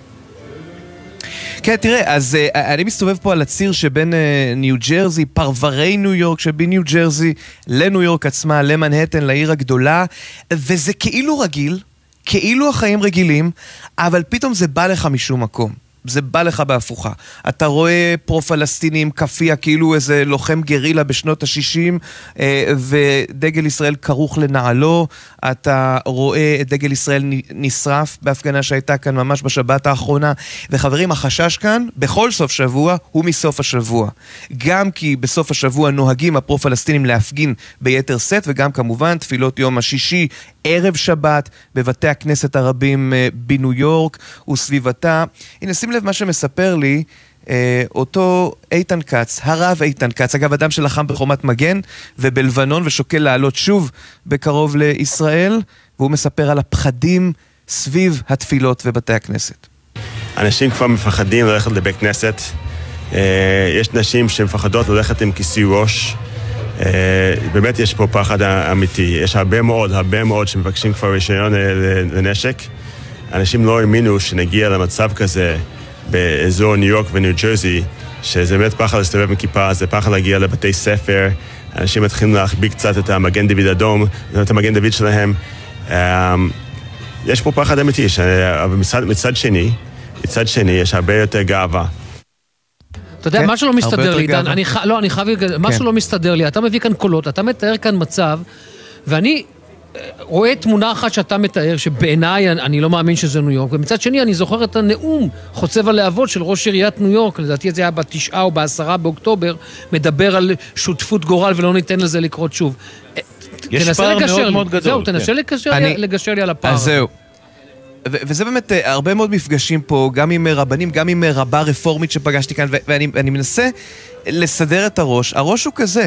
כן, תראה, אז uh, אני מסתובב פה על הציר שבין uh, ניו ג'רזי, פרברי ניו יורק שבניו ג'רזי, לניו יורק עצמה, למנהטן, לעיר הגדולה, וזה כאילו רגיל, כאילו החיים רגילים, אבל פתאום זה בא לך משום מקום. זה בא לך בהפוכה. אתה רואה פרו-פלסטינים, כפיה, כאילו איזה לוחם גרילה בשנות ה-שישים, ודגל ישראל כרוך לנעלו. אתה רואה את דגל ישראל נשרף בהפגנה שהייתה כאן ממש בשבת האחרונה. וחברים, החשש כאן, בכל סוף שבוע, הוא מסוף השבוע. גם כי בסוף השבוע נוהגים הפרו-פלסטינים להפגין ביתר סט, וגם כמובן תפילות יום השישי, ערב שבת, בבתי הכנסת הרבים בניו יורק וסביבתה. הנה, שים לב מה שמספר לי, אה, אותו איתן קץ, הרב איתן קץ, אגב אדם שלחם בחומת מגן ובלבנון ושוקל לעלות שוב בקרוב לישראל, והוא מספר על הפחדים סביב התפילות ובתי הכנסת. אנשים כבר מפחדים ללכת לבית כנסת, אה, יש נשים שמפחדות ללכת עם כיסוי ראש, Uh, באמת יש פה פחד אמיתי. יש הרבה מאוד, הרבה מאוד שמבקשים כבר רישיון לנשק. אנשים לא האמינו שנגיע למצב כזה באזור ניו יורק וניו ג'רזי, שזה באמת פחד להסתובב עם כיפה, זה פחד להגיע לבתי ספר. אנשים מתחילים להחביא קצת את המגן דוד אדום, את המגן דוד שלהם. Uh, יש פה פחד אמיתי, אבל מצד, מצד שני, מצד שני יש הרבה יותר גאווה. אתה יודע, משהו לא מסתדר לי, עידן, אני, לא, אני חייב, משהו לא מסתדר לי, אתה מביא כאן קולות, אתה מתאר כאן מצב, ואני רואה תמונה אחת שאתה מתאר, שבעיניי אני לא מאמין שזה ניו יורק, ומצד שני אני זוכר את הנאום חוצב הלהבות של ראש עיריית ניו יורק, לדעתי זה היה בתשעה או בעשרה באוקטובר, מדבר על שותפות גורל ולא ניתן לזה לקרות שוב. יש פער מאוד מאוד גדול. זהו, תנסה לגשר לי על הפער. אז זהו. וזה באמת הרבה מאוד מפגשים פה, גם עם רבנים, גם עם רבה רפורמית שפגשתי כאן, ואני מנסה לסדר את הראש. הראש הוא כזה,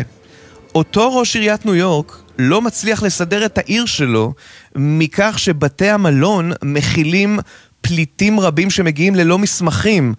אותו ראש עיריית ניו יורק לא מצליח לסדר את העיר שלו, מכך שבתי המלון מכילים פליטים רבים שמגיעים ללא מסמכים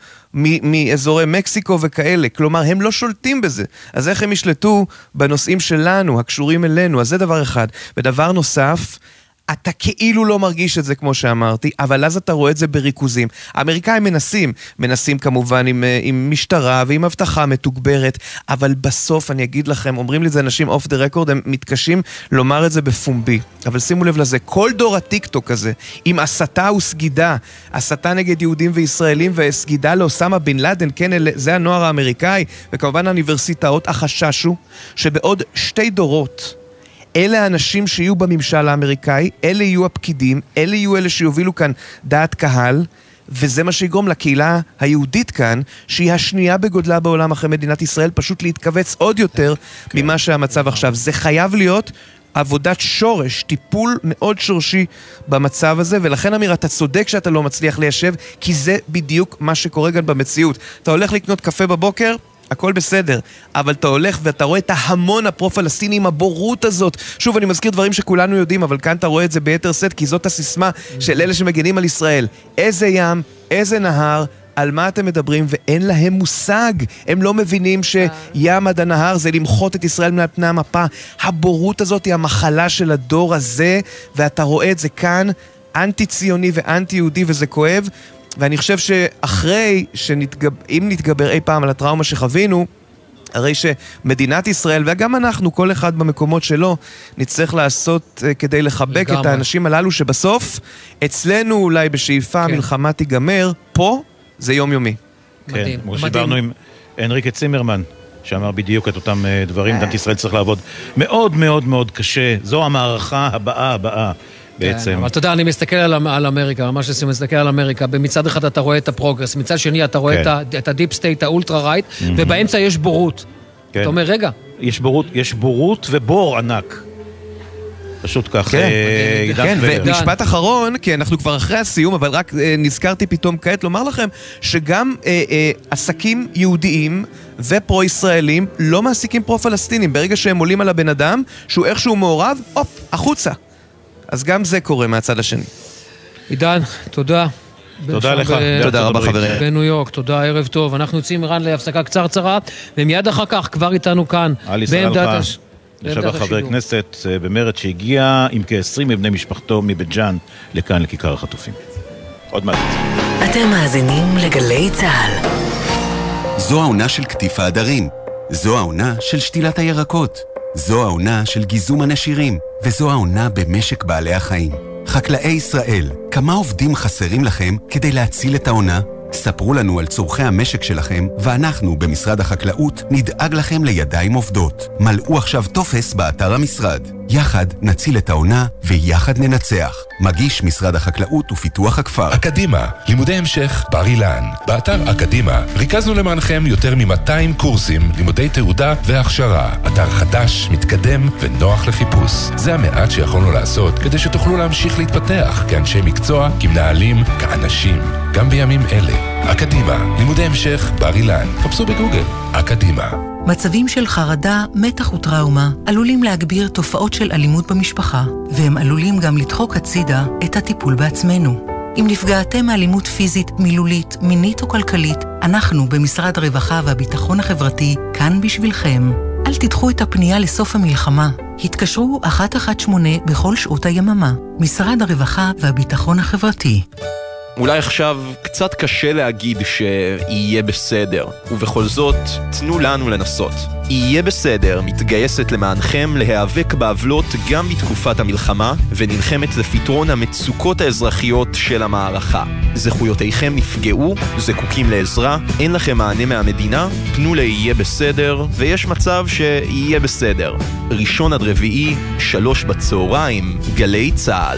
מאזורי מקסיקו וכאלה. כלומר, הם לא שולטים בזה. אז איך הם ישלטו בנושאים שלנו, הקשורים אלינו? אז זה דבר אחד. ודבר נוסף, אתה כאילו לא מרגיש את זה כמו שאמרתי, אבל אז אתה רואה את זה בריכוזים. האמריקאים מנסים, מנסים כמובן עם, עם משטרה ועם הבטחה מתוגברת, אבל בסוף אני אגיד לכם, אומרים לי זה אנשים אוף דה רקורד, הם מתקשים לומר את זה בפומבי. אבל שימו לב לזה, כל דור הטיקטוק הזה, עם הסתה וסגידה, הסתה נגד יהודים וישראלים וסגידה לאוסמה בן לאדן, כן, זה הנוער האמריקאי, וכמובן האוניברסיטאות, החשש הוא שבעוד שתי דורות, אלה האנשים שיהיו בממשל האמריקאי, אלה יהיו הפקידים, אלה יהיו אלה שיובילו כאן דעת קהל, וזה מה שיגרום לקהילה היהודית כאן, שהיא השנייה בגודלה בעולם אחרי מדינת ישראל, פשוט להתכווץ עוד יותר ממה שהמצב עכשיו. זה חייב להיות עבודת שורש, טיפול מאוד שורשי במצב הזה, ולכן אמיר, אתה צודק שאתה לא מצליח ליישב, כי זה בדיוק מה שקורה כאן במציאות. אתה הולך לקנות קפה בבוקר, הכל בסדר, אבל אתה הולך ואתה רואה את ההמון הפרו-פלסטיני עם הבורות הזאת. שוב, אני מזכיר דברים שכולנו יודעים, אבל כאן אתה רואה את זה ביתר סט, כי זאת הסיסמה של אלה שמגנים על ישראל. איזה ים, איזה נהר, על מה אתם מדברים, ואין להם מושג. הם לא מבינים שים עד הנהר זה למחות את ישראל מעל פני המפה. הבורות הזאת היא המחלה של הדור הזה, ואתה רואה את זה כאן, אנטי-ציוני ואנטי-יהודי, וזה כואב. ואני חושב שאחרי, שנתגב... אם נתגבר אי פעם על הטראומה שחווינו, הרי שמדינת ישראל, וגם אנחנו, כל אחד במקומות שלו, נצטרך לעשות uh, כדי לחבק לגמרי. את האנשים הללו, שבסוף, אצלנו אולי בשאיפה כן. המלחמה תיגמר, פה זה יומיומי. כן, מדהים. כמו שדיברנו עם הנריקה צימרמן, שאמר בדיוק את אותם uh, דברים, מדינת ישראל צריך לעבוד מאוד מאוד מאוד קשה, זו המערכה הבאה הבאה. בעצם. אבל אתה יודע, אני מסתכל על, על אמריקה, ממש אני מסתכל על אמריקה, במצד אחד אתה רואה את הפרוגרס, מצד שני אתה רואה כן. את, את הדיפ סטייט, האולטרה רייט, mm-hmm. ובאמצע יש בורות. כן. אתה אומר, רגע. יש בורות, יש בורות ובור ענק. פשוט כך. כן, אה, כן ומשפט אחרון, כי אנחנו כבר אחרי הסיום, אבל רק אה, נזכרתי פתאום כעת לומר לכם, שגם אה, אה, עסקים יהודיים ופרו-ישראלים לא מעסיקים פרו-פלסטינים. ברגע שהם עולים על הבן אדם, שהוא איכשהו מעורב, אופ, החוצה. אז גם זה קורה מהצד השני. עידן, תודה. תודה לך. תודה רבה חברים. בניו יורק, תודה, ערב טוב. אנחנו יוצאים איראן להפסקה קצרצרה, ומיד אחר כך כבר איתנו כאן. על ישראל לך. ישב החבר כנסת במרד שהגיע עם כ-עשרים מבני משפחתו מבית ג'אן לכאן לכיכר החטופים. עוד מעט. אתם מאזינים לגלי צהל. זו העונה של קטיף העדרים. זו העונה של שתילת הירקות. זו העונה של גיזום הנשירים, וזו העונה במשק בעלי החיים. חקלאי ישראל, כמה עובדים חסרים לכם כדי להציל את העונה? ספרו לנו על צורכי המשק שלכם, ואנחנו במשרד החקלאות נדאג לכם לידיים עובדות. מלאו עכשיו טופס באתר המשרד. יחד נציל את העונה ויחד ננצח. מגיש משרד החקלאות ופיתוח הכפר. אקדימה, לימודי המשך בר אילן. באתר אקדימה ריכזנו למענכם יותר מ-מאתיים קורסים, לימודי תעודה והכשרה. אתר חדש, מתקדם ונוח לחיפוש. זה המעט שיכולנו לעשות כדי שתוכלו להמשיך להתפתח כאנשי מקצוע, כמנהלים, כאנשים. גם בימים אלה. אקדימה, לימודי המשך בר אילן. חפשו בגוגל. אקדימה. מצבים של חרדה, מתח וטראומה עלולים להגביר תופעות של אלימות במשפחה, והם עלולים גם לדחוק הצידה את הטיפול בעצמנו. אם נפגעתם מאלימות פיזית, מילולית, מינית או כלכלית, אנחנו במשרד הרווחה והביטחון החברתי כאן בשבילכם. אל תדחו את הפנייה לסוף המלחמה. התקשרו אחת אחת שמונה בכל שעות היממה. משרד הרווחה והביטחון החברתי. אולי עכשיו קצת קשה להגיד שיהיה בסדר, ובכל זאת תנו לנו לנסות. יהיה בסדר מתגייסת למענכם להיאבק בעוולות גם בתקופת המלחמה, ונלחמת לפתרון המצוקות האזרחיות של המערכה. זכויותיכם נפגעו, זקוקים לעזרה, אין לכם מענה מהמדינה, פנו ליהיה בסדר, ויש מצב שיהיה בסדר. ראשון עד רביעי, שלוש בצהריים, גלי צהל.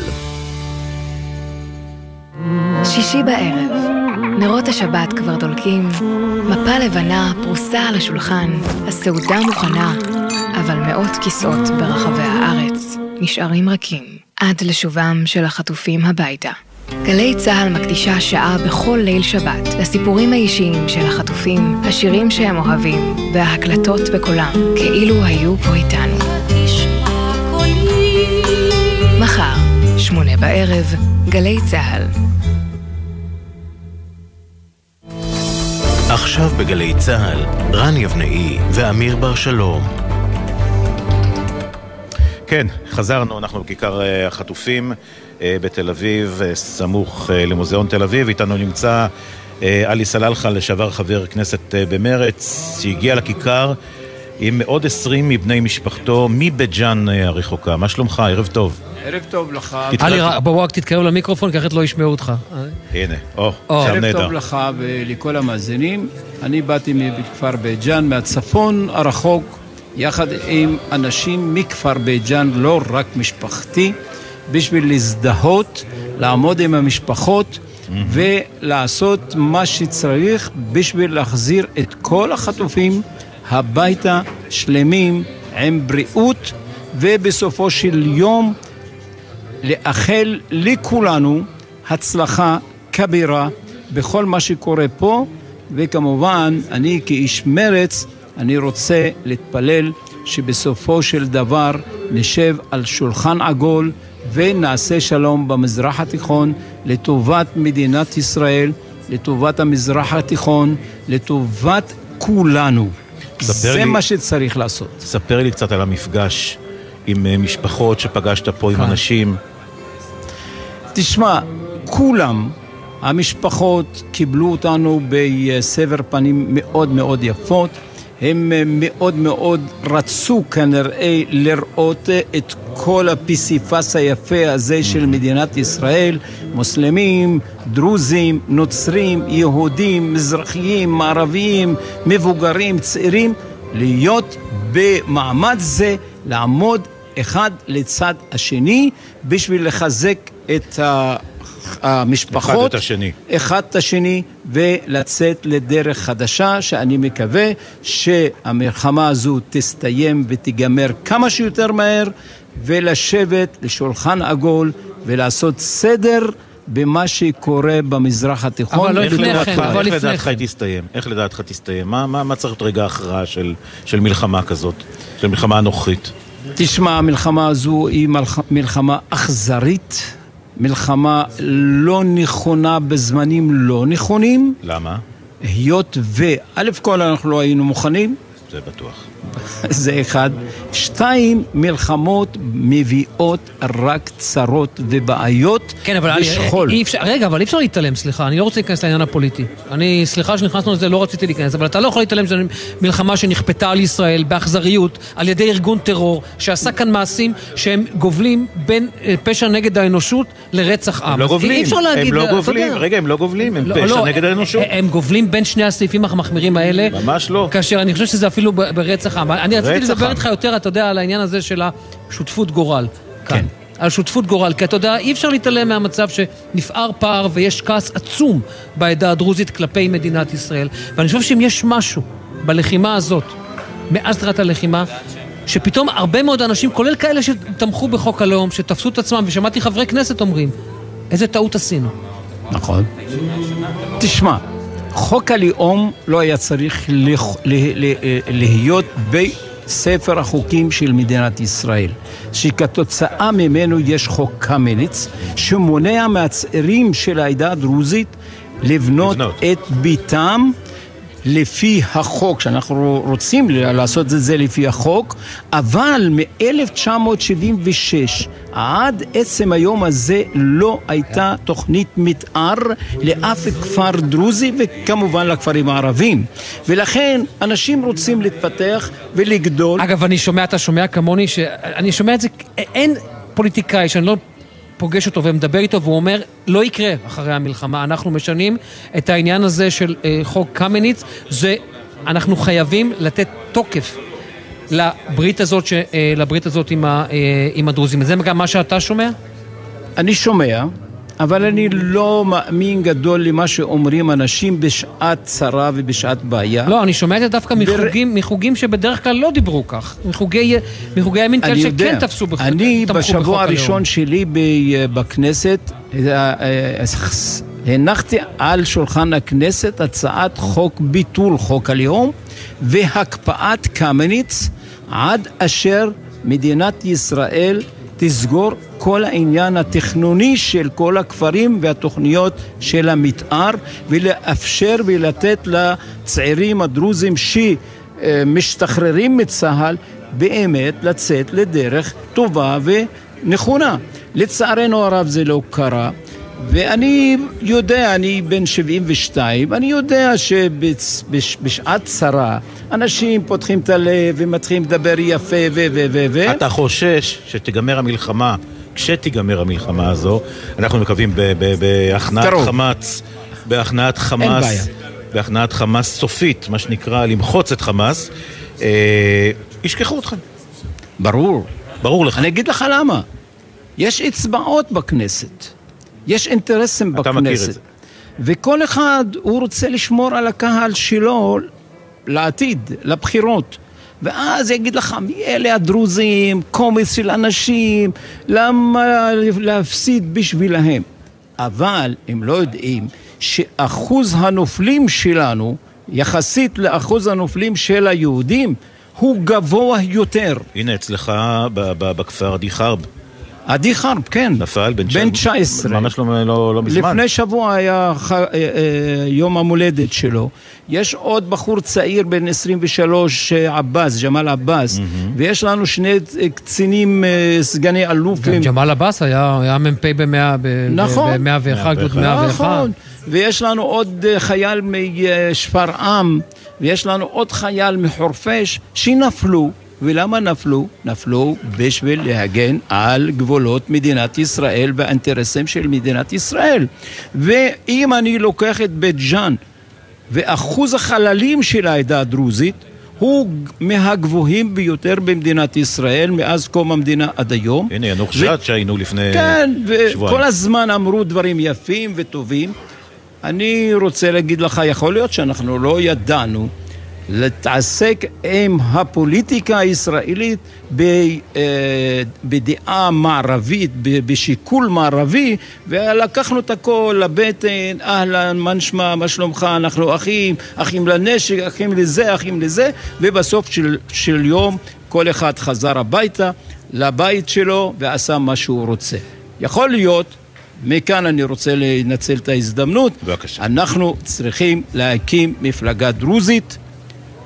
שישי בערב, נרות השבת כבר דולקים, מפה לבנה פרוסה על השולחן, הסעודה מוכנה, אבל מאות כיסאות ברחבי הארץ נשארים רכים עד לשובם של החטופים הביתה. גלי צהל מקדישה שעה בכל ליל שבת לסיפורים האישיים של החטופים, השירים שהם אוהבים וההקלטות בקולם, כאילו היו פה איתנו. מחר, שמונה בערב, גלי צהל. עכשיו בגלי צהל, רן יבנאי ואמיר בר שלום. כן, חזרנו, אנחנו בכיכר החטופים בתל אביב, סמוך למוזיאון תל אביב. איתנו נמצא עלי סלאלחה, לשעבר חבר כנסת במרץ, שהגיע לכיכר עם עוד עשרים מבני משפחתו מבית ג'אן הרחוקה. מה שלומך? ערב טוב. ערב טוב לך. עלי, בואו רק תתקרב למיקרופון, כי אחרת לא ישמעו אותך. הנה, או, שם נדע. ערב טוב לך ולכל המאזינים. אני באתי מכפר בית ג'אן, מהצפון הרחוק, יחד עם אנשים מכפר בית ג'אן, לא רק משפחתי, בשביל להזדהות, לעמוד עם המשפחות, ולעשות מה שצריך בשביל להחזיר את כל החטופים הביתה שלמים עם בריאות, ובסופו של יום לאחל לכולנו הצלחה כבירה בכל מה שקורה פה. וכמובן אני כאיש מרץ אני רוצה להתפלל שבסופו של דבר נשב על שולחן עגול ונעשה שלום במזרח התיכון לטובת מדינת ישראל, לטובת המזרח התיכון, לטובת כולנו. זה לי, מה שצריך לעשות. ספר לי קצת על המפגש עם משפחות שפגשת פה, עם אנשים. תשמע, כולם, המשפחות קיבלו אותנו בסבר פנים מאוד מאוד יפות. הם מאוד מאוד רצו כנראה לראות את כל הפסיפס היפה הזה של מדינת ישראל, מוסלמים, דרוזים, נוצרים, יהודים, מזרחיים, מערביים, מבוגרים, צעירים, להיות במעמד זה, לעמוד אחד לצד השני בשביל לחזק את המשפחות, אחד את השני, אחד את השני, ולצאת לדרך חדשה, שאני מקווה שהמלחמה הזו תסתיים ותיגמר כמה שיותר מהר, ולשבת לשולחן עגול ולעשות סדר במה שקורה במזרח התיכון. איך לדעתך היא תסתיים? איך לדעתך תסתיים? מה צריך להיות רגע הכרעה של מלחמה כזאת, של מלחמה הנוכחית? תשמע, המלחמה הזו היא מלחמה אכזרית, מלחמה לא נכונה בזמנים לא נכונים. למה? היות ו... א' כל אנחנו לא היינו מוכנים, זה בטוח. זה אחד. שתיים, מלחמות מביאות רק צרות ובעיות כן, אבל ושכול. אי אפשר, רגע, אבל אי אפשר להתעלם, סליחה, אני לא רוצה להיכנס לעניין הפוליטי. אני, סליחה שנכנסנו לזה, לא רציתי להיכנס, אבל אתה לא יכול להתעלם שזו מלחמה שנכפתה על ישראל באכזריות, על ידי ארגון טרור, שעשה כאן מעשים שהם גובלים בין פשע נגד האנושות לרצח עם. הם לא גובלים, הם לא גובלים, רגע, הם לא גובלים, הם פשע נגד האנושות. הם גובלים בין שני הסעיפים המחמירים האלה. ממש לא. כאשר אני חושב שזה אפילו ברצח עם. אני רציתי לדבר איתך יותר, אתה יודע, על העניין הזה של השותפות גורל. כן. על שותפות גורל, כי אתה יודע, אי אפשר להתעלם מהמצב שנפער פער ויש כעס עצום בעדה הדרוזית כלפי מדינת ישראל. ואני חושב שאם יש משהו בלחימה הזאת, מאז תחילת הלחימה, שפתאום הרבה מאוד אנשים, כולל כאלה שתמכו בחוק הלאום, שתפסו את עצמם, ושמעתי חברי כנסת אומרים, איזה טעות עשינו. נכון. תשמע, חוק הלאום לא היה צריך להיות בספר החוקים של מדינת ישראל, שכתוצאה ממנו יש חוק קמיניץ, שמונע מהצעירים של העדה הדרוזית לבנות, לבנות. את ביתם לפי החוק, שאנחנו רוצים לעשות את זה לפי החוק, אבל מ-אלף תשע מאות שבעים ושש עד עצם היום הזה לא הייתה תוכנית מתאר לאף כפר דרוזי, וכמובן לכפרים הערבים. ולכן אנשים רוצים להתפתח ולגדול. אגב, אני שומע, אתה שומע כמוני, שאני שומע את זה, אין פוליטיקאי שאני לא פוגש אותו ומדבר איתו, והוא אומר, לא יקרה אחרי המלחמה, אנחנו משנים את העניין הזה של אה, חוק קמיניץ, זה, אנחנו חייבים לתת תוקף לברית הזאת, ש, אה, לברית הזאת עם, ה, אה, עם הדרוזים. זה גם מה שאתה שומע? אני שומע, אבל אני לא מאמין גדול למה שאומרים אנשים בשעת צרה ובשעת בעיה. לא, אני שומע את זה דווקא מחוגים, בר... מחוגים שבדרך כלל לא דיברו כך. מחוגי, מחוגי הימין כאלה שכן תפסו בחוק. אני בשבוע הראשון שלי בכנסת, הנחתי על שולחן הכנסת הצעת חוק ביטול חוק הלאום, והקפאת קמיניץ, עד אשר מדינת ישראל תסגור כל העניין התכנוני של כל הכפרים והתוכניות של המתאר, ולאפשר ולתת לצעירים הדרוזים שמשתחררים מצה"ל באמת לצאת לדרך טובה ונכונה. לצערנו הרב זה לא קרה, ואני יודע, אני בן שבעים ושתיים, אני יודע שבשעת צרה אנשים פותחים את הלב ומתחילים לדבר יפה ו ו ו ו אתה חושש שתיגמר המלחמה, כשתיגמר המלחמה הזו, אנחנו מקווים בהכנעת חמאס, בהכנעת חמאס, בהכנעת חמאס סופית, מה שנקרא למחוץ את חמאס, ישכחו אתכם. ברור. ברור לך. אני אגיד לך למה. יש אצבעות בכנסת. יש אינטרסים בכנסת, וכל אחד הוא רוצה לשמור על הקהל שלו לעתיד, לבחירות, ואז יגיד לך מי אלה הדרוזים, קומץ של אנשים, למה להפסיד בשבילהם. אבל הם לא יודעים שאחוז הנופלים שלנו יחסית לאחוז הנופלים של היהודים הוא גבוה יותר. הנה אצלך בכפר עדי חרב, עדי חרב, כן. נפל בן, בן תשע עשרה. ממש לא, לא, לא מזמן. לפני שבוע היה ח... יום המולדת שלו. יש עוד בחור צעיר בן עשרים ושלוש, עבאס, ג'מאל עבאס, mm-hmm. ויש לנו שני קצינים סגני אלופים. ג'מאל עבאס היה, היה מ"פ במאה, נכון. במאה ואחת, גדוד מאה ואחת. נכון. ויש לנו עוד חייל משפרעם, ויש לנו עוד חייל מחורפיש שנפלו. ולמה נפלו? נפלו בשביל להגן על גבולות מדינת ישראל והאינטרסים של מדינת ישראל. ואם אני לוקח את בית ג'אן, ואחוז החללים של העדה הדרוזית הוא מהגבוהים ביותר במדינת ישראל מאז קום המדינה עד היום. הנה, הנוחשת ו... שהיינו לפני כן, שבועיים. כן, וכל הזמן אמרו דברים יפים וטובים. אני רוצה להגיד לך, יכול להיות שאנחנו לא ידענו להתעסק עם הפוליטיקה הישראלית בדעה מערבית, בשיקול מערבי, ולקחנו את הכל לבטן, אהלן, מה נשמע, מה שלומך, אנחנו אחים, אחים לנשק, אחים לזה, אחים לזה, ובסוף של, של יום כל אחד חזר הביתה, לבית שלו, ועשה מה שהוא רוצה. יכול להיות, מכאן אני רוצה לנצל את ההזדמנות, בבקשה. אנחנו צריכים להקים מפלגה דרוזית,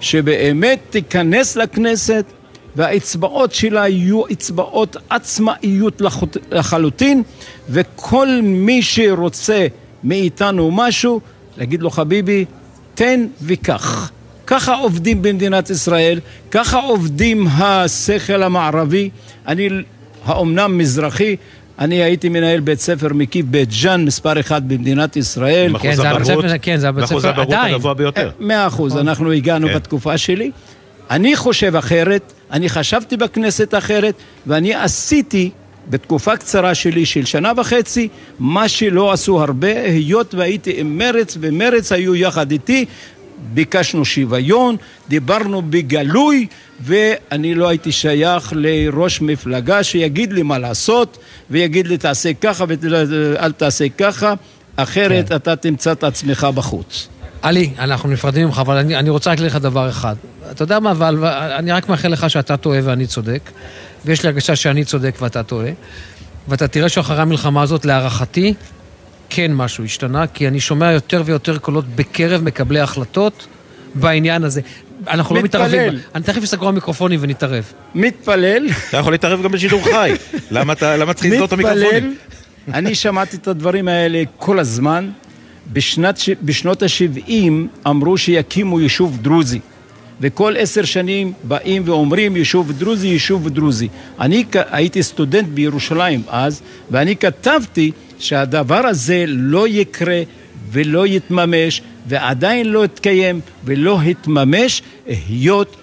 שבאמת תיכנס לכנסת, והאצבעות שלה יהיו אצבעות עצמאיות לחלוטין, וכל מי שרוצה מאיתנו משהו, להגיד לו חביבי, תן וכך. ככה עובדים במדינת ישראל, ככה עובדים השכל המערבי. אני האומנם מזרחי, אני הייתי מנהל בית ספר מקיף בית ג'אן, מספר אחד במדינת ישראל. כן, זה הבית ספר, כן, זה הבית ספר עדיין. הגבוה ביותר. מאה אחוז, אנחנו הגענו בתקופה שלי. אני חושב אחרת, אני חשבתי בכנסת אחרת, ואני עשיתי בתקופה קצרה שלי של שנה וחצי, מה שלא עשו הרבה, היות והייתי עם מרץ, ומרץ היו יחד איתי, ביקשנו שוויון, דיברנו בגלוי, ואני לא הייתי שייך לראש מפלגה שיגיד לי מה לעשות, ויגיד לי תעשה ככה ואל תעשה ככה, אחרת כן. אתה תמצא את עצמך בחוץ. עלי, אנחנו נפרדים ממך, אבל אני, אני רוצה רק לך דבר אחד. אתה יודע מה, אבל אני רק מאחל לך שאתה טועה ואני צודק, ויש לי הרגשה שאני צודק ואתה טועה, ואתה תראה שאחרי המלחמה הזאת, להערכתי, כן משהו השתנה, כי אני שומע יותר ויותר קולות בקרב מקבלי החלטות בעניין הזה. אנחנו לא מתערבים. אני תכף אסגור המיקרופונים ונתערב. מתפלל. אתה יכול להתערב גם בשידור חי. למה אתה, למה צריך לסגור את המיקרופונים? אני שמעתי את הדברים האלה כל הזמן. בשנת, בשנות ה-שבעים אמרו שיקימו יישוב דרוזי. וכל עשר שנים באים ואומרים יישוב דרוזי, יישוב דרוזי. אני הייתי סטודנט בירושלים אז, ואני כתבתי שהדבר הזה לא יקרה ולא יתממש, ועדיין לא יתקיים ולא יתממש, היות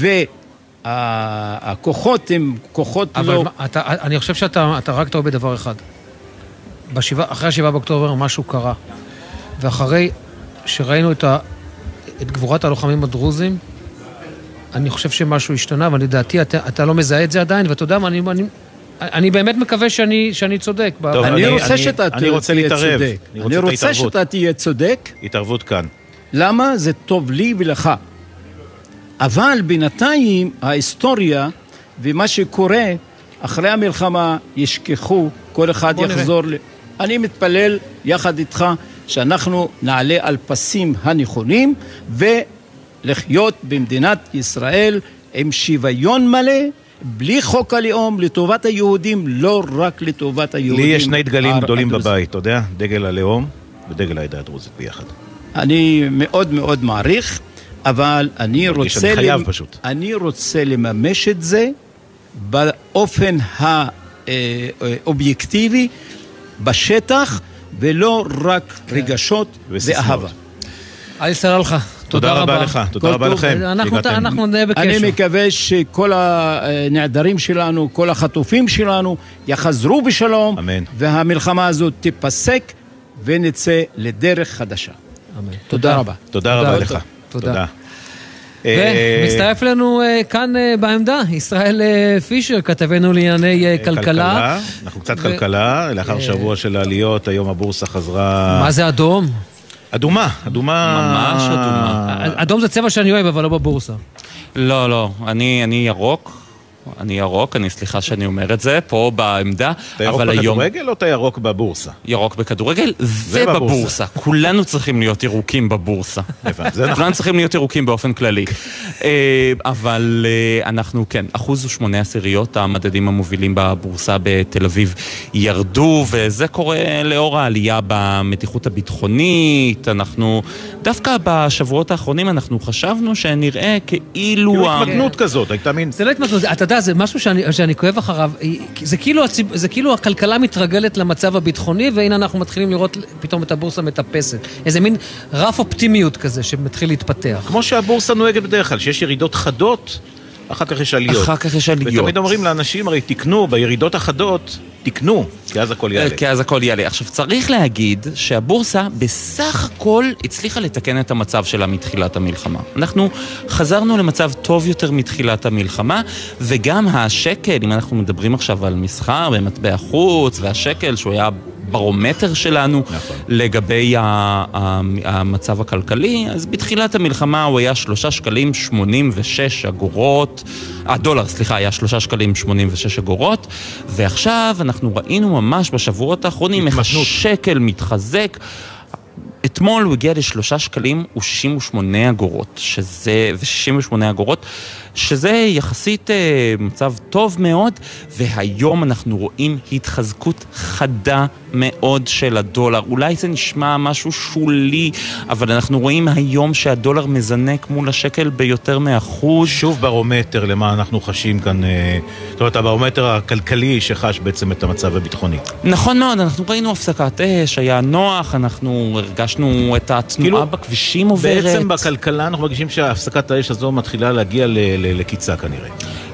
והכוחות הם כוחות אבל לא... אבל אתה, אני חושב שאתה אתה רק טועה בדבר אחד. בשבע, אחרי השבעה באוקטובר משהו קרה. ואחרי שראינו את, ה, את גבורת הלוחמים הדרוזים, אני חושב שמשהו השתנה, ואני דעתי, אתה, אתה לא מזהה את זה עדיין, ואתה יודע מה, אני, אני, אני באמת מקווה שאני, שאני צודק. טוב, אני, אני רוצה שאתה אני רוצה תהיה להתערב. צודק. אני רוצה, אני רוצה שאתה תהיה צודק. התערבות כאן. למה? זה טוב לי ולך. אבל בינתיים ההיסטוריה ומה שקורה אחרי המלחמה ישכחו, כל אחד יחזור. ל... אני מתפלל יחד איתך שאנחנו נעלה על פסים הנכונים ולחיות במדינת ישראל עם שוויון מלא, בלי חוק הלאום, לטובת היהודים, לא רק לטובת היהודים. לי יש שני דגלים גדולים בבית, אתה יודע? דגל הלאום ודגל העדה הדרוזית ביחד. אני מאוד מאוד מעריך, אבל אני רוצה, למ... אני רוצה לממש את זה באופן האובייקטיבי, בשטח, ולא רק רגשות ואהבה. עלי סלאלחה, תודה רבה לך, תודה רבה לכם. אנחנו נהיה בקשר. אני מקווה שכל הנעדרים שלנו, כל החטופים שלנו, יחזרו בשלום, והמלחמה הזאת תיפסק, ונצא לדרך חדשה. תודה רבה. תודה רבה לך. תודה. ומצטרף לנו כאן בעמדה, ישראל פישר, כתבנו לענייני כלכלה. אנחנו קצת כלכלה, לאחר שבוע של העליות, היום הבורסה חזרה... מה זה אדום? אדומה, אדומה... ממש אדומה. אדום זה צבע שאני אוהב, אבל לא בבורסה. לא, לא, אני ירוק. אני ירוק, אני סליחה שאני אומר את זה, פה בעמדה. אתה ירוק בכדורגל או אתה ירוק בבורסה? ירוק בכדורגל ובבורסה. כולנו צריכים להיות ירוקים בבורסה. כולנו צריכים להיות ירוקים באופן כללי. אבל אנחנו, כן, אחוז ושמונה עשיריות המדדים המובילים בבורסה בתל אביב ירדו, וזה קורה לאור העלייה במתיחות הביטחונית. אנחנו, דווקא בשבועות האחרונים אנחנו חשבנו שנראה כאילו... כאילו התמתנות כזאת, הייתה מין... זה לא התמתנות, אתה יודע, זה משהו שאני, שאני כואב אחריו, זה כאילו, זה כאילו הכלכלה מתרגלת למצב הביטחוני, והנה אנחנו מתחילים לראות פתאום את הבורסה מטפסת. איזה מין רף אופטימיות כזה שמתחיל להתפתח. כמו שהבורסה נוהגת בדרך כלל, שיש ירידות חדות, אחר כך יש עליות. אחר כך יש עליות. ותמיד אומרים לאנשים, הרי תקנו, בירידות החדות, תקנו, כי אז הכל יעלה. כי אז הכל יעלה. עכשיו, צריך להגיד שהבורסה בסך הכל הצליחה לתקן את המצב שלה מתחילת המלחמה. אנחנו חזרנו למצב טוב יותר מתחילת המלחמה, וגם השקל, אם אנחנו מדברים עכשיו על מסחר במטבע חוץ, והשקל שהוא היה ברומטר שלנו נכון. לגבי המצב הכלכלי, אז בתחילת המלחמה הוא היה שלושה שקלים שמונים ושש אגורות, הדולר, סליחה, היה שלושה שקלים שמונים ושש אגורות, ועכשיו אנחנו ראינו ממש בשבועות האחרונים איך השקל מתחזק, אתמול הוא הגיע לשלושה שקלים ושישים ושמונה אגורות, שזה, ושישים ושמונה אגורות, שזה יחסית אה, מצב טוב מאוד, והיום אנחנו רואים התחזקות חדה מאוד של הדולר. אולי זה נשמע משהו שולי, אבל אנחנו רואים היום שהדולר מזנק מול השקל ביותר מאחוז. שוב ברומטר למה אנחנו חשים כאן, אה, זאת אומרת, הברומטר הכלכלי שחש בעצם את המצב הביטחוני. נכון מאוד, אנחנו ראינו הפסקת אש, היה נוח, אנחנו הרגשנו את התנועה כאילו, בכבישים עוברת. בעצם בכלכלה אנחנו מרגישים שההפסקת האש הזו מתחילה להגיע ל- ל- לקיצה כנראה.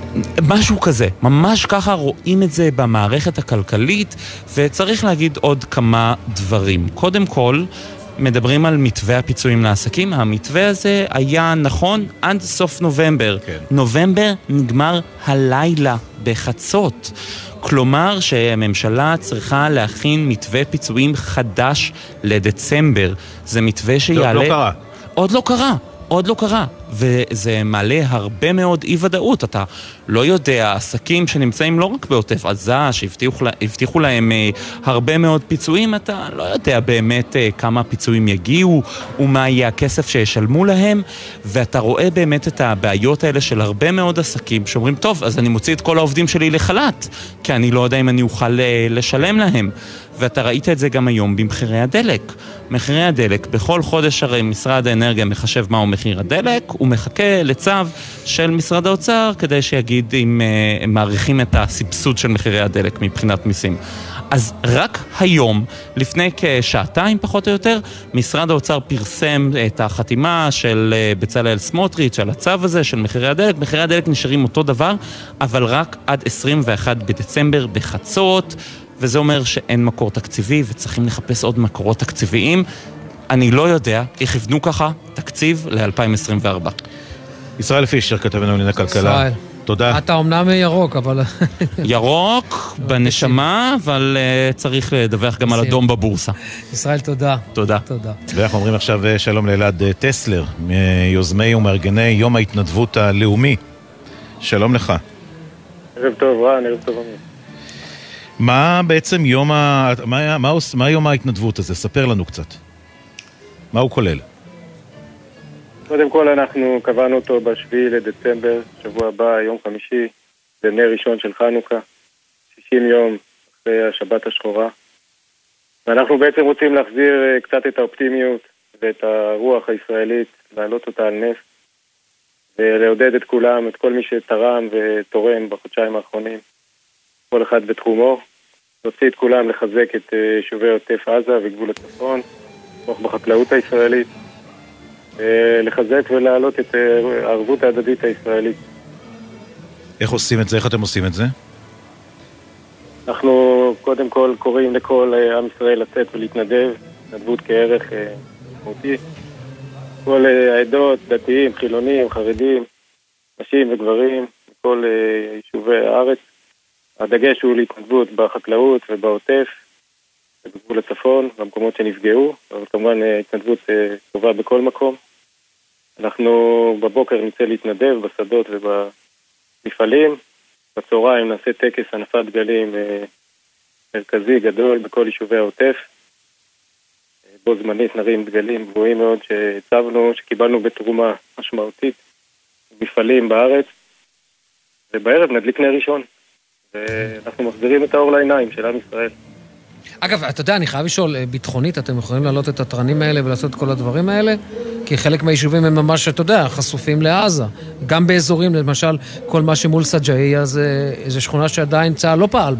משהו כזה, ממש ככה רואים את זה במערכת הכלכלית, וצריך להגיד עוד כמה דברים. קודם כל, מדברים על מתווה הפיצויים לעסקים. המתווה הזה היה נכון עד סוף נובמבר. כן. נובמבר נגמר הלילה בחצות. כלומר שהממשלה צריכה להכין מתווה פיצויים חדש לדצמבר. זה מתווה שיעלה... עוד לא קרה. עוד לא קרה. עוד לא קרה, וזה מעלה הרבה מאוד אי ודאות. אתה לא יודע, עסקים שנמצאים לא רק בעוטף עזה, שהבטיחו להם הרבה מאוד פיצויים, אתה לא יודע באמת כמה פיצויים יגיעו, ומה יהיה הכסף שישלמו להם, ואתה רואה באמת את הבעיות האלה של הרבה מאוד עסקים, שאומרים, טוב, אז אני מוציא את כל העובדים שלי לחל"ת, כי אני לא יודע אם אני אוכל לשלם להם. ואתה ראית את זה גם היום במחירי הדלק. מחירי הדלק, בכל חודש הרי משרד האנרגיה מחשב מהו מחיר הדלק, הוא מחכה לצו של משרד האוצר כדי שיגיד אם uh, מעריכים את הסבסוד של מחירי הדלק מבחינת מיסים. אז רק היום, לפני כשעתיים פחות או יותר, משרד האוצר פרסם את החתימה של uh, בצלאל סמוטריץ' על הצו הזה של מחירי הדלק. מחירי הדלק נשארים אותו דבר, אבל רק עד עשרים ואחד בדצמבר בחצות, וזה אומר שאין מקור תקציבי וצריכים לחפש עוד מקורות תקציביים. אני לא יודע איך יבנו ככה תקציב ל-אלפיים עשרים וארבע. ישראל פישר, כתבנו לענייני כלכלה. ישראל. תודה. אתה אומנם ירוק, אבל... ירוק בנשמה, אבל uh, צריך לדווח גם על אדום בבורסה. ישראל, תודה. תודה. תודה. ואנחנו אומרים עכשיו שלום לאלעד טסלר, מיוזמי ומארגני יום ההתנדבות הלאומי. שלום לך. ערב טוב, רן, ערב טוב עמי. מה בעצם יום ה... מה, מה, מה יום ההתנדבות הזה? ספר לנו קצת. מה הוא כולל? קודם כל אנחנו קבענו אותו בשביעי לדצמבר, שבוע הבא, יום חמישי, זה נר ראשון של חנוכה, שישים יום אחרי השבת השחורה. ואנחנו בעצם רוצים להחזיר קצת את האופטימיות ואת הרוח הישראלית, להעלות אותה על נס, ולעודד את כולם, את כל מי שתרם ותורם בחודשיים האחרונים. כל אחד בתחומו, להוציא את כולם לחזק את יישובי עוטף עזה וגבול הצפון, תמוך בחקלאות הישראלית, לחזק ולהעלות את הערבות ההדדית הישראלית. איך עושים את זה? איך אתם עושים את זה? אנחנו קודם כל קוראים לכל עם ישראל לצאת ולהתנדב, התנדבות כערך משמעותי. כל העדות, דתיים, חילונים, חרדים, נשים וגברים, כל יישובי הארץ. הדגש הוא להתנדבות בחקלאות ובעוטף, בגבול הצפון, במקומות שנפגעו, אבל כמובן התנדבות טובה בכל מקום. אנחנו בבוקר נצא להתנדב בשדות ובמפעלים, בצהריים נעשה טקס הנפת דגלים מרכזי גדול בכל יישובי העוטף, בו זמנית נרים דגלים גבוהים מאוד שהצבנו, שקיבלנו בתרומה משמעותית, מפעלים בארץ, ובערב נדליק נר ראשון. ואנחנו מחזירים את האור לעיניים של עם ישראל. אגב, אתה יודע, אני חייב לשאול, ביטחונית, אתם יכולים לעלות את התרנים האלה ולעשות את כל הדברים האלה? כי חלק מהיישובים הם ממש, אתה יודע, חשופים לעזה. גם באזורים, למשל, כל מה שמול סג'איה, זה, זה שכונה שעדיין צה"ל לא פעל בה.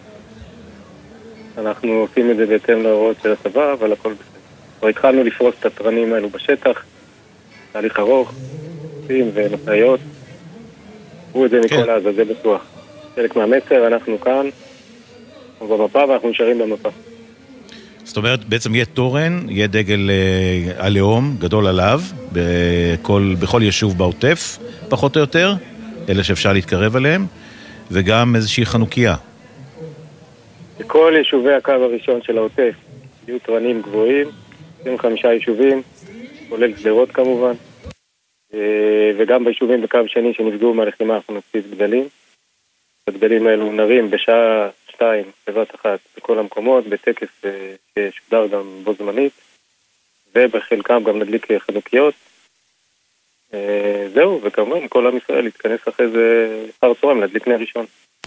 אנחנו עושים את זה בהתאם להוראות של הצבא, אבל הכל בסדר. כבר התחלנו לפרוס את התרנים האלו בשטח, תהליך ארוך, עושים ומשאיות. הוא את זה מכל עזה, זה בטוח. חלק מהמסר, אנחנו כאן, במפה, ואנחנו נשארים במפה. זאת אומרת, בעצם יהיה תורן, יהיה דגל אה, הלאום, גדול עליו, בכל, בכל יישוב בעוטף, פחות או יותר, אלה שאפשר להתקרב עליהם, וגם איזושהי חנוכיה. בכל יישובי הקו הראשון של העוטף, יהיו תרנים גבוהים, עשרים וחמישה יישובים, כולל סדרות כמובן, וגם ביישובים בקו שני שנפגעו מהלחימה, אנחנו נציב דגלים. הדגלים האלו נרים בשעה שתיים, בבת אחת, בכל המקומות, בטקס ששודר גם בו זמנית. ובחלקם גם נדליק חנוכיות. זהו, וכמובן כל עם ישראל יתכנס אחרי זה אחר הצהריים, נדליק נר ראשון.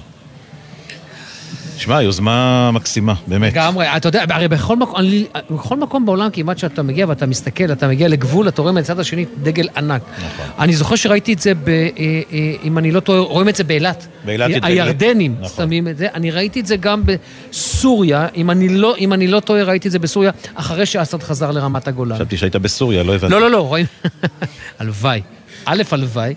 שמע, יוזמה מקסימה, באמת. לגמרי, אתה יודע, הרי בכל מקום, בכל מקום בעולם כמעט שאתה מגיע ואתה מסתכל, אתה מגיע לגבול, אתה רואה מהצד השני דגל ענק. נכון. אני זוכר שראיתי את זה, ב, אם אני לא טועה, רואים את זה באילת. באילת את הירדנים נכון. שמים את זה. אני ראיתי את זה גם בסוריה, אם אני לא, אם אני לא טועה, ראיתי את זה בסוריה, אחרי שאסד חזר לרמת הגולן. חשבתי שהיית בסוריה, לא הבנתי. לא, לא, לא, רואים. הלוואי. א', הלוואי.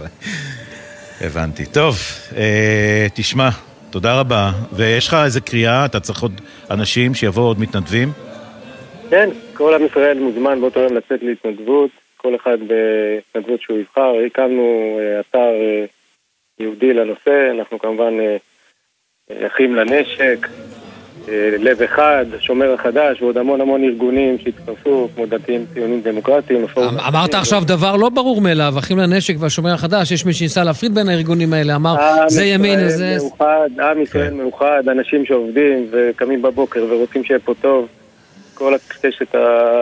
הבנתי. טוב, אה, תשמע. תודה רבה. ויש לך איזה קריאה, אתה צריך עוד אנשים שיבואו עוד מתנדבים? כן, כל עם ישראל מוזמן באותו יום לצאת להתנדבות, כל אחד בהתנדבות שהוא יבחר. הקמנו אתר יהודי לנושא, אנחנו כמובן אחים לנשק, לב אחד, שומר החדש, ועוד המון המון ארגונים שהתכנסו, כמו דתיים ציונים דמוקרטיים. אמרת עכשיו דבר לא ברור מאליו, אחים לנשק והשומר החדש, יש מי שניסה להפריד בין הארגונים האלה, אמר זה ימין וזה... עם ישראל מאוחד, אנשים שעובדים וקמים בבוקר ורוצים שיהיה פה טוב, כל הקשת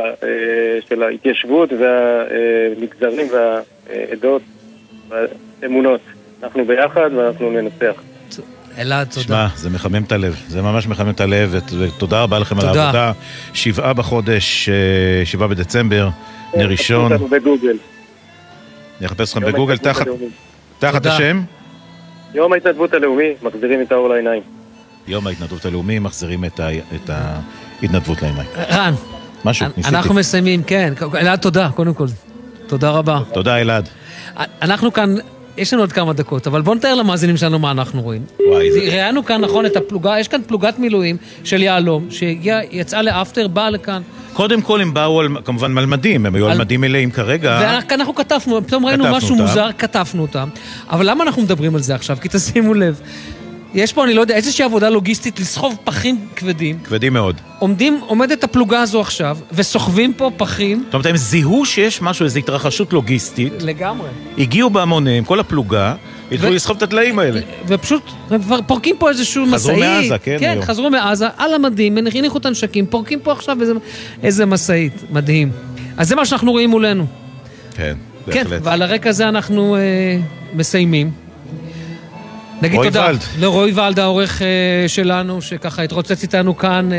של ההתיישבות והמגזרים והעדות והאמונות. אנחנו ביחד ואנחנו ננצח. אלעד, תודה. שמע, זה מחמם את הלב, זה ממש מחמם את הלב, ותודה רבה לכם תודה. על העבודה. שבעה בחודש, שבעה בדצמבר, נר ראשון. תחפש אותנו בגוגל. אני אחפש אתכם בגוגל, תחת, תחת השם? יום ההתנדבות הלאומי, מחזירים את האור לעיניים. יום ההתנדבות הלאומי, מחזירים את, ה... את ההתנדבות לעיניים. רן, משהו, ניסיתי. אנחנו מסיימים, כן. אלעד, תודה, קודם כל. תודה רבה. תודה, אלעד. אנחנו כאן... יש לנו עוד כמה דקות, אבל בוא נתאר למאזינים שלנו מה אנחנו רואים. ראינו כאן, נכון, את הפלוגה, יש כאן פלוגת מילואים של יעלום, שיצאה לאפטר, באה לכאן. קודם כל הם באו כמובן מלמדים, הם היו על מדים מלאים כרגע. ואנחנו כתפנו, פתאום ראינו משהו מוזר, כתפנו אותם. אבל למה אנחנו מדברים על זה עכשיו? כי תשימו לב. יש פה, אני לא יודע, איזושהי עבודה לוגיסטית לסחוב פחים כבדים. כבדים מאוד. עומדים, עומדת הפלוגה הזו עכשיו, וסוחבים פה פחים. זאת אומרת, הם זיהו שיש משהו, איזו התרחשות לוגיסטית. לגמרי. הגיעו בהמונים, כל הפלוגה, התחילו לסחוב את התלאים האלה. ופשוט, הם כבר פורקים פה איזשהו מסעי. חזרו מעזה, כן. כן, חזרו מעזה, על המדים, הניחו את הנשקים, פורקים פה עכשיו איזה מסעית. מדהים. אז זה מה שאנחנו רואים מולנו. כן, בהחלט. כן, ועל הרקע הזה אנחנו מסיימים. נגיד תודה ולד. לרועי ולד, העורך uh, שלנו, שככה התרוצץ איתנו כאן,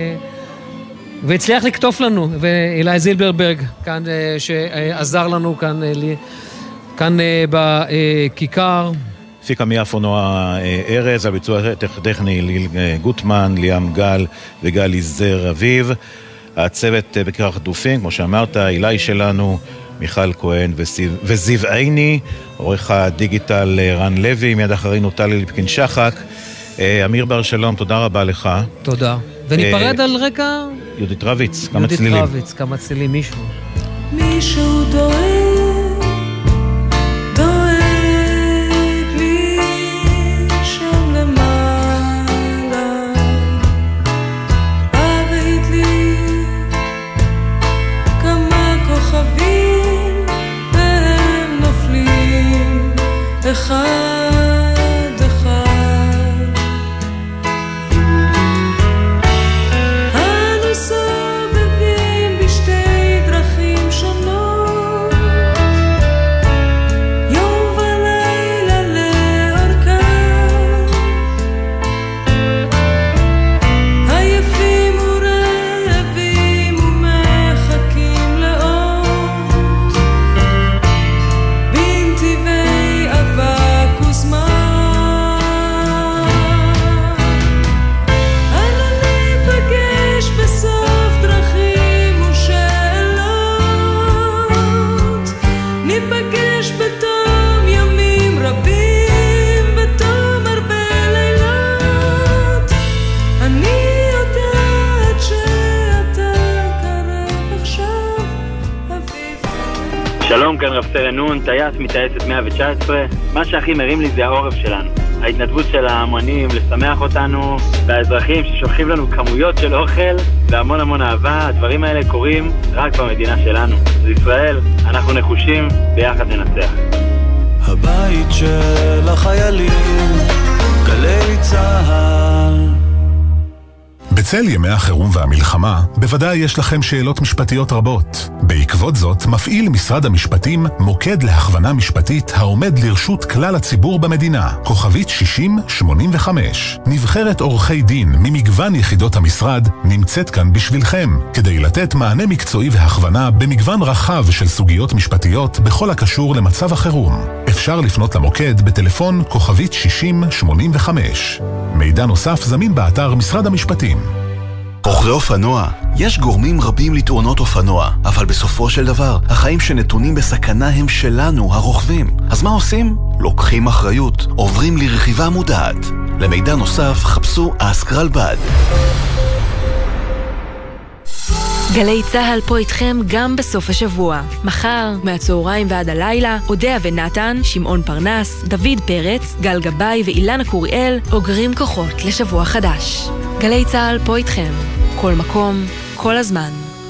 uh, והצליח לקטוף לנו, ואילי זילברברג, כאן, uh, שעזר לנו כאן, uh, לי, כאן uh, בכיכר. פיקה מיפו נועה ארז, הביצוע טכני ליל גוטמן, ליאם גל וגלי זר אביב. הצוות בכיכר החטופים, כמו שאמרת, אילי שלנו, מיכל כהן וזיו עיני, עורך הדיגיטל רן לוי, מיד אחרינו טלי ליפקין שחק. אמיר בר שלום, תודה רבה לך. תודה. וניפרד על רקע... יהודית רביץ, כמה צלילים. יהודית רביץ, כמה צלילים, מישהו. מישהו דואג, דואג לי שם למעלה, הראית לי כמה כוכבים והם נופלים אחד אחד. אנו סובבים בשתי דרכים שונות, יום ולילה לאורכם, עייפים ורעבים ומחכים לאות בנתיבי אבק וזמן. אנו ניפגש בסוף דרכים ושאלות, ניפגש בתום ימים רבים, בתום הרבה לילות. אני יודעת שאתה קרב עכשיו, אביב. שלום, כאן רב סרן נון, טייס מטייסת מאה תשע עשרה. מה שהכי מרים לי זה העורף שלנו. ההתנדבות של ההמונים, לשמח אותנו, והאזרחים ששולחים לנו כמויות של אוכל והמון המון אהבה. הדברים האלה קורים רק במדינה שלנו. זה ישראל, אנחנו נחושים, ביחד ננצח. הבית של החיילים, גלי צהל. בצל ימי החירום והמלחמה, בוודאי יש לכם שאלות משפטיות רבות. בעקבות זאת, מפעיל משרד המשפטים מוקד להכוונה משפטית העומד לרשות כלל הציבור במדינה, כוכבית שישים שמונים וחמש. נבחרת עורכי דין ממגוון יחידות המשרד נמצאת כאן בשבילכם, כדי לתת מענה מקצועי והכוונה במגוון רחב של סוגיות משפטיות בכל הקשור למצב החירום. אפשר לפנות למוקד בטלפון כוכבית שישים שמונים וחמש. מידע נוסף זמין באתר משרד המשפטים. רוכבי אופנוע, יש גורמים רבים לתאונות אופנוע, אבל בסופו של דבר, החיים שנתונים בסכנה הם שלנו, הרוכבים. אז מה עושים? לוקחים אחריות, עוברים לרכיבה מודעת. למידע נוסף, חפשו אסק רלב"ד. גלי צהל פה איתכם גם בסוף השבוע. מחר, מהצהריים ועד הלילה, אודיה ונתן, שמעון פרנס, דוד פרץ, גל גבאי ואילנה קוריאל אוגרים כוחות לשבוע חדש. גלי צהל פה איתכם. כל מקום, כל הזמן.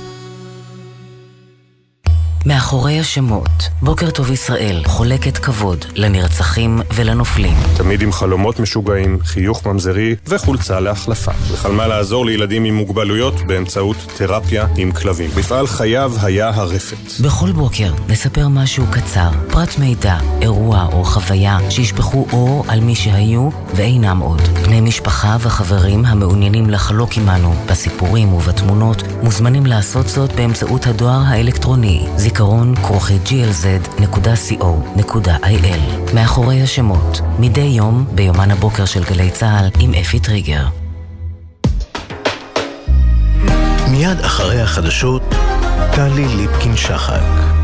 מאחורי השמות, בוקר טוב ישראל חולקת כבוד לנרצחים ולנופלים. תמיד עם חלומות משוגעים, חיוך ממזרי וחולצה להחלפה. וחלמה לעזור לילדים עם מוגבלויות באמצעות תרפיה עם כלבים. מפעל חייו היה הרפת. בכל בוקר נספר משהו קצר, פרט מידע, אירוע או חוויה שישפכו אור על מי שהיו ואינם עוד. בני משפחה וחברים המעוניינים לחלוק עמנו בסיפורים ובתמונות מוזמנים לעשות זאת באמצעות הדואר האלקטרוני זיכרון כרוכי ג'י אל זד נקודה סי או נקודה איי אל. מאחורי השמות, מדי יום ביומן הבוקר של גלי צהל עם אפי טריגר. מיד אחרי החדשות, טלי ליפקין שחק.